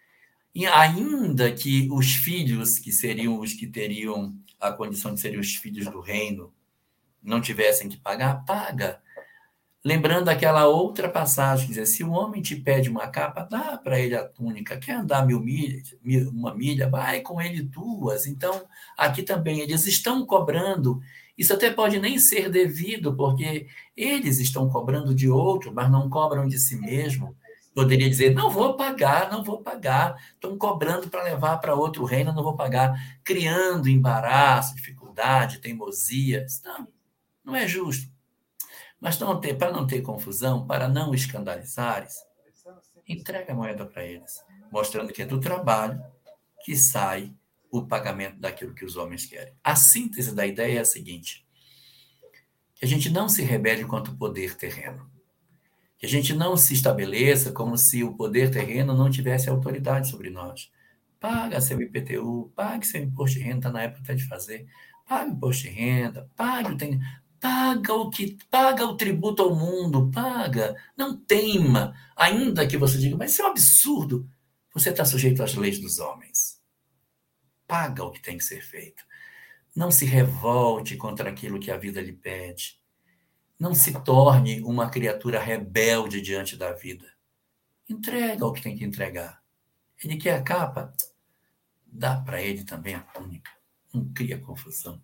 E ainda que os filhos, que seriam os que teriam a condição de serem os filhos do reino, não tivessem que pagar, paga. Lembrando aquela outra passagem, que diz: se o homem te pede uma capa, dá para ele a túnica. Quer andar 1.000 milhas, 1 milha, vai com ele 2. Então, aqui também, eles estão cobrando. Isso até pode nem ser devido, porque eles estão cobrando de outro, mas não cobram de si mesmo. Poderia dizer: não vou pagar. Estão cobrando para levar para outro reino, não vou pagar. Criando embaraço, dificuldade, teimosia. Não é justo. Mas para não ter confusão, para não escandalizares, entrega a moeda para eles, mostrando que é do trabalho que sai o pagamento daquilo que os homens querem. A síntese da ideia é a seguinte: que a gente não se rebele contra o poder terreno, que a gente não se estabeleça como se o poder terreno não tivesse autoridade sobre nós. Paga seu IPTU, pague seu imposto de renda, está na época de fazer, pague o imposto de renda, paga o tributo ao mundo, paga, não teima, ainda que você diga: mas isso é um absurdo. Você está sujeito às leis dos homens. Paga o que tem que ser feito. Não se revolte contra aquilo que a vida lhe pede. Não se torne uma criatura rebelde diante da vida. Entrega o que tem que entregar. Ele quer a capa, dá para ele também a túnica. Não cria confusão.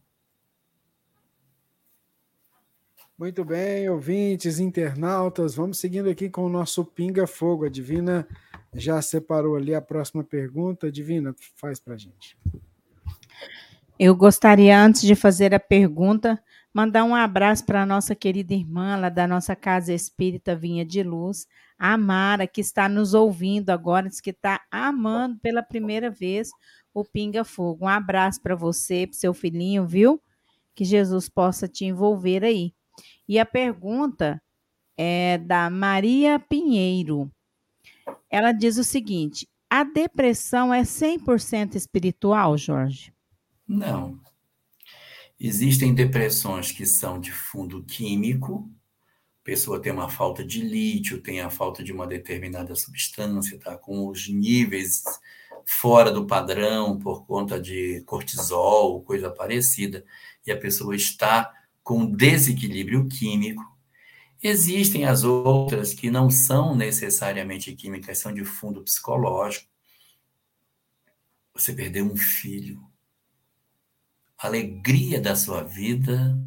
Muito bem, ouvintes, internautas, vamos seguindo aqui com o nosso Pinga Fogo. A Divina já separou ali a próxima pergunta. Divina, faz para a gente. Eu gostaria, antes de fazer a pergunta, mandar um abraço para a nossa querida irmã, lá da nossa Casa Espírita Vinha de Luz, a Mara, que está nos ouvindo agora, diz que está amando pela primeira vez o Pinga Fogo. Um abraço para você, para seu filhinho, viu? Que Jesus possa te envolver aí. E a pergunta é da Maria Pinheiro. Ela diz o seguinte: a depressão é 100% espiritual, Jorge? Não. Existem depressões que são de fundo químico, a pessoa tem uma falta de lítio, tem a falta de uma determinada substância, está com os níveis fora do padrão por conta de cortisol, coisa parecida, e a pessoa está com desequilíbrio químico. Existem as outras que não são necessariamente químicas, são de fundo psicológico. Você perdeu um filho. A alegria da sua vida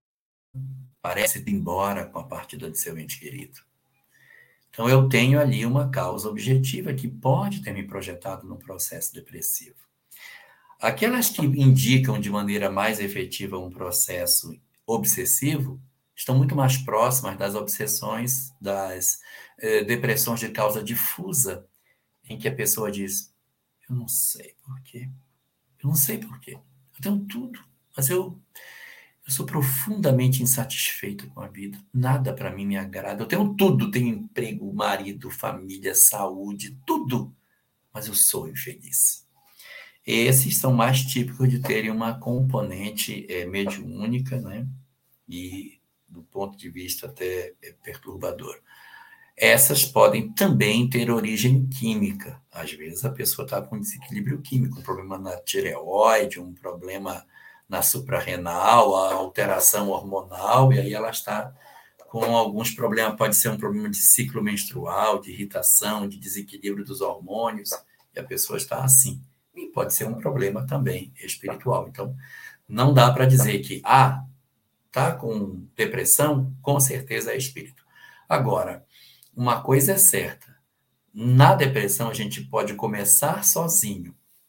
parece ir embora com a partida de seu ente querido. Então, eu tenho ali uma causa objetiva que pode ter me projetado num processo depressivo. Aquelas que indicam de maneira mais efetiva um processo obsessivo estão muito mais próximas das obsessões, das depressões de causa difusa, em que a pessoa diz: eu não sei por quê, eu não sei por quê, eu tenho tudo, mas eu sou profundamente insatisfeito com a vida, nada para mim me agrada, eu tenho tudo, tenho emprego, marido, família, saúde, tudo, mas eu sou infeliz. Esses são mais típicos de terem uma componente mediúnica, né? E do ponto de vista até perturbador. Essas podem também ter origem química. Às vezes a pessoa está com desequilíbrio químico, um problema na tireoide, um problema na suprarrenal, a alteração hormonal, e aí ela está com alguns problemas, pode ser um problema de ciclo menstrual, de irritação, de desequilíbrio dos hormônios, e a pessoa está assim. E pode ser um problema também espiritual. Então, não dá para dizer que, está com depressão, com certeza é espírito. Agora, uma coisa é certa, na depressão a gente pode começar sozinho,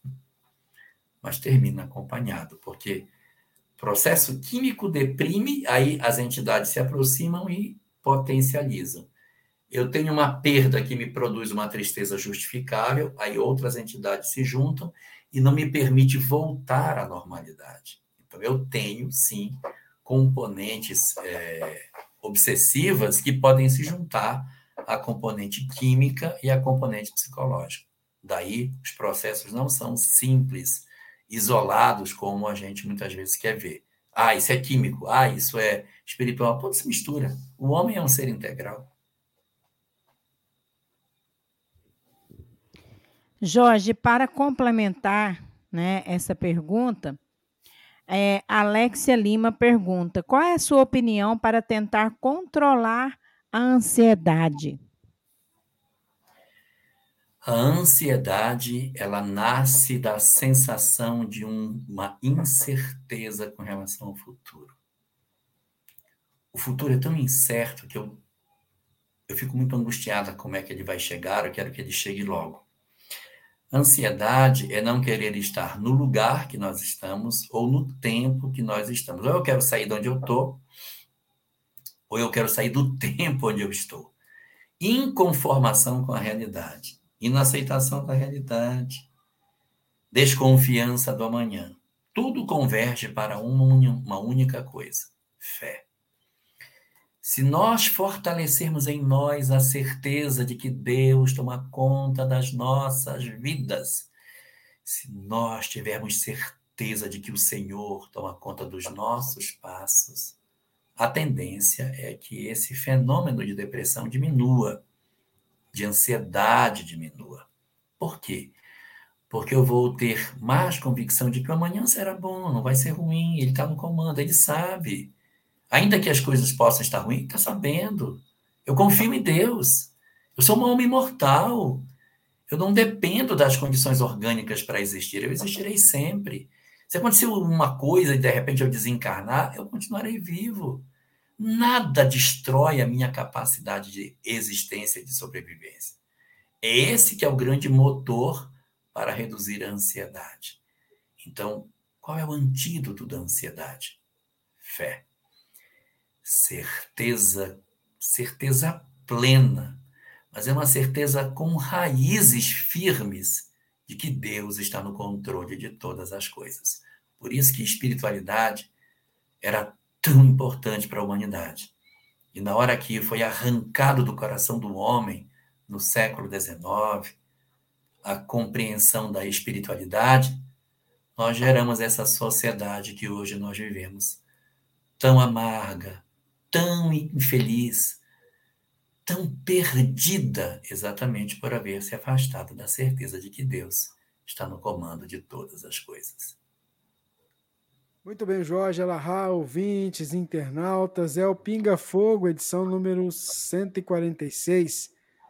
mas termina acompanhado, porque processo químico deprime, aí as entidades se aproximam e potencializam. Eu tenho uma perda que me produz uma tristeza justificável, aí outras entidades se juntam e não me permite voltar à normalidade. Então, eu tenho, sim, componentes obsessivas que podem se juntar à componente química e à componente psicológica. Daí, os processos não são simples, isolados, como a gente muitas vezes quer ver. Isso é químico, isso é espiritual. Tudo se mistura. O homem é um ser integral. Jorge, para complementar, né, essa pergunta, Alexia Lima pergunta: qual é a sua opinião para tentar controlar a ansiedade? A ansiedade, ela nasce da sensação de uma incerteza com relação ao futuro. O futuro é tão incerto que eu fico muito angustiada como é que ele vai chegar, eu quero que ele chegue logo. Ansiedade é não querer estar no lugar que nós estamos ou no tempo que nós estamos. Ou eu quero sair de onde eu estou, ou eu quero sair do tempo onde eu estou. Inconformação com a realidade, inaceitação da realidade, desconfiança do amanhã. Tudo converge para uma única coisa: fé. Se nós fortalecermos em nós a certeza de que Deus toma conta das nossas vidas, se nós tivermos certeza de que o Senhor toma conta dos nossos passos, a tendência é que esse fenômeno de depressão diminua, de ansiedade diminua. Por quê? Porque eu vou ter mais convicção de que o amanhã será bom, não vai ser ruim, ele está no comando, ele sabe. Ainda que as coisas possam estar ruins, está sabendo. Eu confio em Deus. Eu sou uma alma imortal. Eu não dependo das condições orgânicas para existir. Eu existirei sempre. Se acontecer uma coisa e de repente eu desencarnar, eu continuarei vivo. Nada destrói a minha capacidade de existência e de sobrevivência. É esse que é o grande motor para reduzir a ansiedade. Então, qual é o antídoto da ansiedade? Fé. Certeza plena, mas é uma certeza com raízes firmes de que Deus está no controle de todas as coisas. Por isso que espiritualidade era tão importante para a humanidade. E na hora que foi arrancado do coração do homem, no século XIX, a compreensão da espiritualidade, nós geramos essa sociedade que hoje nós vivemos, tão amarga, tão infeliz, tão perdida, exatamente por haver se afastado da certeza de que Deus está no comando de todas as coisas. Muito bem, Jorge Alahá, ouvintes, internautas, é o Pinga Fogo, edição número 146.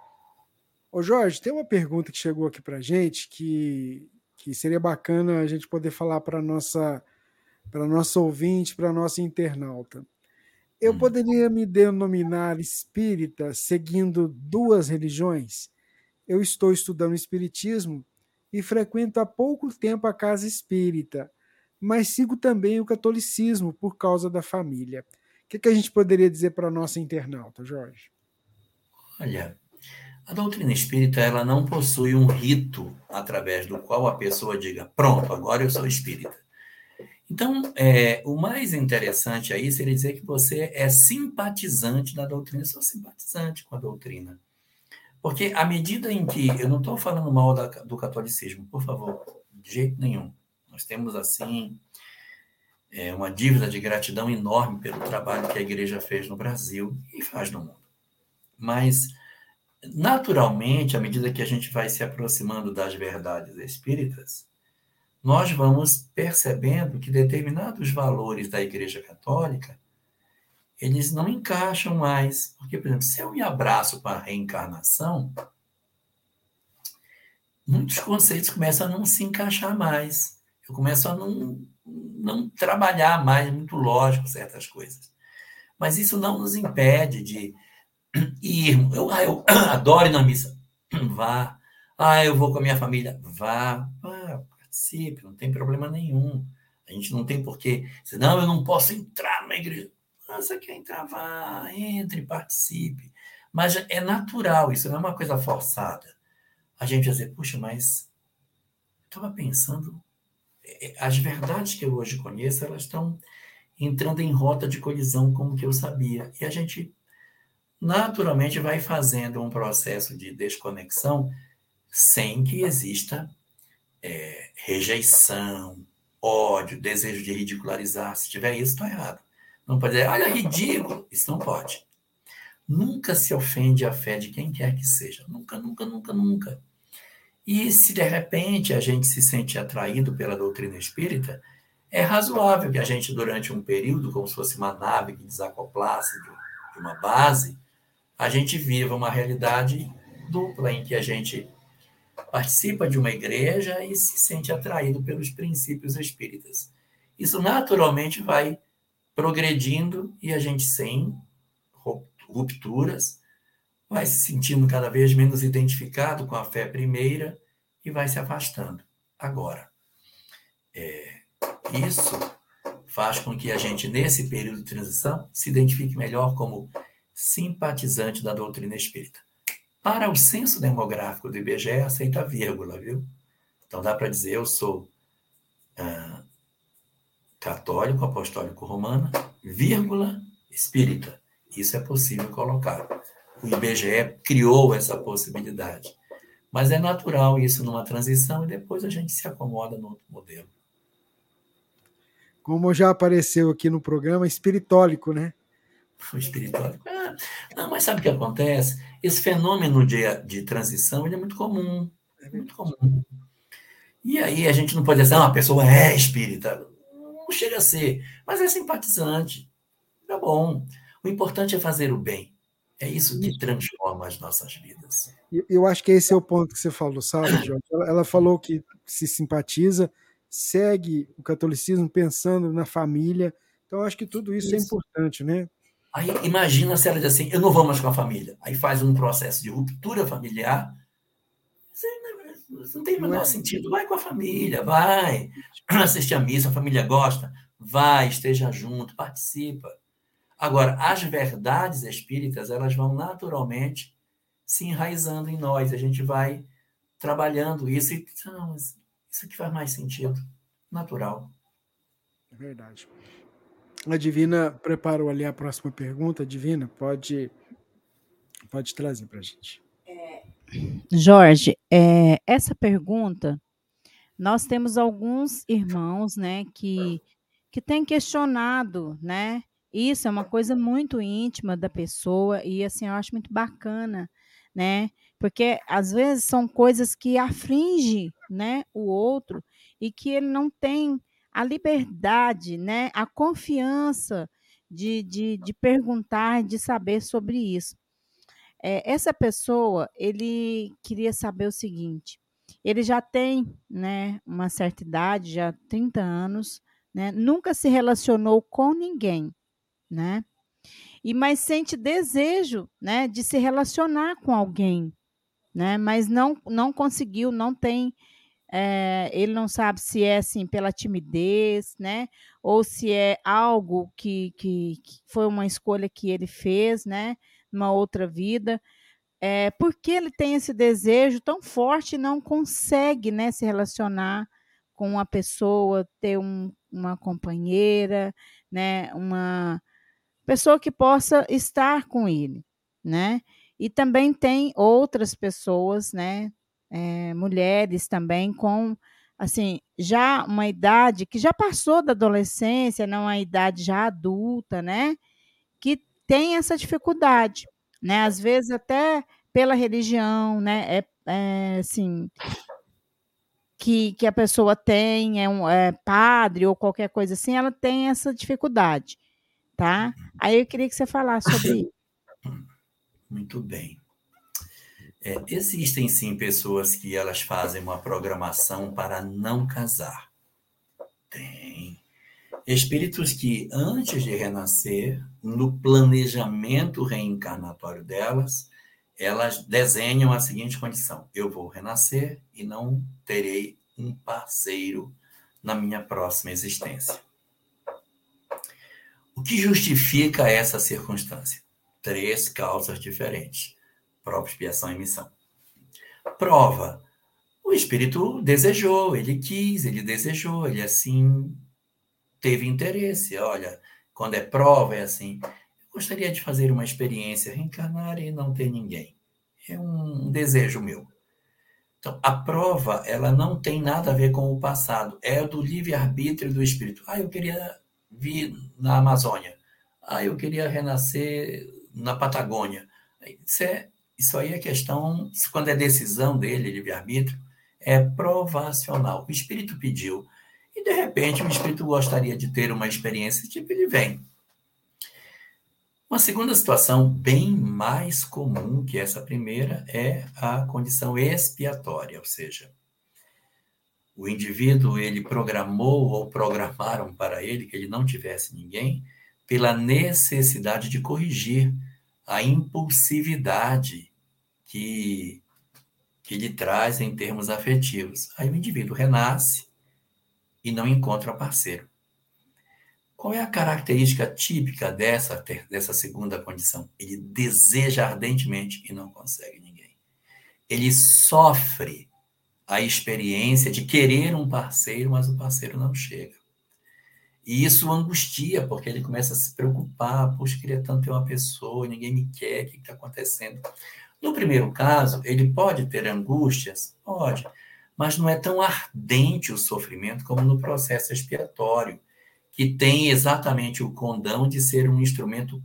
Ô Jorge, tem uma pergunta que chegou aqui para a gente que seria bacana a gente poder falar para nossa ouvinte, para nossa internauta. Eu poderia me denominar espírita seguindo duas religiões? Eu estou estudando espiritismo e frequento há pouco tempo a casa espírita, mas sigo também o catolicismo por causa da família. O que a gente poderia dizer para a nossa internauta, Jorge? Olha, a doutrina espírita ela não possui um rito através do qual a pessoa diga, pronto, agora eu sou espírita. Então, o mais interessante aí seria dizer que você é simpatizante da doutrina. Eu sou simpatizante com a doutrina. Porque à medida em que... Eu não estou falando mal do catolicismo, por favor, de jeito nenhum. Nós temos, assim, uma dívida de gratidão enorme pelo trabalho que a igreja fez no Brasil e faz no mundo. Mas, naturalmente, à medida que a gente vai se aproximando das verdades espíritas, nós vamos percebendo que determinados valores da Igreja Católica, eles não encaixam mais. Porque, por exemplo, se eu me abraço com a reencarnação, muitos conceitos começam a não se encaixar mais. Eu começo a não trabalhar mais, muito lógico, certas coisas. Mas isso não nos impede de ir. Eu adoro ir na missa. Vá. Eu vou com a minha família. Vá. Participe, não tem problema nenhum. A gente não tem porquê. Senão eu não posso entrar numa igreja. Você quer entrar? Vá, entre, participe. Mas é natural, isso não é uma coisa forçada. A gente vai dizer, puxa, mas eu estava pensando, as verdades que eu hoje conheço, elas estão entrando em rota de colisão como que eu sabia. E a gente naturalmente vai fazendo um processo de desconexão sem que exista rejeição, ódio, desejo de ridicularizar. Se tiver isso, está errado. Não pode dizer, olha, ridículo. Isso não pode. Nunca se ofende a fé de quem quer que seja. Nunca, nunca, nunca, nunca. E se de repente a gente se sente atraído pela doutrina espírita, é razoável que a gente, durante um período, como se fosse uma nave que desacoplasse de uma base, a gente viva uma realidade dupla em que a gente participa de uma igreja e se sente atraído pelos princípios espíritas. Isso naturalmente vai progredindo e a gente, sem rupturas, vai se sentindo cada vez menos identificado com a fé primeira e vai se afastando. Agora, isso faz com que a gente, nesse período de transição, se identifique melhor como simpatizante da doutrina espírita. Para o censo demográfico do IBGE, aceita vírgula, viu? Então dá para dizer, eu sou católico, apostólico romano, vírgula, espírita. Isso é possível colocar. O IBGE criou essa possibilidade. Mas é natural isso numa transição e depois a gente se acomoda no outro modelo. Como já apareceu aqui no programa, espiritólico, né? O espiritólico. Não, mas sabe o que acontece? Esse fenômeno de transição ele é muito comum. É muito comum. E aí a gente não pode dizer, uma pessoa é espírita. Não chega a ser, mas é simpatizante. Tá bom. O importante é fazer o bem. É isso que transforma as nossas vidas. Eu acho que esse é o ponto que você falou, sabe, Jorge? Ela falou que se simpatiza, segue o catolicismo pensando na família. Então, eu acho que tudo isso é importante, né? Aí, imagina se ela diz assim, eu não vou mais com a família. Aí faz um processo de ruptura familiar. Isso não tem o menor sentido. Vai com a família, vai. Assistir a missa, a família gosta. Vai, esteja junto, participa. Agora, as verdades espíritas, elas vão naturalmente se enraizando em nós. A gente vai trabalhando isso e não, isso aqui faz mais sentido. Natural. É verdade. A Divina preparou ali a próxima pergunta. Divina, pode trazer para a gente. Jorge, essa pergunta, nós temos alguns irmãos, né, que têm questionado, né? Isso é uma coisa muito íntima da pessoa e assim eu acho muito bacana, né? Porque às vezes são coisas que afligem, né, o outro e que ele não tem a liberdade, né, a confiança de perguntar, de saber sobre isso. Essa pessoa, ele queria saber o seguinte: ele já tem, né, uma certa idade, já 30 anos, né, nunca se relacionou com ninguém, né, mas sente desejo, né, de se relacionar com alguém, né, mas não conseguiu, não tem, ele não sabe se é assim pela timidez, né, ou se é algo que foi uma escolha que ele fez, né, numa outra vida. Por que ele tem esse desejo tão forte e não consegue, né, se relacionar com uma pessoa, ter uma companheira, né, uma pessoa que possa estar com ele, né? E também tem outras pessoas, né, mulheres também com, assim, já uma idade que já passou da adolescência, não uma idade já adulta, né? Que tem essa dificuldade, né? Às vezes até pela religião, né? Assim, que a pessoa tem, é padre ou qualquer coisa assim, ela tem essa dificuldade, tá? Aí eu queria que você falasse sobre isso. Muito bem. Existem sim pessoas que elas fazem uma programação para não casar. Tem. Espíritos que, antes de renascer, no planejamento reencarnatório delas, elas desenham a seguinte condição: eu vou renascer e não terei um parceiro na minha próxima existência. O que justifica essa circunstância? 3 causas diferentes: prova, expiação e missão. Prova: o espírito desejou, ele quis, ele desejou, ele assim teve interesse. Olha, quando é prova, é assim: eu gostaria de fazer uma experiência, reencarnar e não ter ninguém. É um desejo meu. Então, a prova, ela não tem nada a ver com o passado. É do livre-arbítrio do espírito. Eu queria vir na Amazônia. Eu queria renascer na Patagônia. Isso aí é questão, quando é decisão dele, livre-arbítrio, é provacional. O espírito pediu. E, de repente, o espírito gostaria de ter uma experiência, tipo, ele vem. Uma segunda situação bem mais comum que essa primeira é a condição expiatória, ou seja, o indivíduo, ele programou ou programaram para ele que ele não tivesse ninguém pela necessidade de corrigir a impulsividade que lhe traz em termos afetivos. Aí o indivíduo renasce e não encontra parceiro. Qual é a característica típica dessa segunda condição? Ele deseja ardentemente e não consegue ninguém. Ele sofre a experiência de querer um parceiro, mas o parceiro não chega. E isso angustia, porque ele começa a se preocupar. Puxa, queria tanto ter uma pessoa, ninguém me quer, o que está acontecendo? No primeiro caso, ele pode ter angústias? Pode, mas não é tão ardente o sofrimento como no processo expiatório, que tem exatamente o condão de ser um instrumento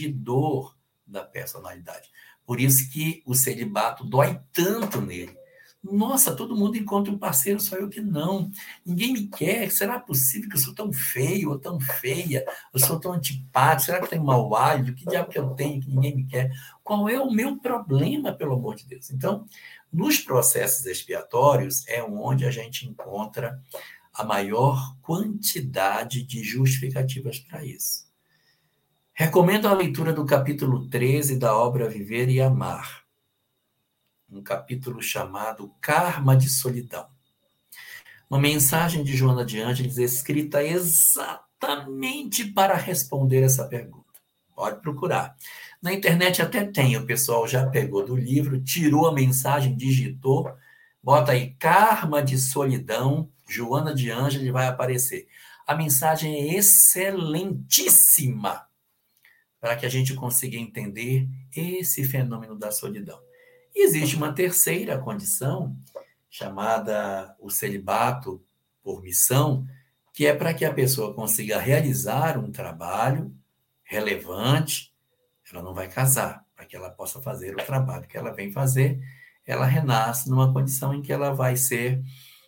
corregedor da personalidade. Por isso que o celibato dói tanto nele, Nossa, todo mundo encontra um parceiro, só eu que não. Ninguém me quer. Será possível que eu sou tão feio ou tão feia? Eu sou tão antipático? Será que eu tenho mau hálito? Que diabo que eu tenho que ninguém me quer? Qual é o meu problema, pelo amor de Deus? Então, nos processos expiatórios é onde a gente encontra a maior quantidade de justificativas para isso. Recomendo a leitura do capítulo 13 da obra Viver e Amar, um capítulo chamado Karma de Solidão. Uma mensagem de Joana de Ângeles escrita exatamente para responder essa pergunta. Pode procurar. Na internet até tem, o pessoal já pegou do livro, tirou a mensagem, digitou, bota aí Karma de Solidão, Joana de Ângeles, vai aparecer. A mensagem é excelentíssima para que a gente consiga entender esse fenômeno da solidão. E existe uma terceira condição, chamada o celibato por missão, que é para que a pessoa consiga realizar um trabalho relevante. Ela não vai casar, para que ela possa fazer o trabalho que ela vem fazer, ela renasce numa condição em que ela vai ser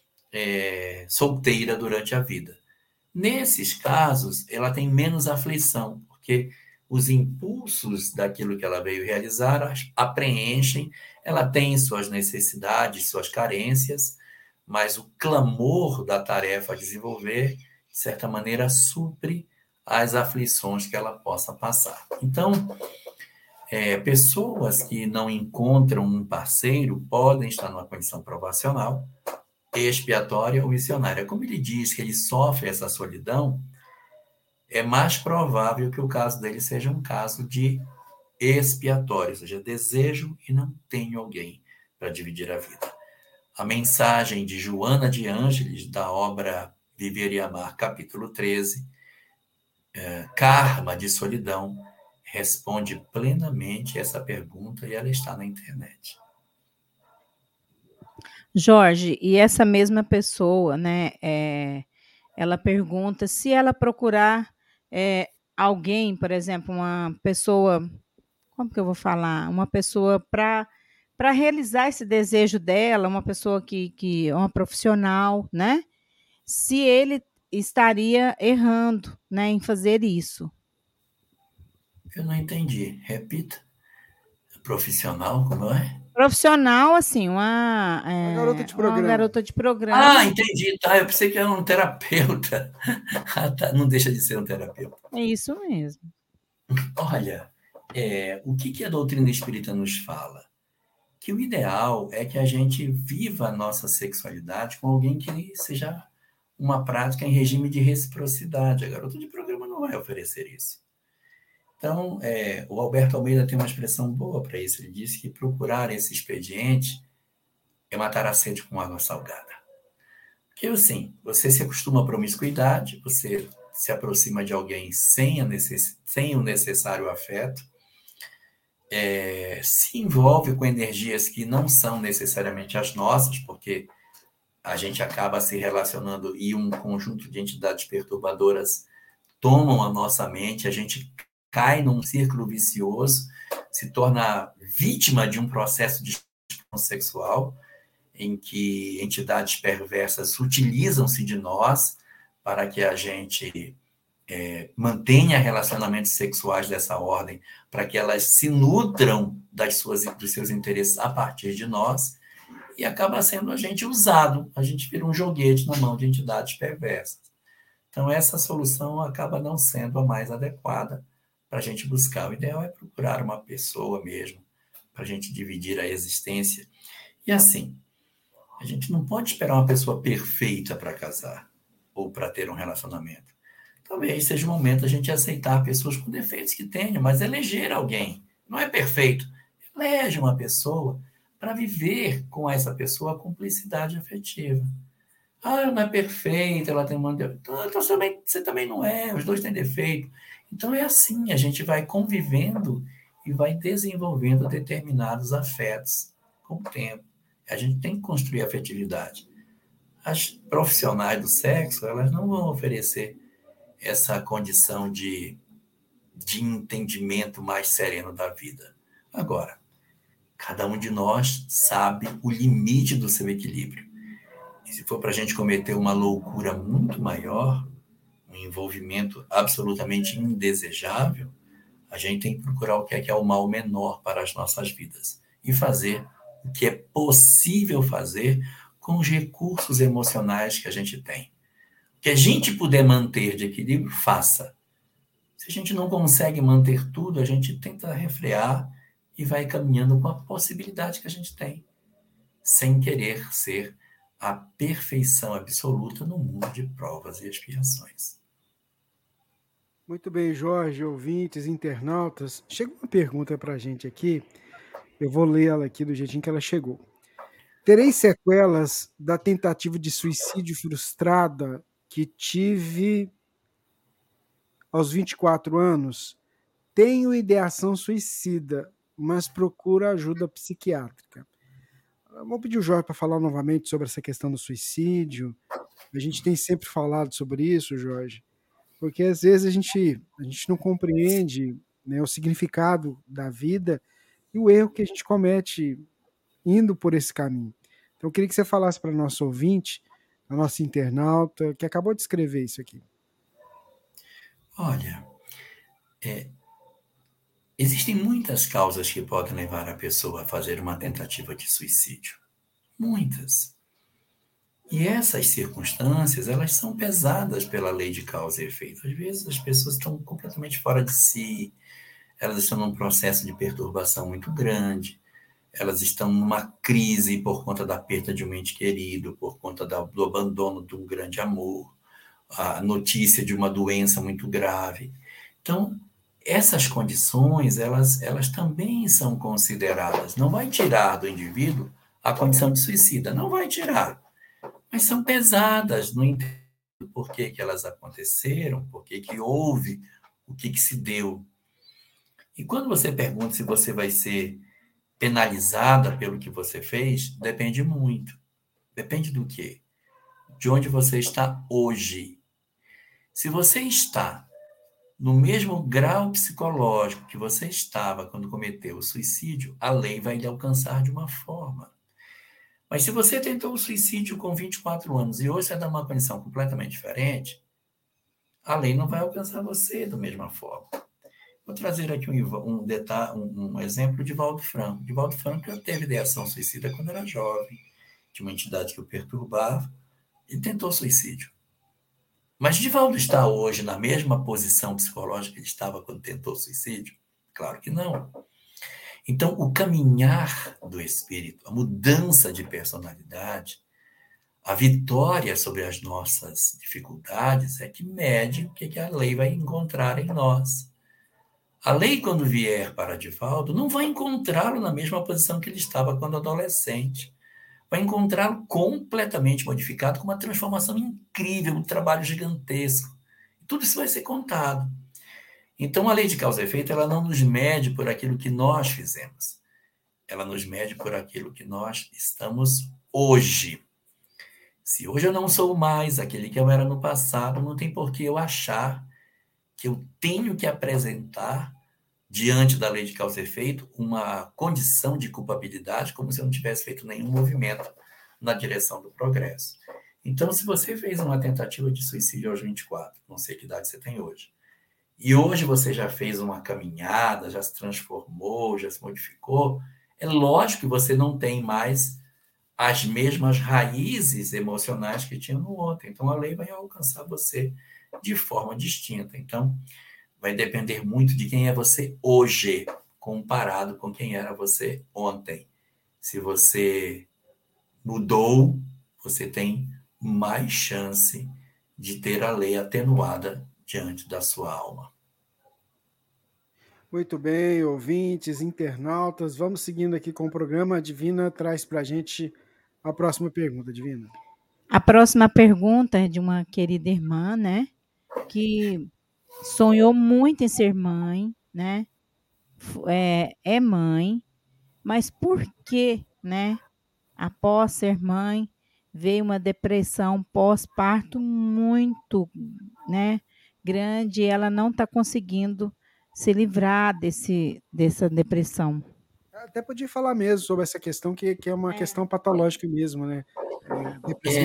solteira durante a vida. Nesses casos, ela tem menos aflição, porque os impulsos daquilo que ela veio realizar a preenchem, ela tem suas necessidades, suas carências, mas o clamor da tarefa a desenvolver, de certa maneira, supre as aflições que ela possa passar. Então, pessoas que não encontram um parceiro podem estar numa condição provacional, expiatória ou missionária. Como ele diz que ele sofre essa solidão, é mais provável que o caso dele seja um caso de expiatório, ou seja, desejo e não tenho alguém para dividir a vida. A mensagem de Joana de Ângeles, da obra Viver e Amar, capítulo 13, Karma de Solidão, responde plenamente essa pergunta e ela está na internet. Jorge, e essa mesma pessoa, né, ela pergunta se ela procurar alguém, por exemplo, uma pessoa, como que eu vou falar? Uma pessoa para realizar esse desejo dela, uma pessoa que é uma profissional, né? Se ele estaria errando, né, em fazer isso. Eu não entendi. Repita. Profissional, como é? Profissional, assim, uma garota de programa. Uma garota de programa. Ah, entendi. Tá, eu pensei que era um terapeuta. Tá, não deixa de ser um terapeuta. É isso mesmo. Olha, o que a doutrina espírita nos fala? Que o ideal é que a gente viva a nossa sexualidade com alguém que seja uma prática em regime de reciprocidade. A garota de programa não vai oferecer isso. Então, o Alberto Almeida tem uma expressão boa para isso. Ele diz que procurar esse expediente é matar a sede com água salgada. Porque, assim, você se acostuma à promiscuidade, você se aproxima de alguém sem o necessário afeto, se envolve com energias que não são necessariamente as nossas, porque a gente acaba se relacionando e um conjunto de entidades perturbadoras tomam a nossa mente, a gente cai num círculo vicioso, se torna vítima de um processo de exploração sexual, em que entidades perversas utilizam-se de nós para que a gente mantenha relacionamentos sexuais dessa ordem, para que elas se nutram dos seus interesses a partir de nós, e acaba sendo a gente usado, a gente vira um joguete na mão de entidades perversas. Então, essa solução acaba não sendo a mais adequada para a gente buscar. O ideal é procurar uma pessoa mesmo, para a gente dividir a existência. E assim, a gente não pode esperar uma pessoa perfeita para casar ou para ter um relacionamento. Talvez seja o momento a gente aceitar pessoas com defeitos que tenham, mas eleger alguém. Não é perfeito. Elege uma pessoa para viver com essa pessoa a cumplicidade afetiva. Ah, ela não é perfeita, ela tem um monte de... Então, você também não é, os dois têm defeito. Então, é assim, a gente vai convivendo e vai desenvolvendo determinados afetos com o tempo. A gente tem que construir afetividade. As profissionais do sexo, elas não vão oferecer essa condição de entendimento mais sereno da vida. Agora, Cada um de nós sabe o limite do seu equilíbrio. E se for para a gente cometer uma loucura muito maior, um envolvimento absolutamente indesejável, a gente tem que procurar o que é o mal menor para as nossas vidas e fazer o que é possível fazer com os recursos emocionais que a gente tem. O que a gente puder manter de equilíbrio, faça. Se a gente não consegue manter tudo, a gente tenta refrear e vai caminhando com a possibilidade que a gente tem, sem querer ser a perfeição absoluta no mundo de provas e expiações. Muito bem, Jorge, ouvintes, internautas. Chegou uma pergunta para a gente aqui. Eu vou ler ela aqui do jeitinho que ela chegou. Terei sequelas da tentativa de suicídio frustrada que tive aos 24 anos? Tenho ideação suicida, mas procuro ajuda psiquiátrica. Vou pedir o Jorge para falar novamente sobre essa questão do suicídio. A gente tem sempre falado sobre isso, Jorge, porque às vezes a gente não compreende, né, o significado da vida e o erro que a gente comete indo por esse caminho. Então, eu queria que você falasse para o nosso ouvinte, a nossa internauta, que acabou de escrever isso aqui. Olha, existem muitas causas que podem levar a pessoa a fazer uma tentativa de suicídio. Muitas. E essas circunstâncias, elas são pesadas pela lei de causa e efeito. Às vezes as pessoas estão completamente fora de si, elas estão num processo de perturbação muito grande, elas estão numa crise por conta da perda de um ente querido, por conta do abandono de um grande amor, a notícia de uma doença muito grave. Então, essas condições, elas também são consideradas. Não vai tirar do indivíduo a condição de suicida, não vai tirar. Mas são pesadas, não entendo por que elas aconteceram, por que houve, o que se deu. E quando você pergunta se você vai ser penalizada pelo que você fez, depende muito. Depende do quê? De onde você está hoje. Se você está no mesmo grau psicológico que você estava quando cometeu o suicídio, a lei vai lhe alcançar de uma forma. Mas se você tentou o suicídio com 24 anos e hoje você está numa condição completamente diferente, a lei não vai alcançar você da mesma forma. Vou trazer aqui um exemplo de Divaldo Franco. Divaldo Franco já teve ideação suicida quando era jovem, tinha uma entidade que o perturbava, e tentou suicídio. Mas Divaldo está hoje na mesma posição psicológica que ele estava quando tentou suicídio? Claro que não. Então, o caminhar do espírito, a mudança de personalidade, a vitória sobre as nossas dificuldades é que mede o que a lei vai encontrar em nós. A lei, quando vier para Divaldo, não vai encontrá-lo na mesma posição que ele estava quando adolescente. Vai encontrá-lo completamente modificado, com uma transformação incrível, um trabalho gigantesco. Tudo isso vai ser contado. Então, a lei de causa e efeito, ela não nos mede por aquilo que nós fizemos. Ela nos mede por aquilo que nós estamos hoje. Se hoje eu não sou mais aquele que eu era no passado, não tem por que eu achar que eu tenho que apresentar, diante da lei de causa e efeito, uma condição de culpabilidade, como se eu não tivesse feito nenhum movimento na direção do progresso. Então, se você fez uma tentativa de suicídio aos 24, não sei que idade você tem hoje, e hoje você já fez uma caminhada, já se transformou, já se modificou, é lógico que você não tem mais as mesmas raízes emocionais que tinha no ontem. Então, a lei vai alcançar você de forma distinta. Então, vai depender muito de quem é você hoje, comparado com quem era você ontem. Se você mudou, você tem mais chance de ter a lei atenuada diante da sua alma. Muito bem, ouvintes, internautas, vamos seguindo aqui com o programa. A Divina traz para a gente a próxima pergunta, Divina. A próxima pergunta é de uma querida irmã, né? Que sonhou muito em ser mãe, né? É mãe, mas por que, né? Após ser mãe, veio uma depressão pós-parto muito, né? Grande, e ela não está conseguindo se livrar dessa depressão. até podia falar mesmo sobre essa questão, que é uma questão patológica mesmo, né? Depressão.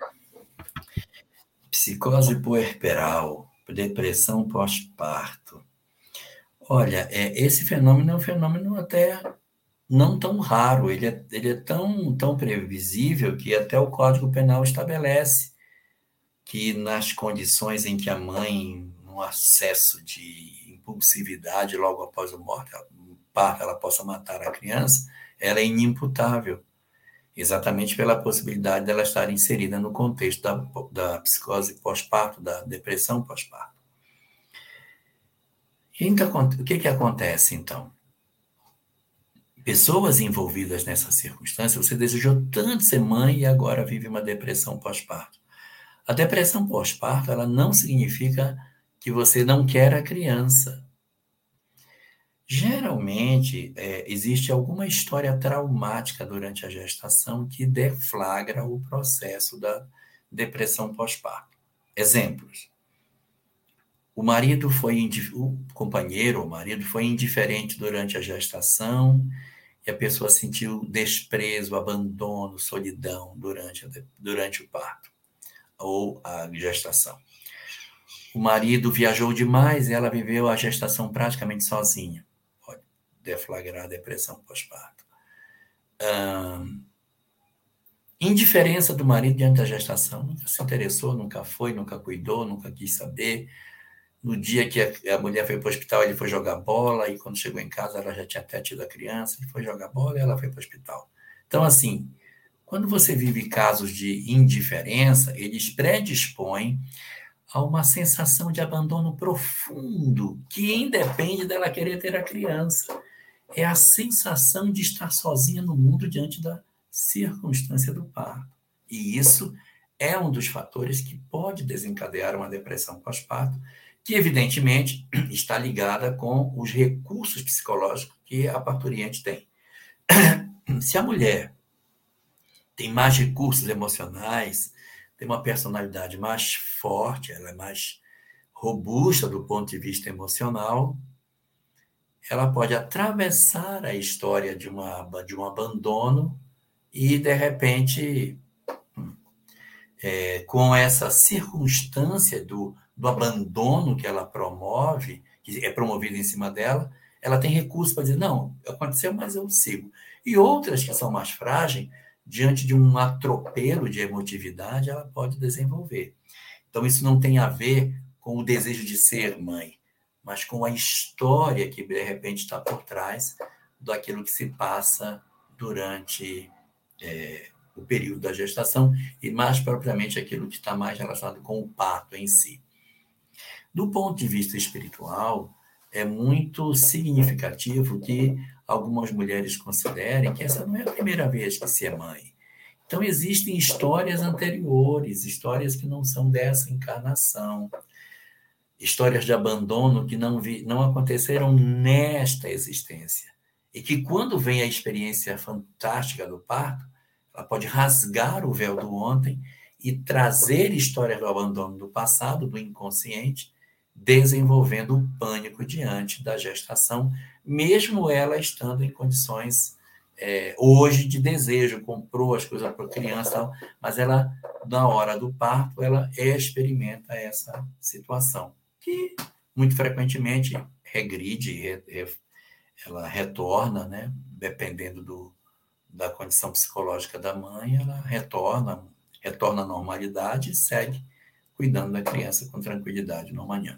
Psicose puerperal, depressão pós-parto. Olha, esse fenômeno é um fenômeno até não tão raro, ele é tão previsível que até o Código Penal estabelece que nas condições em que a mãe, num acesso de impulsividade logo após o parto, ela possa matar a criança, ela é inimputável, exatamente pela possibilidade dela estar inserida no contexto da psicose pós-parto, da depressão pós-parto. Então, o que acontece, então? Pessoas envolvidas nessa circunstância, você desejou tanto ser mãe e agora vive uma depressão pós-parto. A depressão pós-parto, ela não significa que você não quer a criança. Geralmente, existe alguma história traumática durante a gestação que deflagra o processo da depressão pós-parto. Exemplos. O companheiro ou marido foi indiferente durante a gestação e a pessoa sentiu desprezo, abandono, solidão durante o parto ou a gestação. O marido viajou demais e ela viveu a gestação praticamente sozinha. Pode deflagrar a depressão pós-parto. Indiferença do marido diante da gestação. Nunca se interessou, nunca foi, nunca cuidou, nunca quis saber. No dia que a mulher foi para o hospital, ele foi jogar bola, e quando chegou em casa, ela já tinha até tido a criança, ele foi jogar bola e ela foi para o hospital. Então, assim, quando você vive casos de indiferença, eles predispõem a uma sensação de abandono profundo, que independe dela querer ter a criança. É a sensação de estar sozinha no mundo diante da circunstância do parto. E isso é um dos fatores que pode desencadear uma depressão pós-parto, que, evidentemente, está ligada com os recursos psicológicos que a parturiente tem. Se a mulher tem mais recursos emocionais, tem uma personalidade mais forte, ela é mais robusta do ponto de vista emocional, ela pode atravessar a história de um abandono e, de repente, com essa circunstância do abandono que ela promove, que é promovido em cima dela, ela tem recursos para dizer, não, aconteceu, mas eu sigo. E outras que são mais frágeis, diante de um atropelo de emotividade, ela pode desenvolver. Então, isso não tem a ver com o desejo de ser mãe, mas com a história que, de repente, está por trás daquilo que se passa durante o período da gestação e, mais propriamente, aquilo que está mais relacionado com o parto em si. Do ponto de vista espiritual, é muito significativo que algumas mulheres considerem que essa não é a primeira vez que se é mãe. Então, existem histórias anteriores, histórias que não são dessa encarnação, histórias de abandono que não aconteceram nesta existência. E que, quando vem a experiência fantástica do parto, ela pode rasgar o véu do ontem e trazer histórias do abandono do passado, do inconsciente, desenvolvendo o pânico diante da gestação, mesmo ela estando em condições hoje de desejo, comprou as coisas para a criança, tal, mas ela, na hora do parto, ela experimenta essa situação, que muito frequentemente regride, ela retorna, né? Dependendo da condição psicológica da mãe, ela retorna à normalidade e segue cuidando da criança com tranquilidade no amanhã.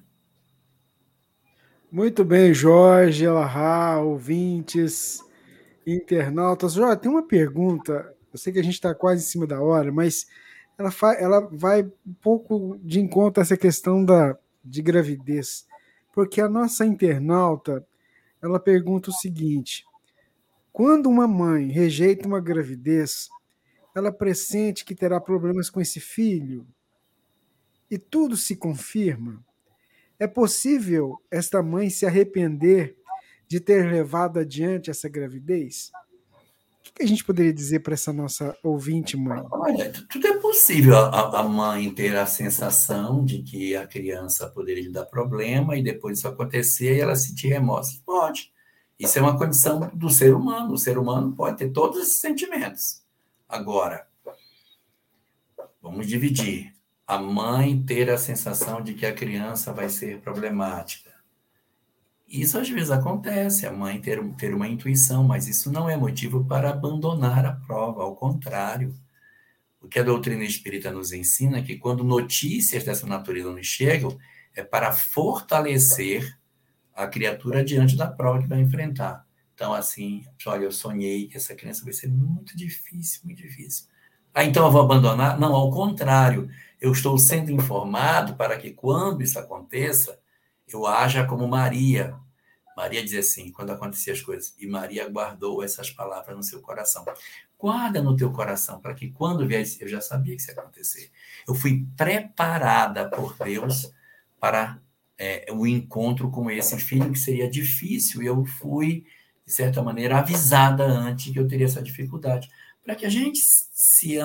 Muito bem, Jorge, Elahá, ouvintes, internautas. Jorge, tem uma pergunta, eu sei que a gente está quase em cima da hora, mas ela vai um pouco de encontro a essa questão de gravidez, porque a nossa internauta, ela pergunta o seguinte: quando uma mãe rejeita uma gravidez, ela pressente que terá problemas com esse filho e tudo se confirma? É possível esta mãe se arrepender de ter levado adiante essa gravidez? O que a gente poderia dizer para essa nossa ouvinte, mãe? Olha, tudo é possível a mãe ter a sensação de que a criança poderia lhe dar problema e depois isso acontecer e ela sentir remorso. Pode. Isso é uma condição do ser humano. O ser humano pode ter todos esses sentimentos. Agora, vamos dividir. A mãe ter a sensação de que a criança vai ser problemática. Isso às vezes acontece, a mãe ter uma intuição, mas isso não é motivo para abandonar a prova, ao contrário. O que a doutrina espírita nos ensina é que quando notícias dessa natureza nos chegam, é para fortalecer a criatura diante da prova que vai enfrentar. Então, assim, olha, eu sonhei que essa criança vai ser muito difícil, muito difícil. Ah, então eu vou abandonar? Não, ao contrário. Eu estou sendo informado para que, quando isso aconteça, eu haja como Maria. Maria dizia assim, quando aconteciam as coisas, e Maria guardou essas palavras no seu coração. Guarda no teu coração, para que quando vier, eu já sabia que isso ia acontecer. Eu fui preparada por Deus para o encontro com esse filho, que seria difícil, e eu fui, de certa maneira, avisada antes que eu teria essa dificuldade, para que a gente se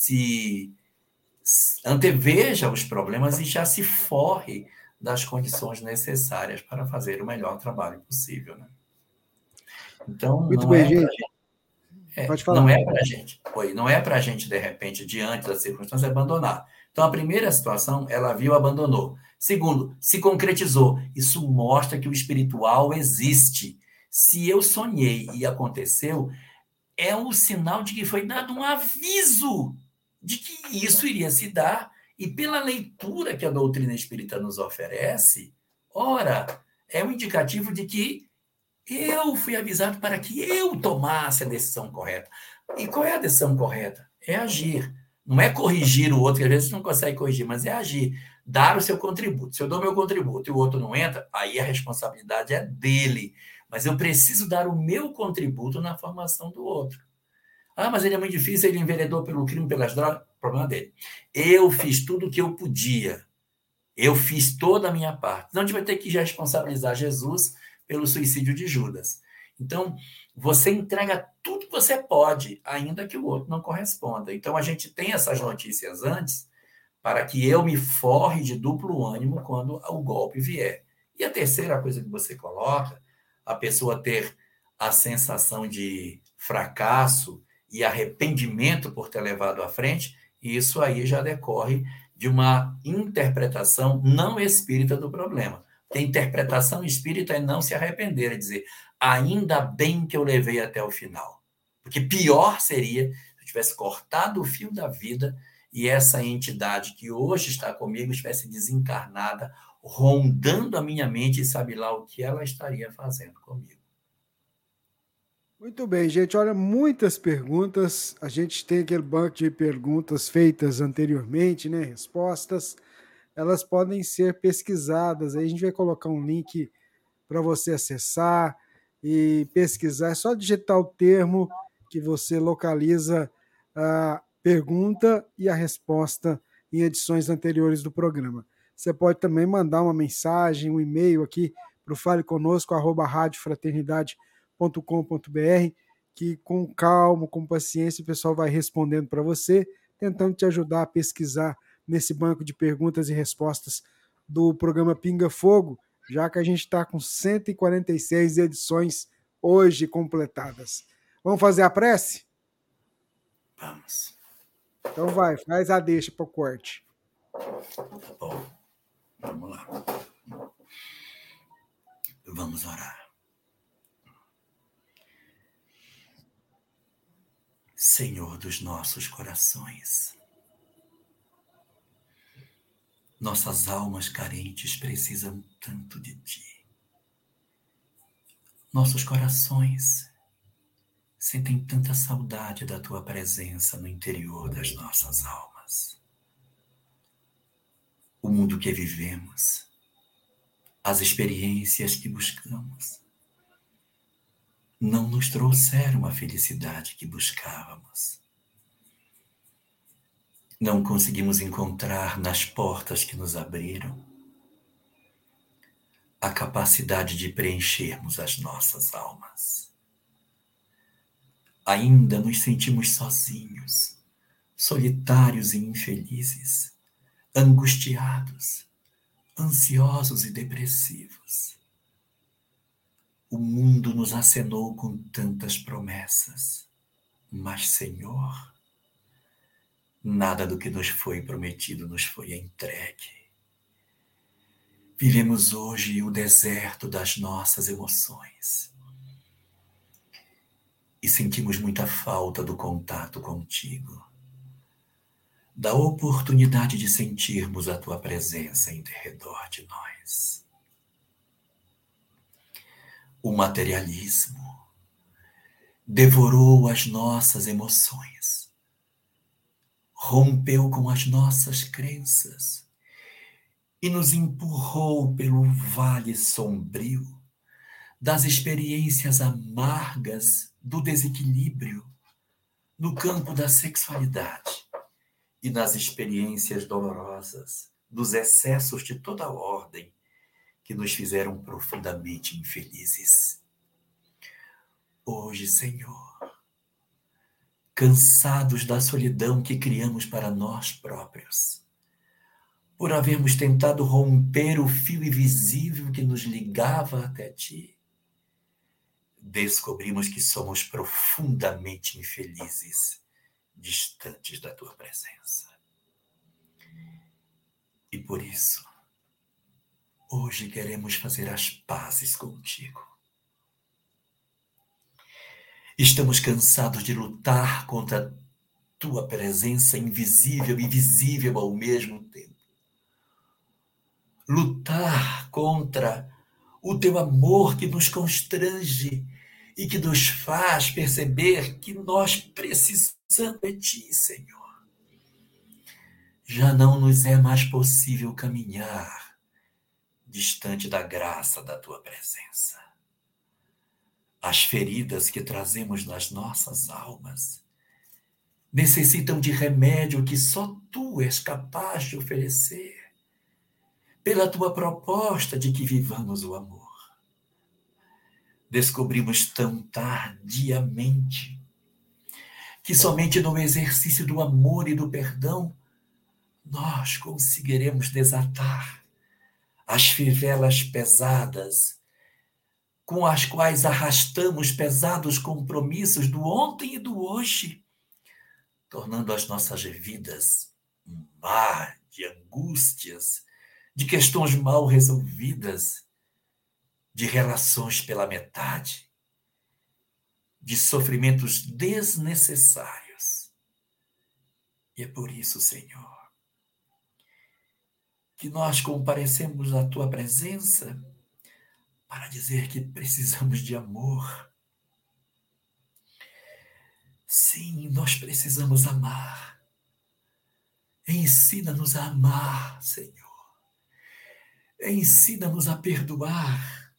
anteveja os problemas e já se forre das condições necessárias para fazer o melhor trabalho possível, né? Então, Muito bem, gente. Pode falar. Não é para a gente, de repente, diante das circunstâncias, abandonar. Então, a primeira situação, ela viu, abandonou. Segundo, se concretizou. Isso mostra que o espiritual existe. Se eu sonhei e aconteceu, é um sinal de que foi dado um aviso de que isso iria se dar, e pela leitura que a doutrina espírita nos oferece, ora, é um indicativo de que eu fui avisado para que eu tomasse a decisão correta. E qual é a decisão correta? É agir. Não é corrigir o outro, que às vezes não consegue corrigir, mas é agir. Dar o seu contributo. Se eu dou meu contributo e o outro não entra, aí a responsabilidade é dele. Mas eu preciso dar o meu contributo na formação do outro. Ah, mas ele é muito difícil, ele enveredou pelo crime, pelas drogas. Problema dele. Eu fiz tudo o que eu podia. Eu fiz toda a minha parte. Não, a gente vai ter que responsabilizar Jesus pelo suicídio de Judas. Então, você entrega tudo que você pode, ainda que o outro não corresponda. Então, a gente tem essas notícias antes para que eu me forre de duplo ânimo quando o golpe vier. E a terceira coisa que você coloca, a pessoa ter a sensação de fracasso e arrependimento por ter levado à frente, isso aí já decorre de uma interpretação não espírita do problema. Porque a interpretação espírita é não se arrepender, é dizer, ainda bem que eu levei até o final. Porque pior seria se eu tivesse cortado o fio da vida e essa entidade que hoje está comigo estivesse desencarnada, rondando a minha mente, e sabe lá o que ela estaria fazendo comigo. Muito bem, gente. Olha, muitas perguntas. A gente tem aquele banco de perguntas feitas anteriormente, né? Respostas. Elas podem ser pesquisadas. Aí a gente vai colocar um link para você acessar e pesquisar. É só digitar o termo que você localiza a pergunta e a resposta em edições anteriores do programa. Você pode também mandar uma mensagem, um e-mail aqui para o faleconosco@radiofraternidade.com.br, que com calma, com paciência, o pessoal vai respondendo para você, tentando te ajudar a pesquisar nesse banco de perguntas e respostas do programa Pinga Fogo, já que a gente está com 146 edições hoje completadas. Vamos fazer a prece? Vamos. Então vai, faz a deixa para o corte. Tá bom. Vamos lá. Vamos orar. Senhor dos nossos corações, nossas almas carentes precisam tanto de Ti. Nossos corações sentem tanta saudade da Tua presença no interior das nossas almas. O mundo que vivemos, as experiências que buscamos, não nos trouxeram a felicidade que buscávamos. Não conseguimos encontrar nas portas que nos abriram a capacidade de preenchermos as nossas almas. Ainda nos sentimos sozinhos, solitários e infelizes, angustiados, ansiosos e depressivos. O mundo nos acenou com tantas promessas, mas, Senhor, nada do que nos foi prometido nos foi entregue. Vivemos hoje o deserto das nossas emoções e sentimos muita falta do contato contigo, da oportunidade de sentirmos a tua presença em derredor de nós. O materialismo devorou as nossas emoções, rompeu com as nossas crenças e nos empurrou pelo vale sombrio das experiências amargas do desequilíbrio no campo da sexualidade e nas experiências dolorosas dos excessos de toda ordem que nos fizeram profundamente infelizes. Hoje, Senhor, cansados da solidão que criamos para nós próprios, por havermos tentado romper o fio invisível que nos ligava até Ti, descobrimos que somos profundamente infelizes, distantes da Tua presença. E por isso, hoje queremos fazer as pazes contigo. Estamos cansados de lutar contra a Tua presença invisível e visível ao mesmo tempo. Lutar contra o Teu amor que nos constrange e que nos faz perceber que nós precisamos de Ti, Senhor. Já não nos é mais possível caminhar distante da graça da Tua presença. As feridas que trazemos nas nossas almas necessitam de remédio que só Tu és capaz de oferecer, pela Tua proposta de que vivamos o amor. Descobrimos tão tardiamente que somente no exercício do amor e do perdão nós conseguiremos desatar as fivelas pesadas com as quais arrastamos pesados compromissos do ontem e do hoje, tornando as nossas vidas um mar de angústias, de questões mal resolvidas, de relações pela metade, de sofrimentos desnecessários. E é por isso, Senhor, que nós comparecemos à Tua presença para dizer que precisamos de amor. Sim, nós precisamos amar. Ensina-nos a amar, Senhor. Ensina-nos a perdoar,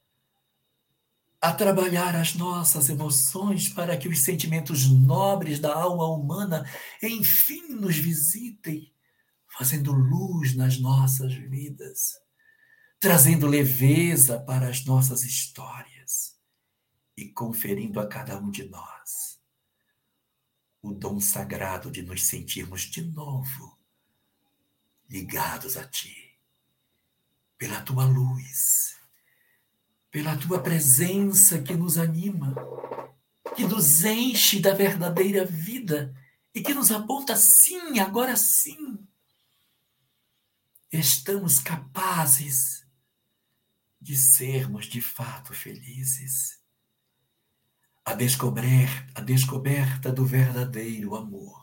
a trabalhar as nossas emoções para que os sentimentos nobres da alma humana enfim nos visitem, fazendo luz nas nossas vidas, trazendo leveza para as nossas histórias e conferindo a cada um de nós o dom sagrado de nos sentirmos de novo ligados a Ti, pela Tua luz, pela Tua presença que nos anima, que nos enche da verdadeira vida e que nos aponta sim, agora sim. Estamos capazes de sermos de fato felizes. A descoberta do verdadeiro amor.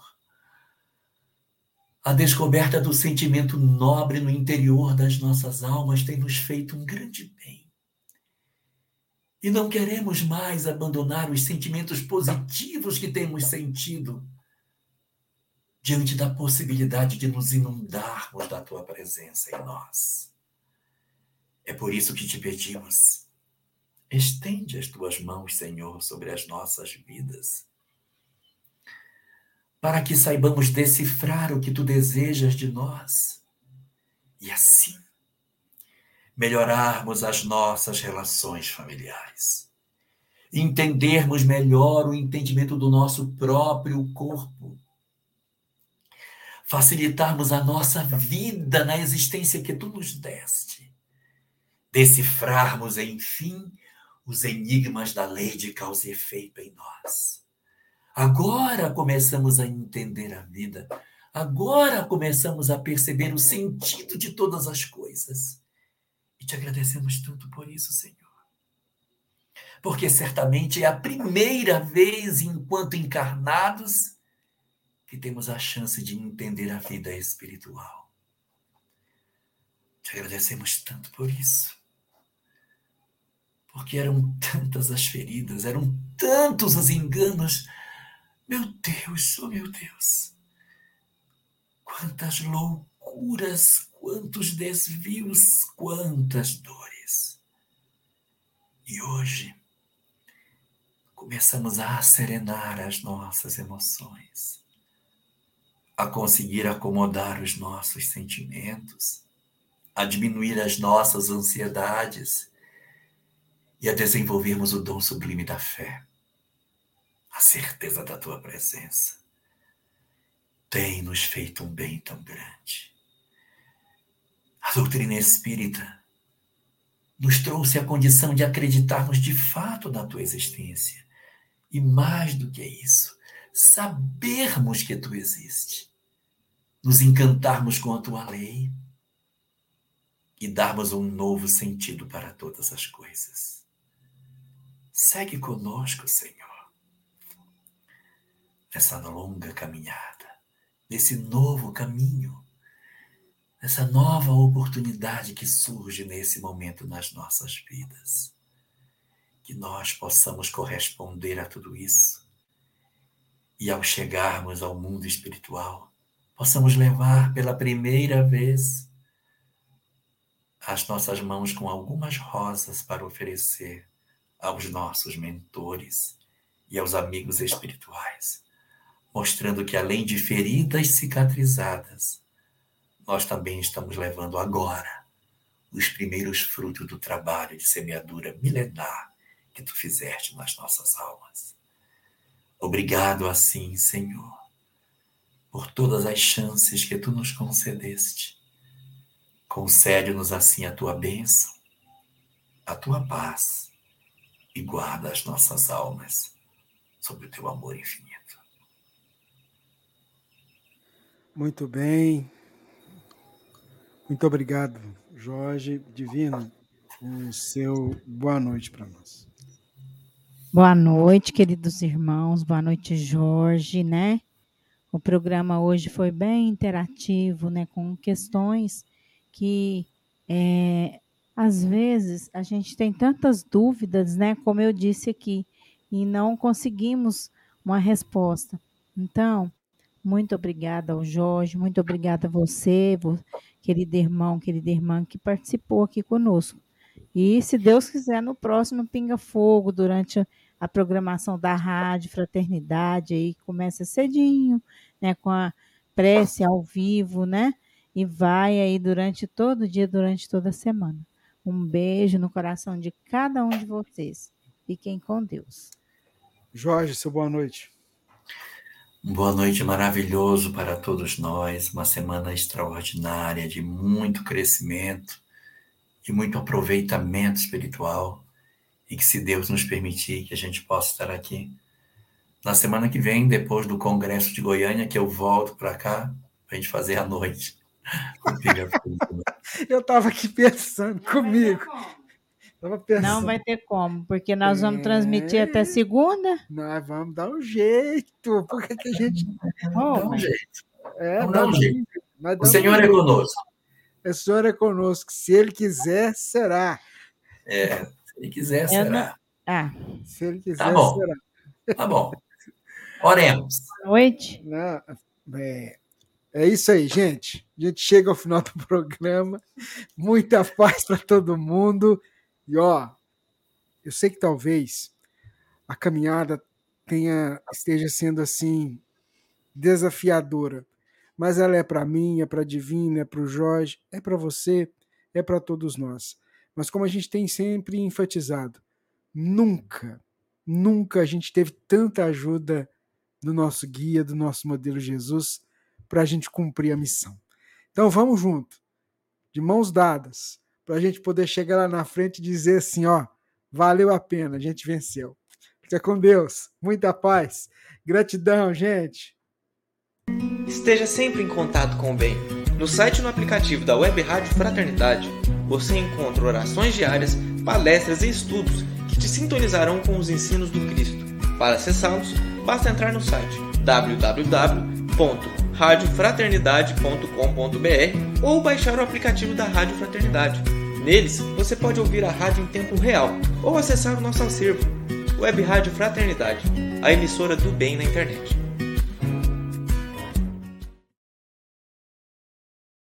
A descoberta do sentimento nobre no interior das nossas almas tem nos feito um grande bem. E não queremos mais abandonar os sentimentos positivos que temos sentido diante da possibilidade de nos inundarmos da Tua presença em nós. É por isso que te pedimos, estende as Tuas mãos, Senhor, sobre as nossas vidas, para que saibamos decifrar o que Tu desejas de nós e assim melhorarmos as nossas relações familiares, entendermos melhor o entendimento do nosso próprio corpo, facilitarmos a nossa vida na existência que Tu nos deste, decifrarmos, enfim, os enigmas da lei de causa e efeito em nós. Agora começamos a entender a vida. Agora começamos a perceber o sentido de todas as coisas. E te agradecemos tanto por isso, Senhor. Porque certamente é a primeira vez, enquanto encarnados, que temos a chance de entender a vida espiritual. Te agradecemos tanto por isso. Porque eram tantas as feridas, eram tantos os enganos. Meu Deus, oh meu Deus. Quantas loucuras, quantos desvios, quantas dores. E hoje, começamos a serenar as nossas emoções, a conseguir acomodar os nossos sentimentos, a diminuir as nossas ansiedades e a desenvolvermos o dom sublime da fé, a certeza da tua presença. Tem nos feito um bem tão grande. A doutrina espírita nos trouxe a condição de acreditarmos de fato na tua existência. E mais do que isso, sabermos que tu existes, nos encantarmos com a tua lei e darmos um novo sentido para todas as coisas. Segue conosco, Senhor, nessa longa caminhada, nesse novo caminho, nessa nova oportunidade que surge nesse momento nas nossas vidas. Que nós possamos corresponder a tudo isso e, ao chegarmos ao mundo espiritual, possamos levar pela primeira vez as nossas mãos com algumas rosas para oferecer aos nossos mentores e aos amigos espirituais, mostrando que, além de feridas cicatrizadas, nós também estamos levando agora os primeiros frutos do trabalho de semeadura milenar que tu fizeste nas nossas almas. Obrigado assim, Senhor, por todas as chances que tu nos concedeste. Concede-nos assim a tua bênção, a tua paz e guarda as nossas almas sob o teu amor infinito. Muito bem. Muito obrigado, Jorge. Divino, o seu boa noite para nós. Boa noite, queridos irmãos. Boa noite, Jorge, né? O programa hoje foi bem interativo, né? Com questões que, às vezes, a gente tem tantas dúvidas, né? Como eu disse aqui, e não conseguimos uma resposta. Então, muito obrigada ao Jorge, muito obrigada a você, querido irmão, querida irmã, que participou aqui conosco. E, se Deus quiser, no próximo Pinga Fogo, durante a programação da Rádio Fraternidade, aí começa cedinho, né, com a prece ao vivo, né? E vai aí durante todo o dia, durante toda a semana. Um beijo no coração de cada um de vocês. Fiquem com Deus. Jorge, seu boa noite. Boa noite maravilhoso para todos nós, uma semana extraordinária de muito crescimento e muito aproveitamento espiritual, e que, se Deus nos permitir, que a gente possa estar aqui na semana que vem, depois do Congresso de Goiânia, que eu volto para cá para a gente fazer à noite. Eu estava aqui pensando comigo. Não vai ter como, porque nós vamos transmitir até segunda. Nós vamos dar um jeito. Por que a gente... Dá um jeito. Vamos dar um jeito. O Senhor é conosco. O Senhor é conosco. Se Ele quiser, será. Se Ele quiser, será. Se Ele quiser, tá bom. será. Tá bom. Oremos. Boa noite. É isso aí, gente. A gente chega ao final do programa. Muita paz para todo mundo. E, eu sei que talvez a caminhada esteja sendo assim desafiadora, mas ela é para mim, é para a Divina, é para o Jorge, é para você, é para todos nós. Mas como a gente tem sempre enfatizado, nunca a gente teve tanta ajuda do nosso guia, do nosso modelo Jesus, para a gente cumprir a missão. Então vamos junto, de mãos dadas, para a gente poder chegar lá na frente e dizer assim, valeu a pena, a gente venceu. Fica com Deus, muita paz, gratidão, gente. Esteja sempre em contato com o bem. No site e no aplicativo da Web Rádio Fraternidade, você encontra orações diárias, palestras e estudos que te sintonizarão com os ensinos do Cristo. Para acessá-los, basta entrar no site www.radiofraternidade.com.br ou baixar o aplicativo da Rádio Fraternidade. Neles, você pode ouvir a rádio em tempo real ou acessar o nosso acervo. Web Rádio Fraternidade, a emissora do bem na internet.